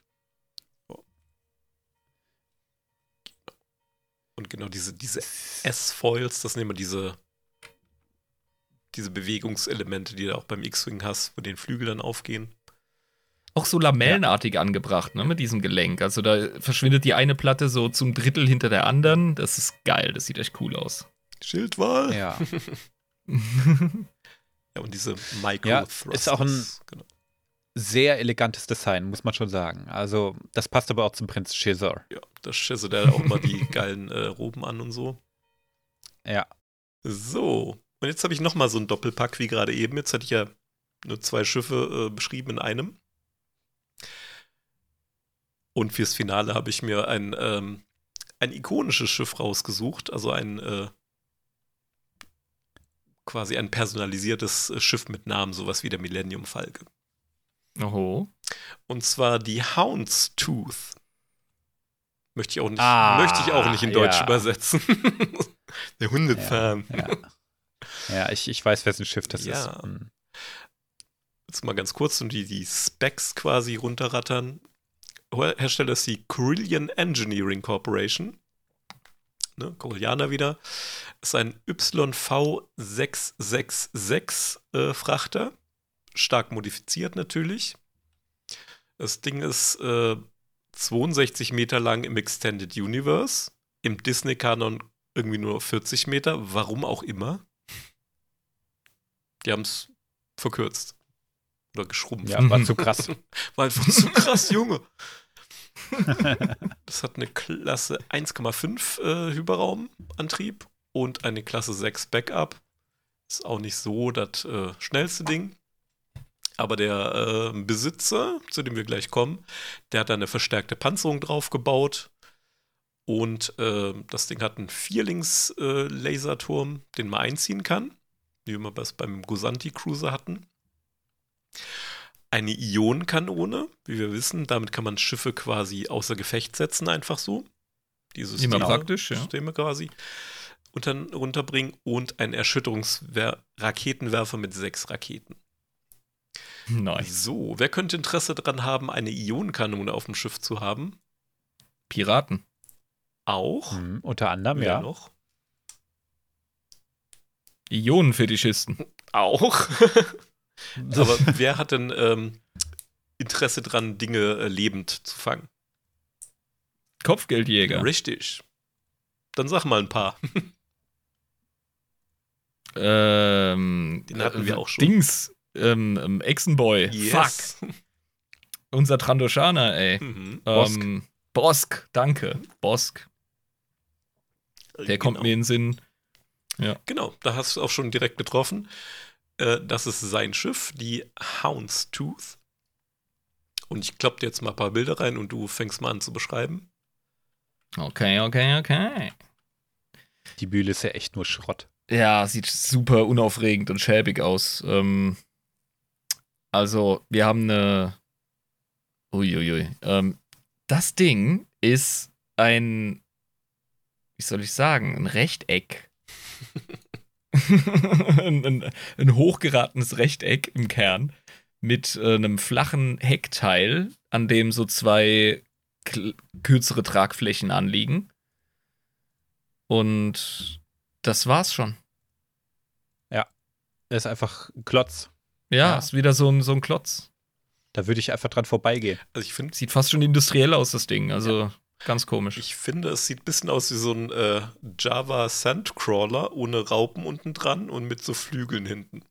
Und genau diese, diese S-Foils, das nehmen wir diese, diese Bewegungselemente, die du auch beim X-Wing hast, wo den Flügel dann aufgehen. Auch so lamellenartig angebracht, ne, mit diesem Gelenk. Also da verschwindet die eine Platte so zum Drittel hinter der anderen. Das ist geil, das sieht echt cool aus. Schildwahl. Ja. Ja, und diese Micro-Thrusters. Ja, ist auch ein- Genau. Sehr elegantes Design, muss man schon sagen. Also, das passt aber auch zum Prinz Shizor. Ja, da schisse der auch mal die geilen äh, Roben an und so. Ja. So, und jetzt habe ich nochmal so einen Doppelpack wie gerade eben. Jetzt hatte ich ja Nur zwei Schiffe äh, beschrieben in einem. Und fürs Finale habe ich mir ein, ähm, ein ikonisches Schiff rausgesucht, also ein äh, quasi ein personalisiertes äh, Schiff mit Namen, sowas wie der Millennium Falke. Oho. Und zwar die Houndstooth. Möchte ich auch nicht, Ah, möchte ich auch nicht in Deutsch ja. übersetzen. Der Hundezahn. Ja, ja. ja ich, ich weiß, wessen Schiff das Ja. ist. Hm. Jetzt mal ganz kurz und die, die Specs quasi runterrattern. Hersteller ist die Carillion Engineering Corporation. Ne, Koreaner wieder. Ist ein Y V sechs sechs sechs äh, Frachter. Stark modifiziert natürlich. Das Ding ist äh, zweiundsechzig Meter lang im Extended Universe. Im Disney-Kanon irgendwie nur vierzig Meter. Warum auch immer. Die haben es verkürzt. Oder geschrumpft. Ja, war zu krass. War einfach zu krass, Junge. Das hat eine Klasse eins Komma fünf äh, Hyperraumantrieb und eine Klasse sechs Backup. Ist auch nicht so das äh, schnellste Ding. Aber der äh, Besitzer, zu dem wir gleich kommen, der hat da eine verstärkte Panzerung drauf gebaut. Und äh, das Ding hat einen Vierlings-Laserturm, den man einziehen kann. Wie wir das beim Gusanti Cruiser hatten. Eine Ionenkanone, wie wir wissen. Damit kann man Schiffe quasi außer Gefecht setzen, einfach so. Die Systeme, Immer praktisch, ja. Systeme quasi unter, runterbringen. Und ein Erschütterungsraketenwerfer mit sechs Raketen. Nice. So, wer könnte Interesse daran haben, eine Ionenkanone auf dem Schiff zu haben? Piraten. Auch. Hm, unter anderem, Wer ja. noch? Ionenfetischisten. Auch. Aber wer hat denn ähm, Interesse dran, Dinge äh, lebend zu fangen? Kopfgeldjäger. Richtig. Dann sag mal ein paar. Ähm, Den hatten wir auch schon. Dings. Ähm, ähm, Echsenboy. Yes. Fuck. Unser Trandoshaner, ey. Mhm. Bosk. Ähm, Bosk, danke. Bosk. Der kommt genau. mir in den Sinn. Genau, da hast du auch schon direkt getroffen. Äh, das ist sein Schiff, die Houndstooth. Und ich klopp dir jetzt mal ein paar Bilder rein und du fängst mal an zu beschreiben. Okay, okay, okay. Die Bühle ist ja echt nur Schrott. Ja, sieht super unaufregend und schäbig aus. Ähm, also, wir haben eine. Uiuiui. Ähm, das Ding ist ein. Wie soll ich sagen? Ein Rechteck. ein, ein, ein hochgeratenes Rechteck im Kern mit äh, einem flachen Heckteil, an dem so zwei k- kürzere Tragflächen anliegen. Und das war's schon. Das ist einfach ein Klotz. Ja, Ja. ist wieder so ein, so ein Klotz. Da würde ich einfach dran vorbeigehen. Also ich finde, Sieht fast schon industriell aus, das Ding. Also ganz komisch. ich finde, es sieht ein bisschen aus wie so ein äh, Java Sandcrawler ohne Raupen unten dran und mit so Flügeln hinten.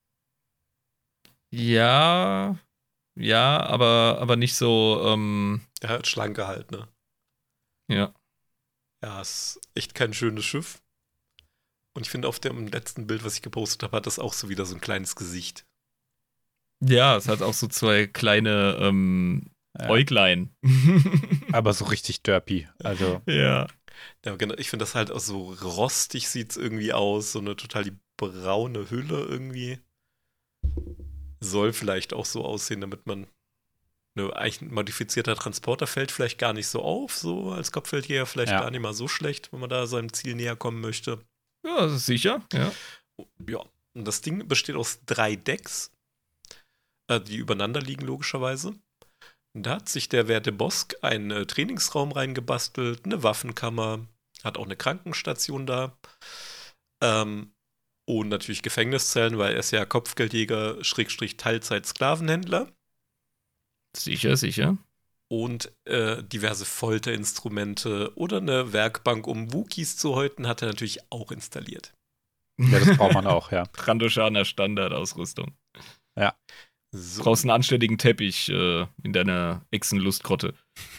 Ja, ja, aber, aber nicht so, ähm, Der hat schlanke halt, ne? ja. Ja, ist echt kein schönes Schiff. Und ich finde, auf dem letzten Bild, was ich gepostet habe, hat das auch so wieder so ein kleines Gesicht. Ja, es hat auch so zwei kleine ähm, Ja. Äuglein. Aber so richtig derpy. Also, Ja. Ja, genau. Ich finde das halt auch so rostig sieht es irgendwie aus. So eine total die braune Hülle irgendwie. Soll vielleicht auch so aussehen, damit man. Ne, eigentlich ein modifizierter Transporter fällt vielleicht gar nicht so auf, so als Kopfgeldjäger vielleicht Ja. gar nicht mal so schlecht, wenn man da seinem Ziel näher kommen möchte. Ja, sicher, ja. Ja, und das Ding besteht aus drei Decks, äh, die übereinander liegen logischerweise. Und da hat sich der werte Bosk einen äh, Trainingsraum reingebastelt, eine Waffenkammer, hat auch eine Krankenstation da ähm, und natürlich Gefängniszellen, weil er ist ja Kopfgeldjäger, Schrägstrich Teilzeit-Sklavenhändler Sicher, sicher. und äh, diverse Folterinstrumente oder eine Werkbank, um Wookies zu häuten, hat er natürlich auch installiert. ja, das braucht man auch, ja. Trandoshaner Standardausrüstung. So. Brauchst einen anständigen Teppich äh, in deiner Echsenlustgrotte.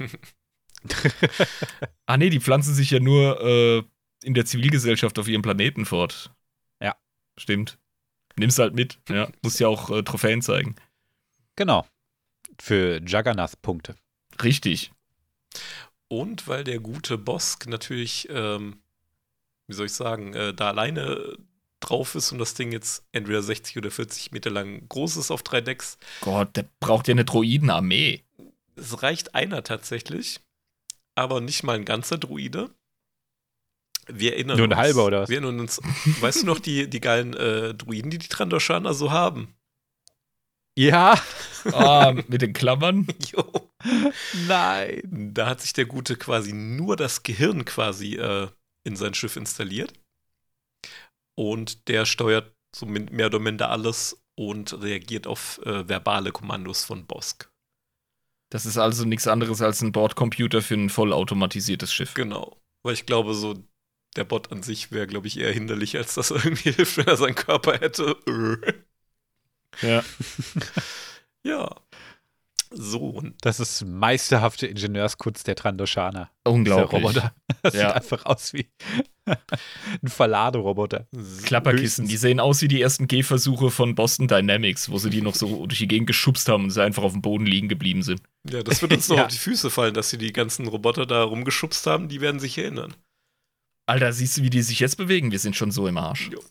Ah nee, die pflanzen sich ja nur äh, in der Zivilgesellschaft auf ihrem Planeten fort. Ja. Stimmt. Nimm's halt mit. Ja, muss ja auch äh, Trophäen zeigen. Genau. Für Juggernaut-Punkte. Richtig. Und weil der gute Bosk natürlich, ähm, wie soll ich sagen, äh, da alleine drauf ist und das Ding jetzt entweder sechzig oder vierzig Meter lang groß ist auf drei Decks. Gott, der braucht ja eine Droidenarmee. Es reicht einer tatsächlich, aber nicht mal ein ganzer Druide. Wir erinnern Nur ein uns. halber, oder was? Wir erinnern uns. Weißt du noch die, die geilen äh, Druiden, die die Trandoshaner so haben? Ja. Ah, mit den Klammern. Jo. Nein. Da hat sich der Gute quasi nur das Gehirn quasi äh, in sein Schiff installiert. Und der steuert so mehr oder minder alles und reagiert auf äh, verbale Kommandos von Bosk. Das ist also nichts anderes als ein Bordcomputer für ein vollautomatisiertes Schiff. Genau. Weil ich glaube, so der Bot an sich wäre, glaube ich, eher hinderlich, als dass er irgendwie hilft, wenn er seinen Körper hätte. Ja. Ja. So. Und Das ist meisterhafte Ingenieurskunst der Trandoshaner. Unglaublich. Der Roboter. Das Ja. sieht einfach aus wie ein Verladeroboter. Klapperkisten, die sehen aus wie die ersten Gehversuche von Boston Dynamics, wo sie die noch so durch die Gegend geschubst haben und sie einfach auf dem Boden liegen geblieben sind. Ja, das wird uns noch Ja. auf die Füße fallen, dass sie die ganzen Roboter da rumgeschubst haben. Die werden sich erinnern. Alter, siehst du, wie die sich jetzt bewegen? Wir sind schon so im Arsch. Jo.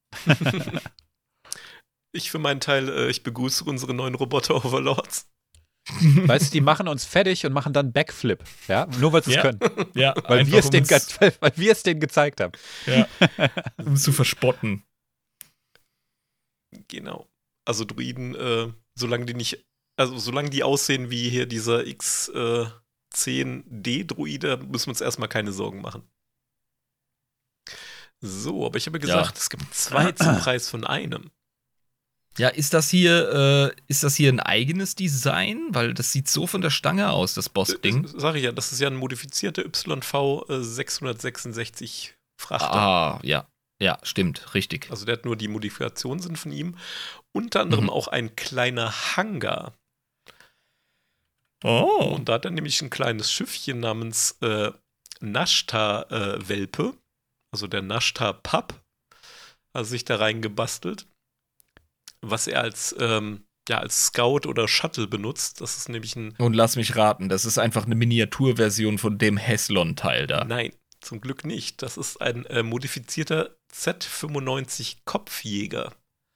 Ich für meinen Teil, äh, ich begrüße unsere neuen Roboter-Overlords. Weißt du, die machen uns fertig und machen dann Backflip. Ja, nur weil sie es Ja. können. Ja, Weil einfach wir es um denen, uns- ge- weil wir es denen gezeigt haben. ja, um zu verspotten. Genau. Also Druiden, äh, solange die nicht, also solange die aussehen wie hier dieser X zehn D-Druide, müssen wir uns erstmal keine Sorgen machen. So, aber ich habe gesagt, es gibt zwei zum Preis von einem. Ja, ist das hier, äh, ist das hier ein eigenes Design? Weil das sieht so von der Stange aus, das Boss-Ding. Äh, Sag ich ja, das ist ja ein modifizierter Y V äh, sechshundertsechsundsechzig Frachter. Ah, ja. Ja, stimmt, richtig. Also der hat nur die Modifikationen sind von ihm. Unter anderem Mhm. auch ein kleiner Hangar. Oh. Und da hat er nämlich ein kleines Schiffchen namens äh, Nashta-Welpe. Also der Nashta-Pup. Also sich da reingebastelt. Was er als, ähm, ja, als Scout oder Shuttle benutzt. Das ist nämlich ein. Und lass mich raten, das ist einfach eine Miniaturversion von dem Heslon-Teil da. Nein, zum Glück nicht. Das ist ein äh, modifizierter Z fünfundneunzig Kopfjäger.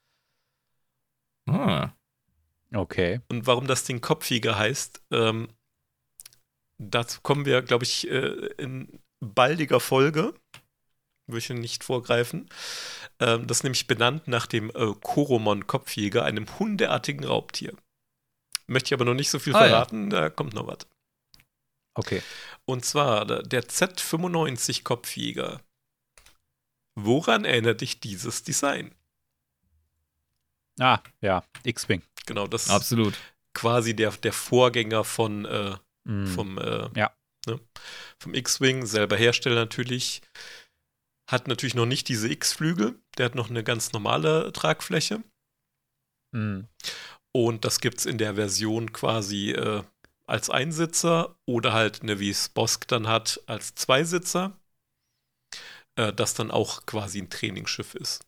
Ah. Okay. Und warum das Ding Kopfjäger heißt, ähm, dazu kommen wir, glaube ich, äh, in baldiger Folge. Würde ich nicht vorgreifen. Ähm, das ist nämlich benannt nach dem äh, Koromon-Kopfjäger, einem hundeartigen Raubtier. Möchte ich aber noch nicht so viel Ah, ja. verraten, da kommt noch was. Okay. Und zwar der- der Z fünfundneunzig Kopfjäger. Woran erinnert dich dieses Design? Ah, ja. X-Wing. Genau, das ist Absolut. quasi der, der Vorgänger von äh, Mhm. vom, äh, Ja. ne, vom X-Wing, selber Hersteller natürlich. Hat natürlich noch nicht diese X-Flügel, der hat noch eine ganz normale Tragfläche. Mhm. Und das gibt es in der Version quasi äh, als Einsitzer oder halt, ne, wie es Bosk dann hat, als Zweisitzer, äh, das dann auch quasi ein Trainingsschiff ist.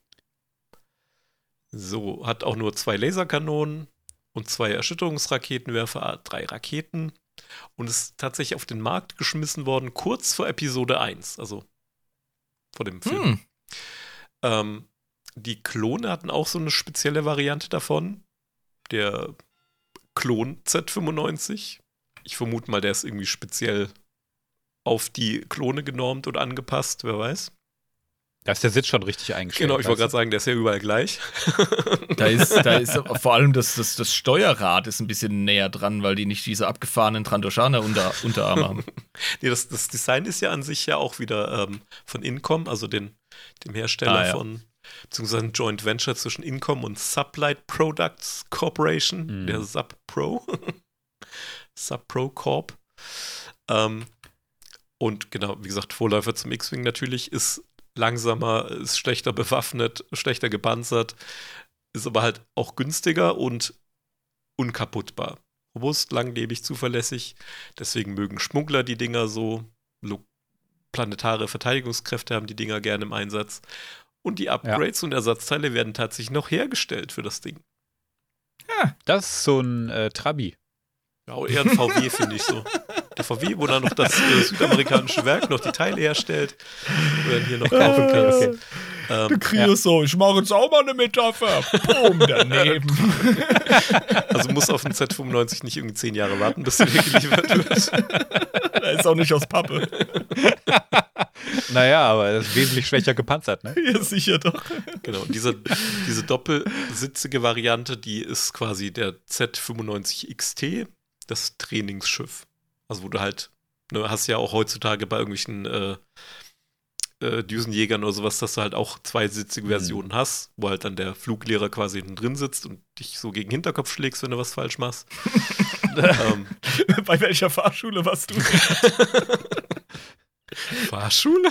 So, hat auch nur zwei Laserkanonen und zwei Erschütterungsraketenwerfer, ah, drei Raketen und ist tatsächlich auf den Markt geschmissen worden, kurz vor Episode eins, also vor dem Film. Hm. Ähm, die Klone hatten auch so eine spezielle Variante davon. Der Klon Z fünfundneunzig. Ich vermute mal, der ist irgendwie speziell auf die Klone genormt oder angepasst, wer weiß. Da ist der Sitz schon richtig eingestellt. Genau, ich wollte gerade weißt sagen, der ist ja überall gleich. Da ist, da ist vor allem das, das, das Steuerrad ist ein bisschen näher dran, weil die nicht diese abgefahrenen Trandoshaner unter, Unterarme haben. Nee, das, das Design ist ja an sich ja auch wieder ähm, von Incom, also den, dem Hersteller Ah, ja. von, beziehungsweise ein Joint Venture zwischen Incom und Sublight Products Corporation, Mhm. der SubPro. SubPro Corp. Ähm, und genau, wie gesagt, Vorläufer zum X-Wing natürlich, ist langsamer, ist schlechter bewaffnet, schlechter gepanzert, ist aber halt auch günstiger und unkaputtbar. Robust, langlebig, zuverlässig. Deswegen mögen Schmuggler die Dinger so. Lo- planetare Verteidigungskräfte haben die Dinger gerne im Einsatz. Und die Upgrades ja. und Ersatzteile werden tatsächlich noch hergestellt für das Ding. Ja, das ist so ein äh, Trabi. Ja, eher ein V W, finde ich so. Der V W, wo dann noch das äh, südamerikanische Werk noch die Teile herstellt, wo du dann hier noch kaufen kannst. Okay. Ähm, du kriegst ja. so, ich mache jetzt auch mal eine Metapher. Boom, daneben. Also muss auf den Z fünfundneunzig nicht irgendwie zehn Jahre warten, bis der geliefert wird. Der ist auch nicht aus Pappe. Naja, aber das ist wesentlich schwächer gepanzert, ne? Ja, sicher doch. Genau, diese, diese doppelsitzige Variante, die ist quasi der Z fünfundneunzig X T, das Trainingsschiff. Also wo du halt, ne, hast ja auch heutzutage bei irgendwelchen äh, äh, Düsenjägern oder sowas, dass du halt auch zweisitzige Versionen mhm. hast, wo halt dann der Fluglehrer quasi hinten drin sitzt und dich so gegen den Hinterkopf schlägst, wenn du was falsch machst. ähm, bei welcher Fahrschule warst du? Fahrschule?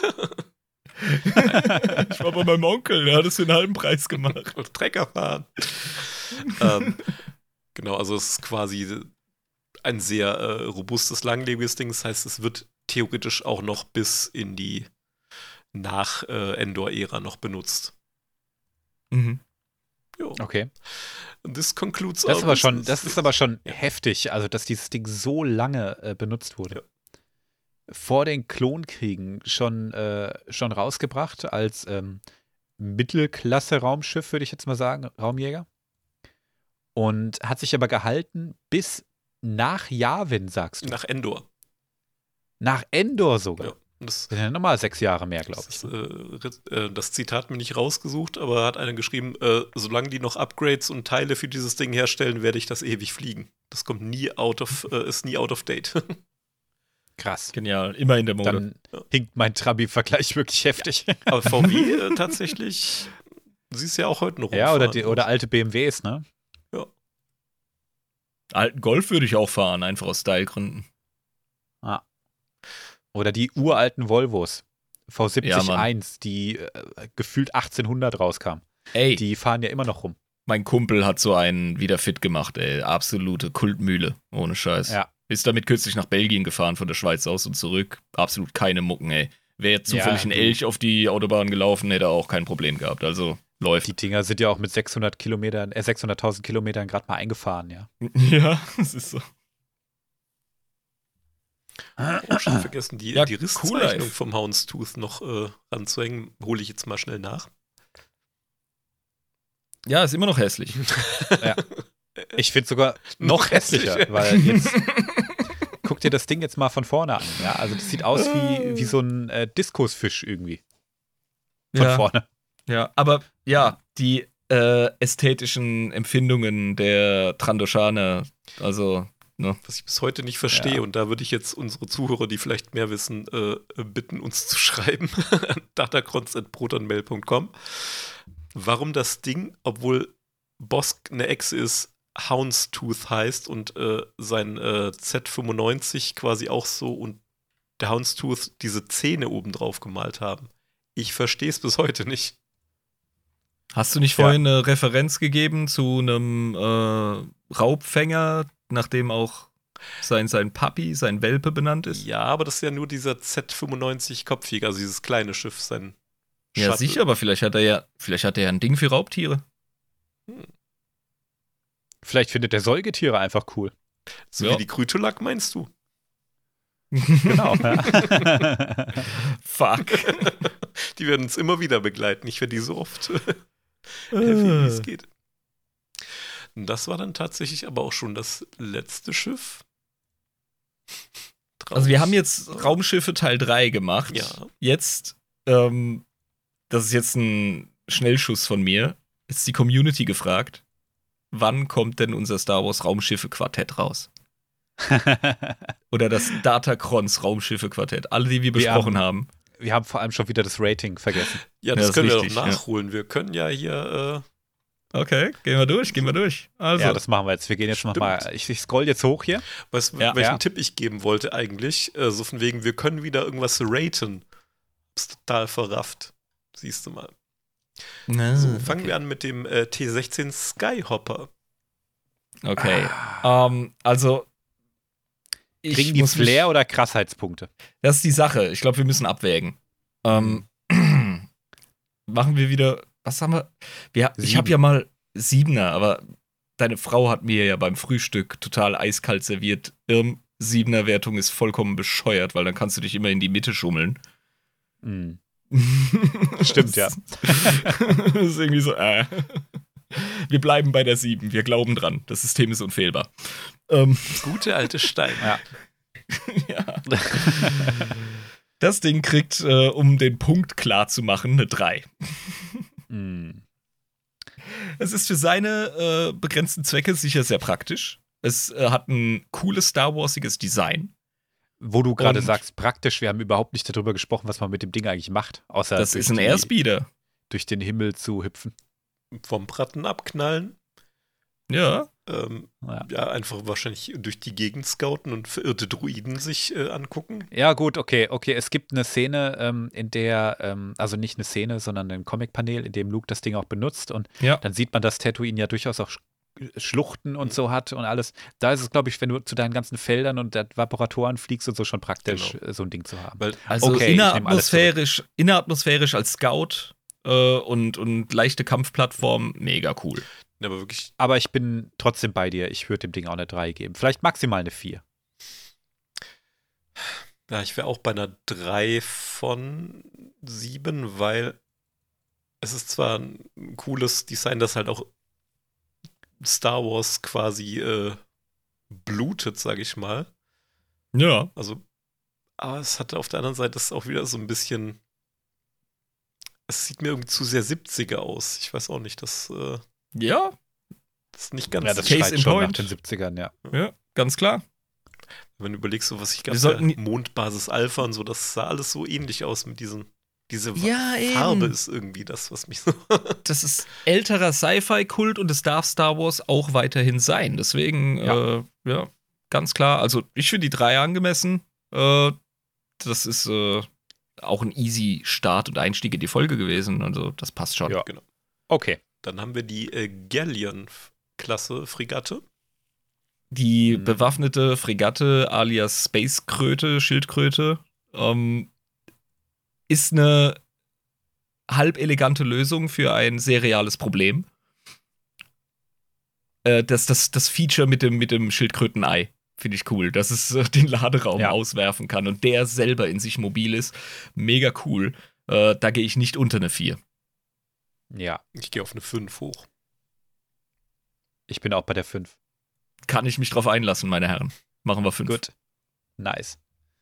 Ich war bei meinem Onkel, der hat es für einen halben Preis gemacht. Und Trecker fahren. ähm, genau, also es ist quasi ein sehr äh, robustes, langlebiges Ding. Das heißt, es wird theoretisch auch noch bis in die Nach-Endor-Ära noch benutzt. Mhm. Jo. Okay. This concludes das, ist aber schon, das ist aber schon ja. heftig, also dass dieses Ding so lange äh, benutzt wurde. Ja. Vor den Klonkriegen schon, äh, schon rausgebracht als ähm, Mittelklasse-Raumschiff, würde ich jetzt mal sagen, Raumjäger. Und hat sich aber gehalten bis nach Yavin, sagst du. Nach Endor. Nach Endor sogar. Ja, das sind ja nochmal sechs Jahre mehr, glaube ich. Das, äh, das Zitat mir nicht rausgesucht, aber hat einer geschrieben, äh, solange die noch Upgrades und Teile für dieses Ding herstellen, werde ich das ewig fliegen. Das kommt nie out of, äh, ist nie out of date. Krass. Genial, immer in der Mode. Dann ja. hinkt mein Trabi-Vergleich wirklich heftig. Ja. Aber V W äh, tatsächlich, siehst du ja auch heute noch Ja, oder, die, oder alte B M Ws, ne? Ja. Alten Golf würde ich auch fahren, einfach aus Stylegründen. Ah. Oder die uralten Volvos. V siebzig eins, ja, die äh, gefühlt achtzehnhundert rauskam. Ey. Die fahren ja immer noch rum. Mein Kumpel hat so einen wieder fit gemacht, ey. Absolute Kultmühle, ohne Scheiß. Ja. Ist damit kürzlich nach Belgien gefahren, von der Schweiz aus und zurück. Absolut keine Mucken, ey. Wäre jetzt zufällig ja, ein Elch auf die Autobahn gelaufen, hätte er auch kein Problem gehabt. Also läuft. Die Dinger sind ja auch mit sechshundert Kilometern, äh, sechshunderttausend Kilometern gerade mal eingefahren, ja. Ja, das ist so. Oh, schon vergessen, die, ja, die Risszeichnung vom Houndstooth noch äh, ranzuhängen. Hole ich jetzt mal schnell nach. Ja, ist immer noch hässlich. Ja. Ich finde es sogar noch hässlicher, weil jetzt guck dir das Ding jetzt mal von vorne an. Ja, also das sieht aus wie, wie so ein äh, Diskusfisch irgendwie. Von ja. vorne. Ja, aber ja, die äh, ästhetischen Empfindungen der Trandoshaner, also ne. Was ich bis heute nicht verstehe, ja. und da würde ich jetzt unsere Zuhörer, die vielleicht mehr wissen, äh, bitten, uns zu schreiben. datacrons at protonmail punkt com. Warum das Ding, obwohl Bosk eine Echse ist, Houndstooth heißt und äh, sein äh, Z fünfundneunzig quasi auch so und der Houndstooth diese Zähne oben drauf gemalt haben. Ich verstehe es bis heute nicht. Hast du nicht vorhin ja. eine Referenz gegeben zu einem äh, Raubfänger, nachdem auch sein, sein Papi, sein Welpe benannt ist? Ja, aber das ist ja nur dieser Z fünfundneunzig Kopfjäger, also dieses kleine Schiff, sein Ja, Shuttle. sicher, aber vielleicht hat er ja, vielleicht hat er ja ein Ding für Raubtiere. Hm. Vielleicht findet der Säugetiere einfach cool. So ja. wie die Krytolak, meinst du? Genau. Ja. Fuck. Die werden uns immer wieder begleiten. Ich werde die so oft heavy, wie es geht. Und das war dann tatsächlich aber auch schon das letzte Schiff. Draus. Also wir haben jetzt Raumschiffe Teil drei gemacht. Ja. Jetzt, ähm, das ist jetzt ein Schnellschuss von mir, ist die Community gefragt, wann kommt denn unser Star Wars Raumschiffe-Quartett raus? Oder das Datacrons Raumschiffe-Quartett. Alle, die wir besprochen wir haben, haben. Wir haben vor allem schon wieder das Rating vergessen. Ja, das, ja, das können richtig, wir doch nachholen. Ja. Wir können ja hier äh Okay, gehen wir durch, gehen wir durch. Also. Ja, das machen wir jetzt. Wir gehen jetzt nochmal. Ich, ich scroll jetzt hoch hier. Weißt du, ja, welchen ja. Tipp ich geben wollte eigentlich? Äh, so von wegen, wir können wieder irgendwas raten. Das ist total verrafft. Siehst du mal. Na, so, fangen okay. wir an mit dem äh, T sechzehn Skyhopper. Okay. Ah. Ähm, also. Ich Kriegen die Flair mich, oder Krassheitspunkte? Das ist die Sache. Ich glaube, wir müssen abwägen. Ähm, machen wir wieder, was haben wir? wir ich Sieben. habe ja mal Siebener, aber deine Frau hat mir ja beim Frühstück total eiskalt serviert. Irm, Siebener-Wertung ist vollkommen bescheuert, weil dann kannst du dich immer in die Mitte schummeln. Mhm. Stimmt, ja. Das ist irgendwie so, äh. Wir bleiben bei der sieben, wir glauben dran. Das System ist unfehlbar. Ähm. Gute alte Stein. Ja. Ja. Das Ding kriegt, äh, um den Punkt klar zu machen, eine drei. Mhm. Es ist für seine äh, begrenzten Zwecke sicher sehr praktisch. Es äh, hat ein cooles Star Warsiges Design. Wo du gerade Und- sagst, praktisch, wir haben überhaupt nicht darüber gesprochen, was man mit dem Ding eigentlich macht, außer Das durch ist ein die- Airspeeder. durch den Himmel zu hüpfen. Vom Braten abknallen. Ja. Ähm, Ja. ja, einfach wahrscheinlich durch die Gegend scouten und verirrte Druiden sich äh, angucken. Ja, gut, okay, okay. Es gibt eine Szene, ähm, in der, ähm, also nicht eine Szene, sondern ein Comic-Panel, in dem Luke das Ding auch benutzt und Ja. dann sieht man, dass Tatooine ja durchaus auch Sch- Schluchten und so hat und alles. Da ist es, glaube ich, wenn du zu deinen ganzen Feldern und der Vaporatoren fliegst und so schon praktisch, Genau. äh, so ein Ding zu haben. Weil Also Okay, ich nehm alles inneratmosphärisch, inneratmosphärisch als Scout äh, und, und leichte Kampfplattform, mega cool. aber wirklich, Aber ich bin trotzdem bei dir. Ich würde dem Ding auch eine drei geben. Vielleicht maximal eine vier. ja, ich wäre auch bei einer drei von sieben, weil es ist zwar ein cooles Design, das halt auch Star Wars quasi äh, blutet, sag ich mal. Ja. Also, aber es hatte auf der anderen Seite ist auch wieder so ein bisschen. Es sieht mir irgendwie zu sehr siebziger aus. Ich weiß auch nicht, das, äh, Ja, das ist nicht ganz. Ja, das Case schreit in schon point. nach den siebzigern, ja. ja, ganz klar. Wenn du überlegst, so was ich gab, Wir sollten- ja, Mondbasis Alpha und so, das sah alles so ähnlich aus mit diesen. Diese Ja, Farbe eben. ist irgendwie das, was mich so. Das ist älterer Sci-Fi-Kult und es darf Star Wars auch weiterhin sein. Deswegen, ja, äh, ja ganz klar. Also, ich finde die drei angemessen. Äh, das ist äh, auch ein easy Start und Einstieg in die Folge gewesen. Also, das passt schon. Ja. Genau. Okay. Dann haben wir die äh, Galleon-Klasse Fregatte. Die Mhm. bewaffnete Fregatte alias Space-Kröte, Schildkröte, ähm, ist eine halb elegante Lösung für ein sehr reales Problem. Äh, das, das, das Feature mit dem, mit dem Schildkrötenei finde ich cool, dass es äh, den Laderaum Ja. auswerfen kann und der selber in sich mobil ist. Mega cool. Äh, da gehe ich nicht unter eine vier. Ja, Ich gehe auf eine fünf hoch. ich bin auch bei der fünf. Kann ich mich drauf einlassen, meine Herren. Machen wir fünf. Gut. Nice.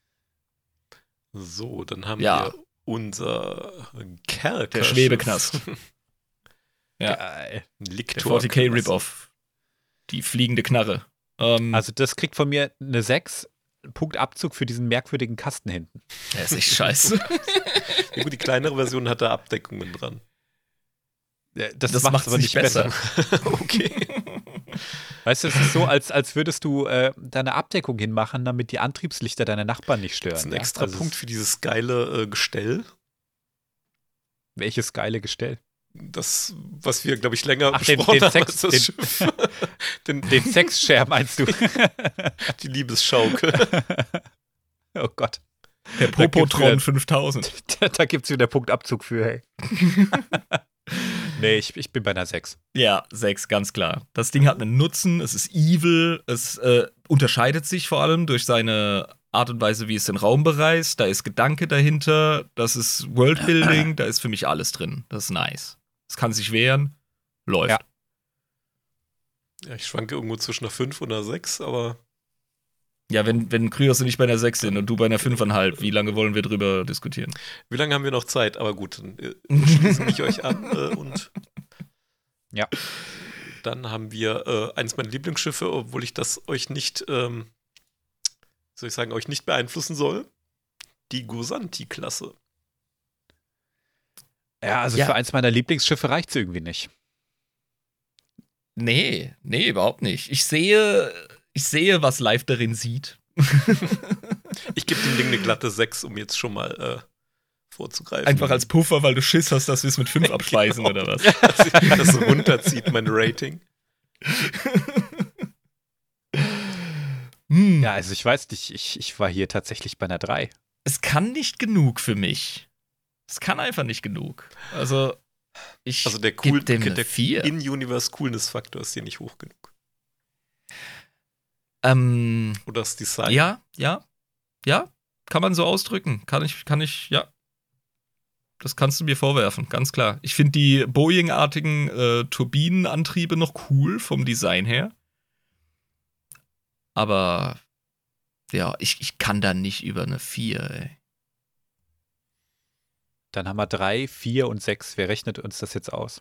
So, dann haben Ja. wir unser Kerker. Der Schwebeknast. Ja. Geil. Der Liktor. vierzig K Rip-Off. Die fliegende Knarre. Ähm, Also das kriegt von mir eine sechs. Punkt Abzug für diesen merkwürdigen Kasten hinten. der ist echt scheiße. Ja, gut, die kleinere Version hat da Abdeckungen dran. Das, Das macht's macht's aber nicht nicht besser. Okay. Weißt du, es ist so, als, als würdest du äh, deine Abdeckung hinmachen, damit die Antriebslichter deiner Nachbarn nicht stören. Das ist ein ja? extra Also Punkt für dieses geile äh, Gestell. Welches geile Gestell. Das, was wir, glaube ich, länger Ach, den- besprochen den haben Sex- als das den- Schiff. den, Den Sexshare meinst du? die Liebesschaukel. Oh Gott. Der Da gibt's Popotron wieder- fünftausend. Da, da gibt es wieder Punktabzug für, hey. Nee, ich, ich bin bei einer sechs. Ja, sechs, ganz klar. Das Ding hat einen Nutzen, es ist evil, es äh, unterscheidet sich vor allem durch seine Art und Weise, wie es den Raum bereist. Da ist Gedanke dahinter, das ist Worldbuilding, da ist für mich alles drin. Das ist nice. Es kann sich wehren, läuft. Ja. Ja, ich schwanke irgendwo zwischen einer fünf und einer sechs, aber Ja, wenn, wenn Kryos nicht bei einer sechs sind und du bei einer fünf Komma fünf, wie lange wollen wir drüber diskutieren? wie lange haben wir noch Zeit? Aber gut, dann äh, schließe ich euch an äh, und Ja. dann haben wir äh, eines meiner Lieblingsschiffe, obwohl ich das euch nicht, ähm, soll ich sagen, euch nicht beeinflussen soll. Die Gosanti-Klasse. Ja, also Ja. für eins meiner Lieblingsschiffe reicht es irgendwie nicht. Nee, nee, überhaupt nicht. Ich sehe, ich sehe, was live darin sieht. Ich gebe dem Ding eine glatte sechs, um jetzt schon mal äh, vorzugreifen. Einfach als Puffer, weil du Schiss hast, dass wir es mit fünf abspeisen Genau. oder was? dass ich das runterzieht, mein Rating. Hm. Ja, also ich weiß nicht, ich, ich war hier tatsächlich bei einer drei. Es kann nicht genug für mich. Es kann einfach nicht genug. Also, ich Also der, cool, geb dem eine der vier. In-Universe-Coolness-Faktor ist dir nicht hoch genug. Ähm, Oder das Design. ja, ja, ja, kann man so ausdrücken. Kann ich, kann ich, ja. Das kannst du mir vorwerfen, ganz klar. Ich finde die Boeing-artigen äh, Turbinenantriebe noch cool vom Design her. Aber ja, ich, ich kann da nicht über eine vier, ey. Dann haben wir drei, vier und sechs. Wer rechnet uns das jetzt aus?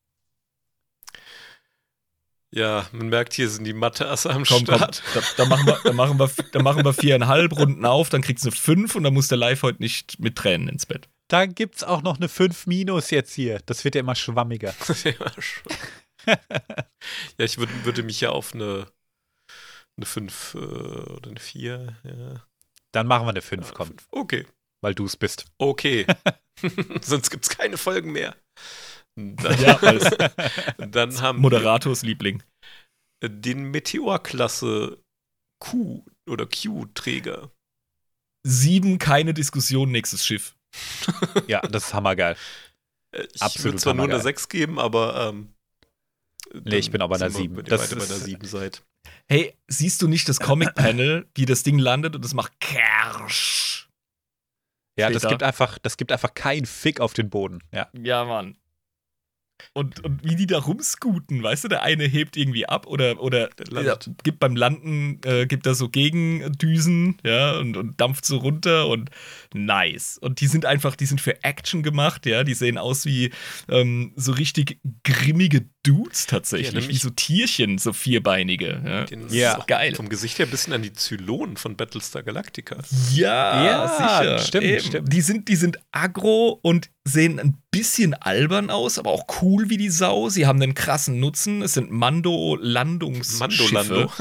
Ja, man merkt, hier sind die Mathe-Asse am Komm, komm, Start. da, da, machen wir, da, machen wir, da machen wir viereinhalb Runden auf, dann kriegst du eine fünf und dann muss der Live heute nicht mit Tränen ins Bett. Da gibt's auch noch eine fünf minus jetzt hier. Das wird ja immer schwammiger. Ja, schon. Ja, ich würd, würde mich ja auf eine, eine fünf äh, oder eine vier. Ja. Dann machen wir eine fünf, Ja, komm. fünf. Okay. Weil du es bist. Okay. Sonst gibt es keine Folgen mehr. Dann, Ja, weil dann haben Moderators Liebling. wir den Meteor-Klasse Q oder Q-Träger. Sieben, keine Diskussion, nächstes Schiff. Ja, das ist hammergeil. Äh, Ich Absolut würde zwar nur eine hammergeil. sechs geben, aber ähm, Nee, ich bin auch bei einer sind wir, sieben. Wenn ihr Das beide bei ist- einer sieben seid. Hey, siehst du nicht das Comic-Panel, wie das Ding landet und es macht Kersch? Ja, Steht das da. gibt einfach, das gibt einfach keinen Fick auf den Boden. Ja. Ja, Mann. Und, und wie die da rumscooten, weißt du, der eine hebt irgendwie ab oder, oder Der landet. ja, gibt beim Landen, äh, gibt da so Gegendüsen, ja, und, und dampft so runter und nice. Und die sind einfach, die sind für Action gemacht, ja, die sehen aus wie ähm, so richtig grimmige Dudes tatsächlich, Ja, wie nämlich- so Tierchen, so vierbeinige. Ja, Den Ja. ist auch geil. Vom Gesicht her ein bisschen an die Zylonen von Battlestar Galactica. Ja, Ja, sicher. stimmt, Eben. stimmt. Die sind, die sind aggro und sehen ein bisschen albern aus, aber auch cool wie die Sau. Sie haben einen krassen Nutzen. Es sind Mando-Landungsschiffe.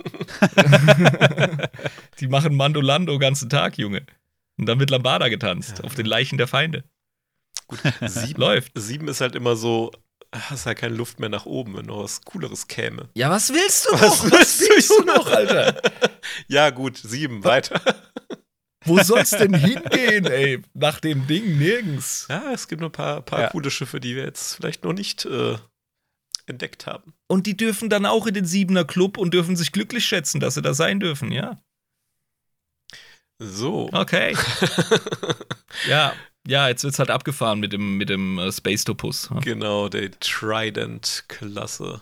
Mandolando. Die machen Mandolando ganzen Tag, Junge. Und dann wird Lambada getanzt, auf den Leichen der Feinde. Gut, sieben, Läuft. sieben ist halt immer so, hast halt keine Luft mehr nach oben, wenn noch was Cooleres käme. Ja, was willst du Was noch? willst Was willst du noch, Alter? Ja, gut, sieben, weiter. Wo soll's denn hingehen, ey? Nach dem Ding nirgends. Ja, es gibt noch ein paar, paar Ja. coole Schiffe, die wir jetzt vielleicht noch nicht äh, entdeckt haben. Und die dürfen dann auch in den Siebener Club und dürfen sich glücklich schätzen, dass sie da sein dürfen, ja. So. Okay. Ja, ja, jetzt wird's halt abgefahren mit dem, mit dem äh, Space-Topus. Genau, der Trident-Klasse.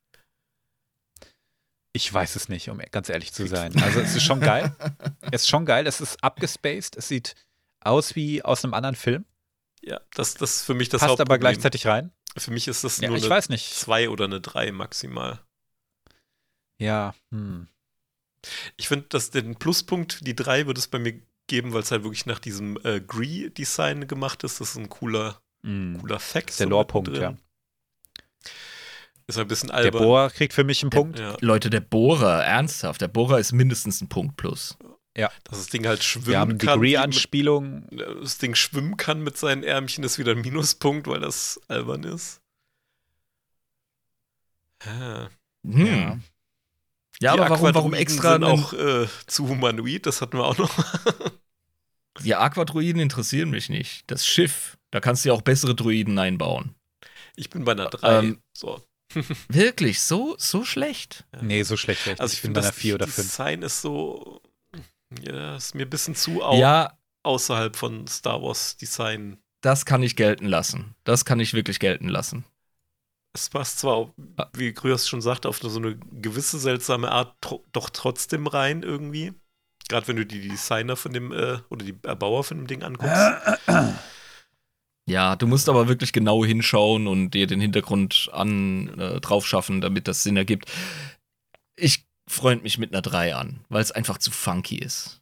Ich weiß es nicht, um ganz ehrlich zu sein. Also es ist schon geil. Es ist schon geil. Es ist abgespaced. Es sieht aus wie aus einem anderen Film. Ja, das, das ist für mich das Passt Hauptproblem. aber gleichzeitig rein. Für mich ist das Ja, nur ich eine weiß nicht. zwei oder eine drei maximal. Ja, hm. Ich finde, dass den Pluspunkt, die drei würde es bei mir geben, weil es halt wirklich nach diesem äh, Gree-Design gemacht ist. Das ist ein cooler, Hm. cooler Fact. Das ist der so Lore-Punkt, mittendrin. ja. Ist halt ein bisschen Der albern. Bohrer kriegt für mich einen Punkt. Ja, Leute, der Bohrer, ernsthaft, der Bohrer ist mindestens ein Punkt plus. dass das Ding halt schwimmen Wir haben kann. wie mit- Degree-Anspielung. Das Ding schwimmen kann mit seinen Ärmchen, ist wieder ein Minuspunkt, weil das albern ist. Ja. Hm. Ja. Ja, Die aber warum, warum Aquadroiden extra sind einen- auch äh, zu humanoid, das hatten wir auch noch. Die Aquadruiden interessieren mich nicht. Das Schiff, da kannst du ja auch bessere Druiden einbauen. Ich bin bei einer drei. Ähm, so. Wirklich, so, so schlecht? Nee, so schlecht wäre ich Also nicht. ich bin finde, bei einer das vier oder fünf. Design ist so, ja, ist mir ein bisschen zu au Ja, außerhalb von Star Wars Design. das kann ich gelten lassen. Das kann ich wirklich gelten lassen. Es passt zwar, auch, wie Grüas schon sagte, auf so eine gewisse seltsame Art tro doch trotzdem rein irgendwie. Gerade wenn du die Designer von dem, äh, oder die Erbauer von dem Ding anguckst. Ja, du musst aber wirklich genau hinschauen und dir den Hintergrund an äh, drauf schaffen, damit das Sinn ergibt. Ich freund mich mit einer drei an, weil es einfach zu funky ist.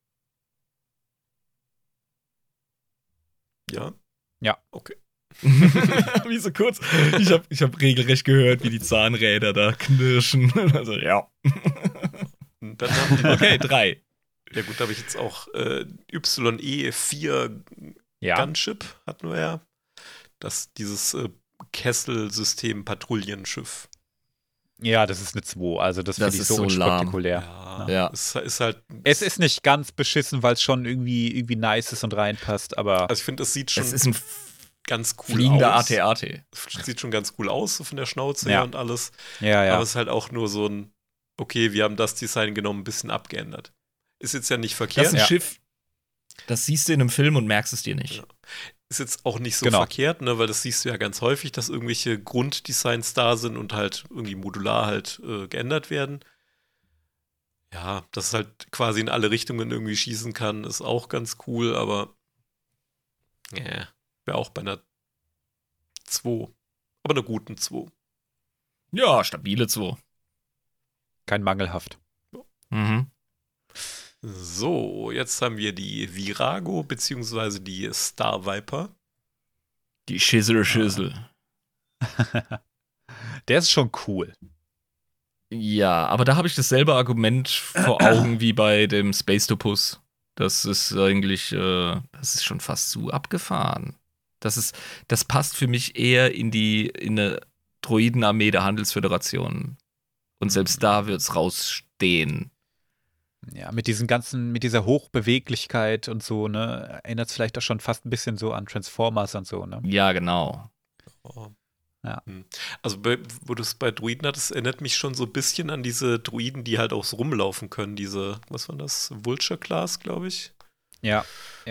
Ja. Ja. Okay. Wie so kurz. Ich habe ich hab regelrecht gehört, wie die Zahnräder da knirschen. Also, ja. Und dann haben die Okay, drei. Ja gut, da habe ich jetzt auch äh, Y E vier Ja. Gunship hatten wir ja. Das, dieses äh, Kessel-System-Patrouillenschiff. Ja, das ist eine zwei. Also das, Das finde ich ist so so lahm. unspektakulär. Ja, Ja. Es ist halt. Es ist nicht ganz beschissen, weil es schon irgendwie, irgendwie nice ist und reinpasst, aber Also ich finde, es sieht schon Es ist ein ganz cool fliegender aus. A T A T. Es sieht schon ganz cool aus, so von der Schnauze Ja. her und alles. ja, ja. Aber es ist halt auch nur so ein, okay, wir haben das Design genommen, ein bisschen abgeändert. Ist jetzt ja nicht Das verkehrt. ist ein Ja. Schiff, das siehst du in einem Film und merkst es dir nicht. Ja. Ist jetzt auch nicht so Genau. verkehrt, ne, weil das siehst du ja ganz häufig, dass irgendwelche Grunddesigns da sind und halt irgendwie modular halt äh, geändert werden. Ja, dass es halt quasi in alle Richtungen irgendwie schießen kann, ist auch ganz cool, aber yeah, wäre auch bei einer zwei. Aber einer guten zwei. Ja, stabile zwei. Kein mangelhaft. Mhm. So, jetzt haben wir die Virago beziehungsweise die Star Viper. Die Schissel Schissel. Der ist schon cool. Ja, aber da habe ich dasselbe Argument vor Augen wie bei dem Spacetopus. Das ist eigentlich, äh, das ist schon fast zu abgefahren. Das ist, das passt für mich eher in die, in eine Droidenarmee der Handelsföderation. Und selbst da wird's rausstehen. Ja, mit diesen ganzen, mit dieser Hochbeweglichkeit und so, ne, erinnert es vielleicht auch schon fast ein bisschen so an Transformers und so, ne? Ja, genau. Oh. Ja. Hm. Also, bei, wo du es bei Druiden hattest, erinnert mich schon so ein bisschen an diese Druiden, die halt auch so rumlaufen können. Diese, was war das? Vulture-Class, glaube ich. Ja.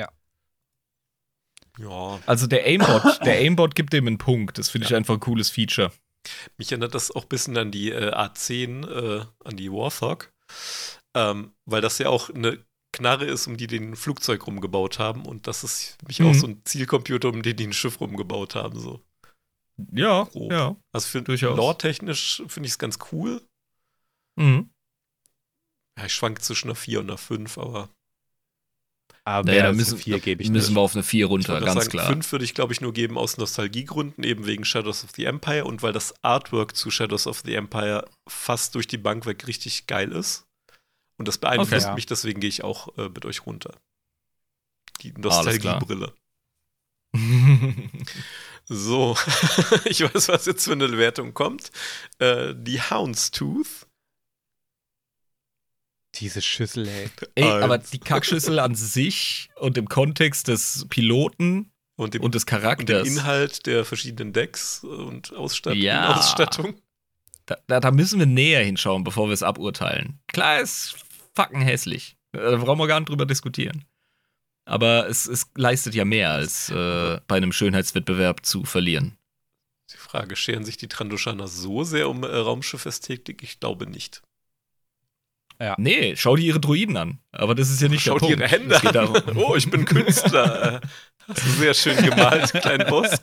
Ja, Also der Aimbot, der Aimbot gibt dem einen Punkt. Das finde ich einfach ein cooles Feature. mich erinnert das auch ein bisschen an die äh, A zehn, äh, an die Warthog. Ähm, weil das ja auch eine Knarre ist, um die den Flugzeug rumgebaut haben. Und das ist für mich Mhm. auch so ein Zielcomputer, um den die ein Schiff rumgebaut haben. So. Ja, Grob. ja. Also für Durchaus. lore-technisch finde ich es ganz cool. Mhm. Ja, ich schwank zwischen einer vier und einer fünf, aber Aber Naja, mehr da als müssen, eine vier gebe ich müssen nicht. wir auf eine vier ich runter, wollte ganz sagen, klar. fünf würde ich, glaube ich, nur geben aus Nostalgiegründen, eben wegen Shadows of the Empire und weil das Artwork zu Shadows of the Empire fast durch die Bank weg richtig geil ist. Und das beeinflusst Okay, ja. mich, deswegen gehe ich auch äh, mit euch runter. Die klar. Nostalgiebrille. So, ich weiß, was jetzt für eine Wertung kommt. Äh, die Houndstooth. Diese Schüssel, ey. Ey, Eins. aber die Kackschüssel an sich und im Kontext des Piloten Und dem, und des und dem Charakters, Inhalt der verschiedenen Decks und Ausstatt Ja. Ausstattung. da, da, da müssen wir näher hinschauen, bevor wir es aburteilen. Klar, ist fucking hässlich. Da brauchen wir gar nicht drüber diskutieren. Aber es, es leistet ja mehr, als äh, bei einem Schönheitswettbewerb zu verlieren. Die Frage, scheren sich die Trandoshaner so sehr um äh, Raumschiff-Ästhetik? Ich glaube nicht. Nee, schau dir ihre Droiden an. Aber das ist ja nicht Schau der dir Punkt. ihre Hände Es geht darum. an. Oh, ich bin Künstler. Äh, Hast du sehr schön gemalt, kleinen Bosk.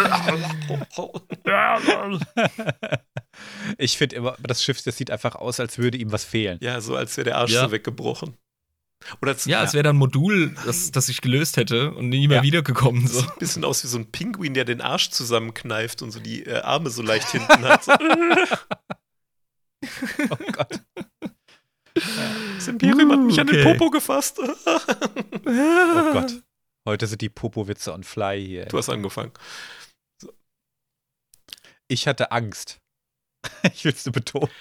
Ich finde immer, das Schiff, das sieht einfach aus, als würde ihm was fehlen. Ja, so als wäre der Arsch Ja. so weggebrochen. Oder als, Ja, es wäre dann ein Modul, das, das sich gelöst hätte und nie mehr Ja. wiedergekommen. das So. sieht ein bisschen aus wie so ein Pinguin, der den Arsch zusammenkneift und so die äh, Arme so leicht hinten hat. So, Oh Gott. das Imperium hat mich an den Okay. Popo gefasst. Oh Gott. Heute sind die Popo-Witze on fly hier. Du hast angefangen. Ich hatte Angst. Ich will es nur betonen.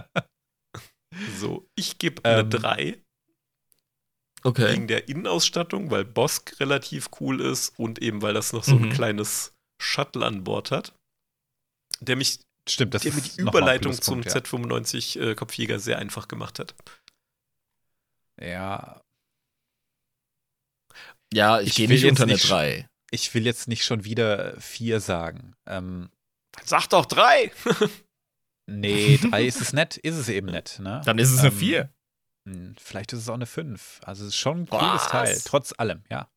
So, ich gebe eine Ähm. drei Okay. wegen der Innenausstattung, weil Bosk relativ cool ist und eben weil das noch so ein Mhm. kleines Shuttle an Bord hat, der mich Stimmt, das der mir ist die noch mal ein Überleitung zum Pluspunkt, Z fünfundneunzig äh, Kopfjäger sehr einfach gemacht hat. Ja. ja, Ja, ich, Ich gehe will nicht jetzt unter eine nicht- drei. ich will jetzt nicht schon wieder vier sagen. Ähm, Sag doch drei! nee, drei ist es nett, ist es eben nett. Ne? Dann ist es eine Ähm, vier. hm, Vielleicht ist es auch eine fünf. Also es ist schon ein cooles Was? Teil, trotz allem, ja.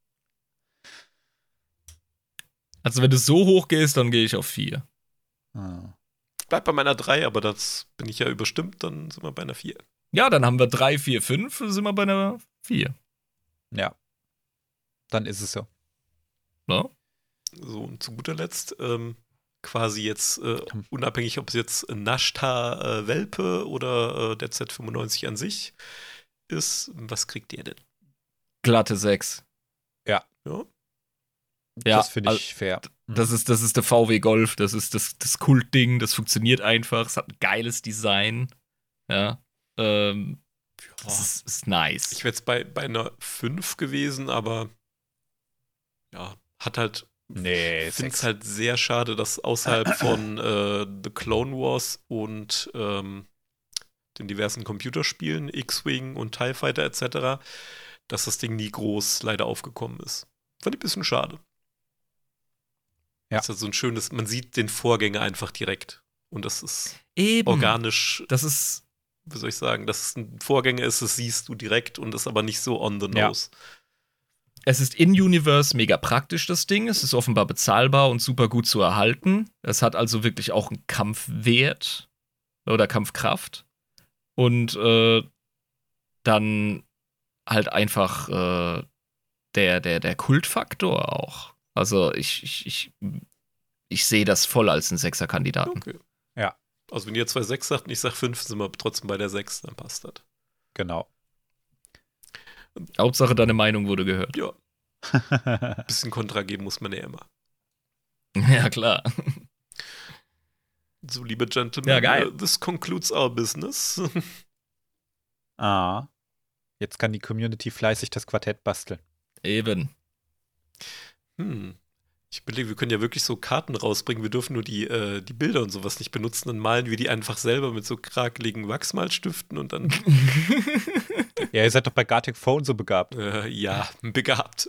Also wenn du so hoch gehst, dann gehe ich auf vier. Hm. Bleib bei meiner drei, aber das bin ich ja überstimmt, dann sind wir bei einer vier. Ja, dann haben wir drei, vier, fünf, sind wir bei einer vier. Ja. Dann ist es so. Ne? So, und zu guter Letzt, ähm, quasi jetzt, äh, Komm. unabhängig, ob es jetzt Nashta äh, Welpe oder äh, der Z fünfundneunzig an sich ist, was kriegt ihr denn? Glatte sechs. Ja? Ja, das finde ich also, fair. Das ist, das ist der V W Golf, das ist das, das Kultding, das funktioniert einfach, es hat ein geiles Design. Ja. Ähm, das ist, ist nice. Ich wäre jetzt bei, bei einer fünf gewesen, aber ja, hat halt. Nee, Ich finde es sechs. halt sehr schade, dass außerhalb von äh, The Clone Wars und ähm, den diversen Computerspielen, X-Wing und TIE Fighter et cetera, dass das Ding nie groß leider aufgekommen ist. Fand ich ein bisschen schade. Ja. Das ist halt so ein schönes, man sieht den Vorgänger einfach direkt. Und das ist Eben. organisch, Das ist. wie soll ich sagen, dass es ein Vorgänger ist, das siehst du direkt und ist aber nicht so on the Ja. nose. Es ist in-Universe mega praktisch, das Ding. Es ist offenbar bezahlbar und super gut zu erhalten. Es hat also wirklich auch einen Kampfwert oder Kampfkraft. Und äh, dann halt einfach äh, der, der, der Kultfaktor auch. Also ich, ich, ich, ich sehe das voll als einen Sechser-Kandidaten. Okay. Ja. Also wenn ihr zwei sechs sagt und ich sag fünf, sind wir trotzdem bei der sechs, dann passt das. Genau. Hauptsache, deine Meinung wurde gehört. Ja, ein bisschen Kontra geben muss man ja immer. Ja, klar. So, liebe Gentlemen, Ja, geil. uh, this concludes our business. Ah. Jetzt kann die Community fleißig das Quartett basteln. Eben. Hm. Ich überlege, wir können ja wirklich so Karten rausbringen. Wir dürfen nur die, äh, die Bilder und sowas nicht benutzen. Dann malen wir die einfach selber mit so krakeligen Wachsmalstiften und dann, Ja, ihr seid doch bei Gartic Phone so begabt. äh, ja, begabt.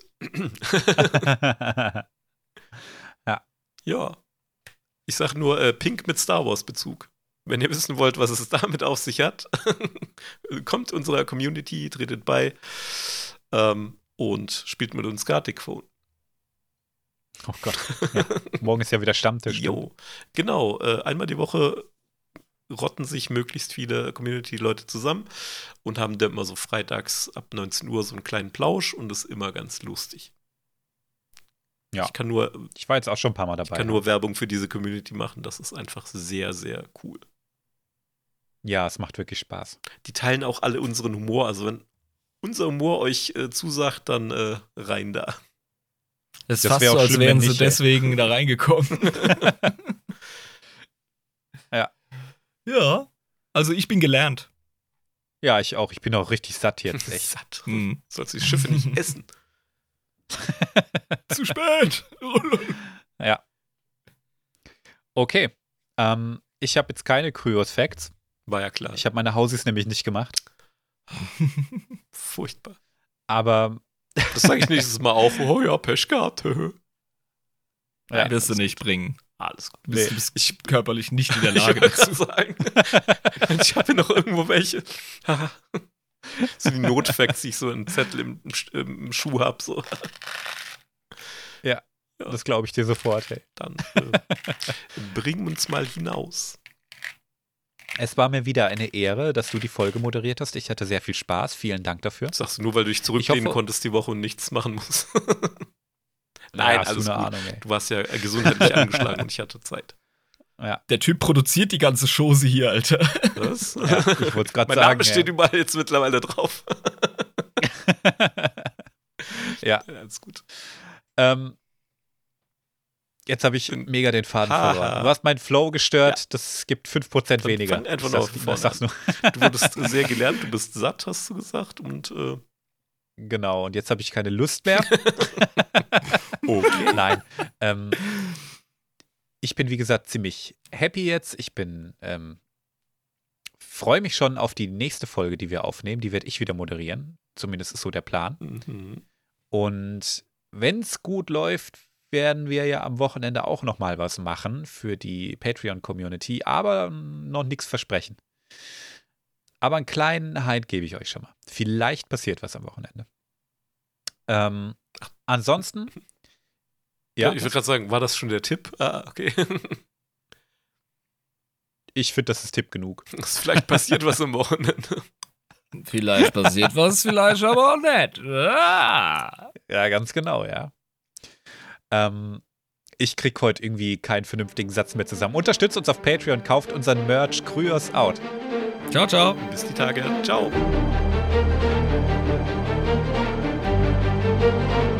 Ja. Ich sag nur äh, Pink mit Star Wars Bezug. Wenn ihr wissen wollt, was es damit auf sich hat, kommt unserer Community, tretet bei ähm, und spielt mit uns Gartic Phone. Oh Gott. Ja. Morgen ist ja wieder Stammtisch. Jo, genau. Äh, einmal die Woche rotten sich möglichst viele Community-Leute zusammen und haben dann immer so freitags ab neunzehn Uhr so einen kleinen Plausch und ist immer ganz lustig. Ja. Ich kann nur, Ich war jetzt auch schon ein paar Mal ich dabei. kann nur Werbung für diese Community machen. Das ist einfach sehr, sehr cool. Ja, es macht wirklich Spaß. Die teilen auch alle unseren Humor. Also wenn unser Humor euch äh, zusagt, dann äh, rein da. Es ist Das fast wär so, auch als schlimm, wären wenn sie nicht, ey. deswegen da reingekommen. Ja. Ja. Also ich bin gelernt. Ja, ich auch. Ich bin auch richtig satt jetzt, echt. Satt. Hm. Sollst du die Schiffe nicht essen. Zu spät. Ja. Okay. Ähm, ich habe jetzt keine Kryos-Facts. War ja klar. Ich habe meine Hausis nämlich nicht gemacht. Furchtbar. Aber Das sage ich nächstes Mal auch. Oh ja, Pech gehabt. ja, Nein, wirst du alles nicht gut. bringen. Alles gut. Du bist, Nee. du bist körperlich nicht in der Ich Lage wollte dazu. gerade sagen. Ich habe hier noch irgendwo welche. So die Notfacts, die ich so einen Zettel im, im, im Schuh habe. So. das glaube ich dir sofort. Hey. Dann äh, bring uns mal hinaus. Es war mir wieder eine Ehre, dass du die Folge moderiert hast. Ich hatte sehr viel Spaß. Vielen Dank dafür. Das sagst du nur, weil du dich zurücklehnen hoffe- konntest die Woche und nichts machen musst. Ja, Nein, hast alles du eine gut. Ahnung, ey. Du warst ja äh, gesundheitlich angeschlagen und ich hatte Zeit. Ja, Der Typ produziert die ganze Chose hier, Alter. Was? ja ich wollte es gerade Mein sagen. Name steht überall jetzt mittlerweile drauf. ja. Ja, alles gut. Ähm, jetzt habe ich Bin- mega den Faden Haha. verloren. Du hast meinen Flow gestört. Das gibt fünf Prozent Dann weniger. fang einfach Ich noch sag's- von vorne ich sag's nur. Du wurdest sehr gelernt, du bist satt, hast du gesagt. Und äh, Genau. Und jetzt habe ich keine Lust mehr. okay. Nein. Ähm, ich bin, wie gesagt, ziemlich happy jetzt. Ich bin, ähm, freue mich schon auf die nächste Folge, die wir aufnehmen. Die werde ich wieder moderieren. Zumindest ist so der Plan. Mhm. Und wenn es gut läuft, werden wir ja am Wochenende auch noch mal was machen für die Patreon-Community, aber noch nichts versprechen. Aber einen kleinen Halt gebe ich euch schon mal. Vielleicht passiert was am Wochenende. Ähm, ansonsten, Ja, ja, ich würde gerade sagen, war das schon der Tipp? Ah, okay. ich finde, das ist Tipp genug. Es vielleicht passiert was am Wochenende. Vielleicht passiert was, vielleicht aber auch nicht. Ah. Ja, ganz genau, ja. Ähm, ich krieg heute irgendwie keinen vernünftigen Satz mehr zusammen. Unterstützt uns auf Patreon, kauft unseren Merch, Kryos out. Ciao, ciao. Bis die Tage. Ciao.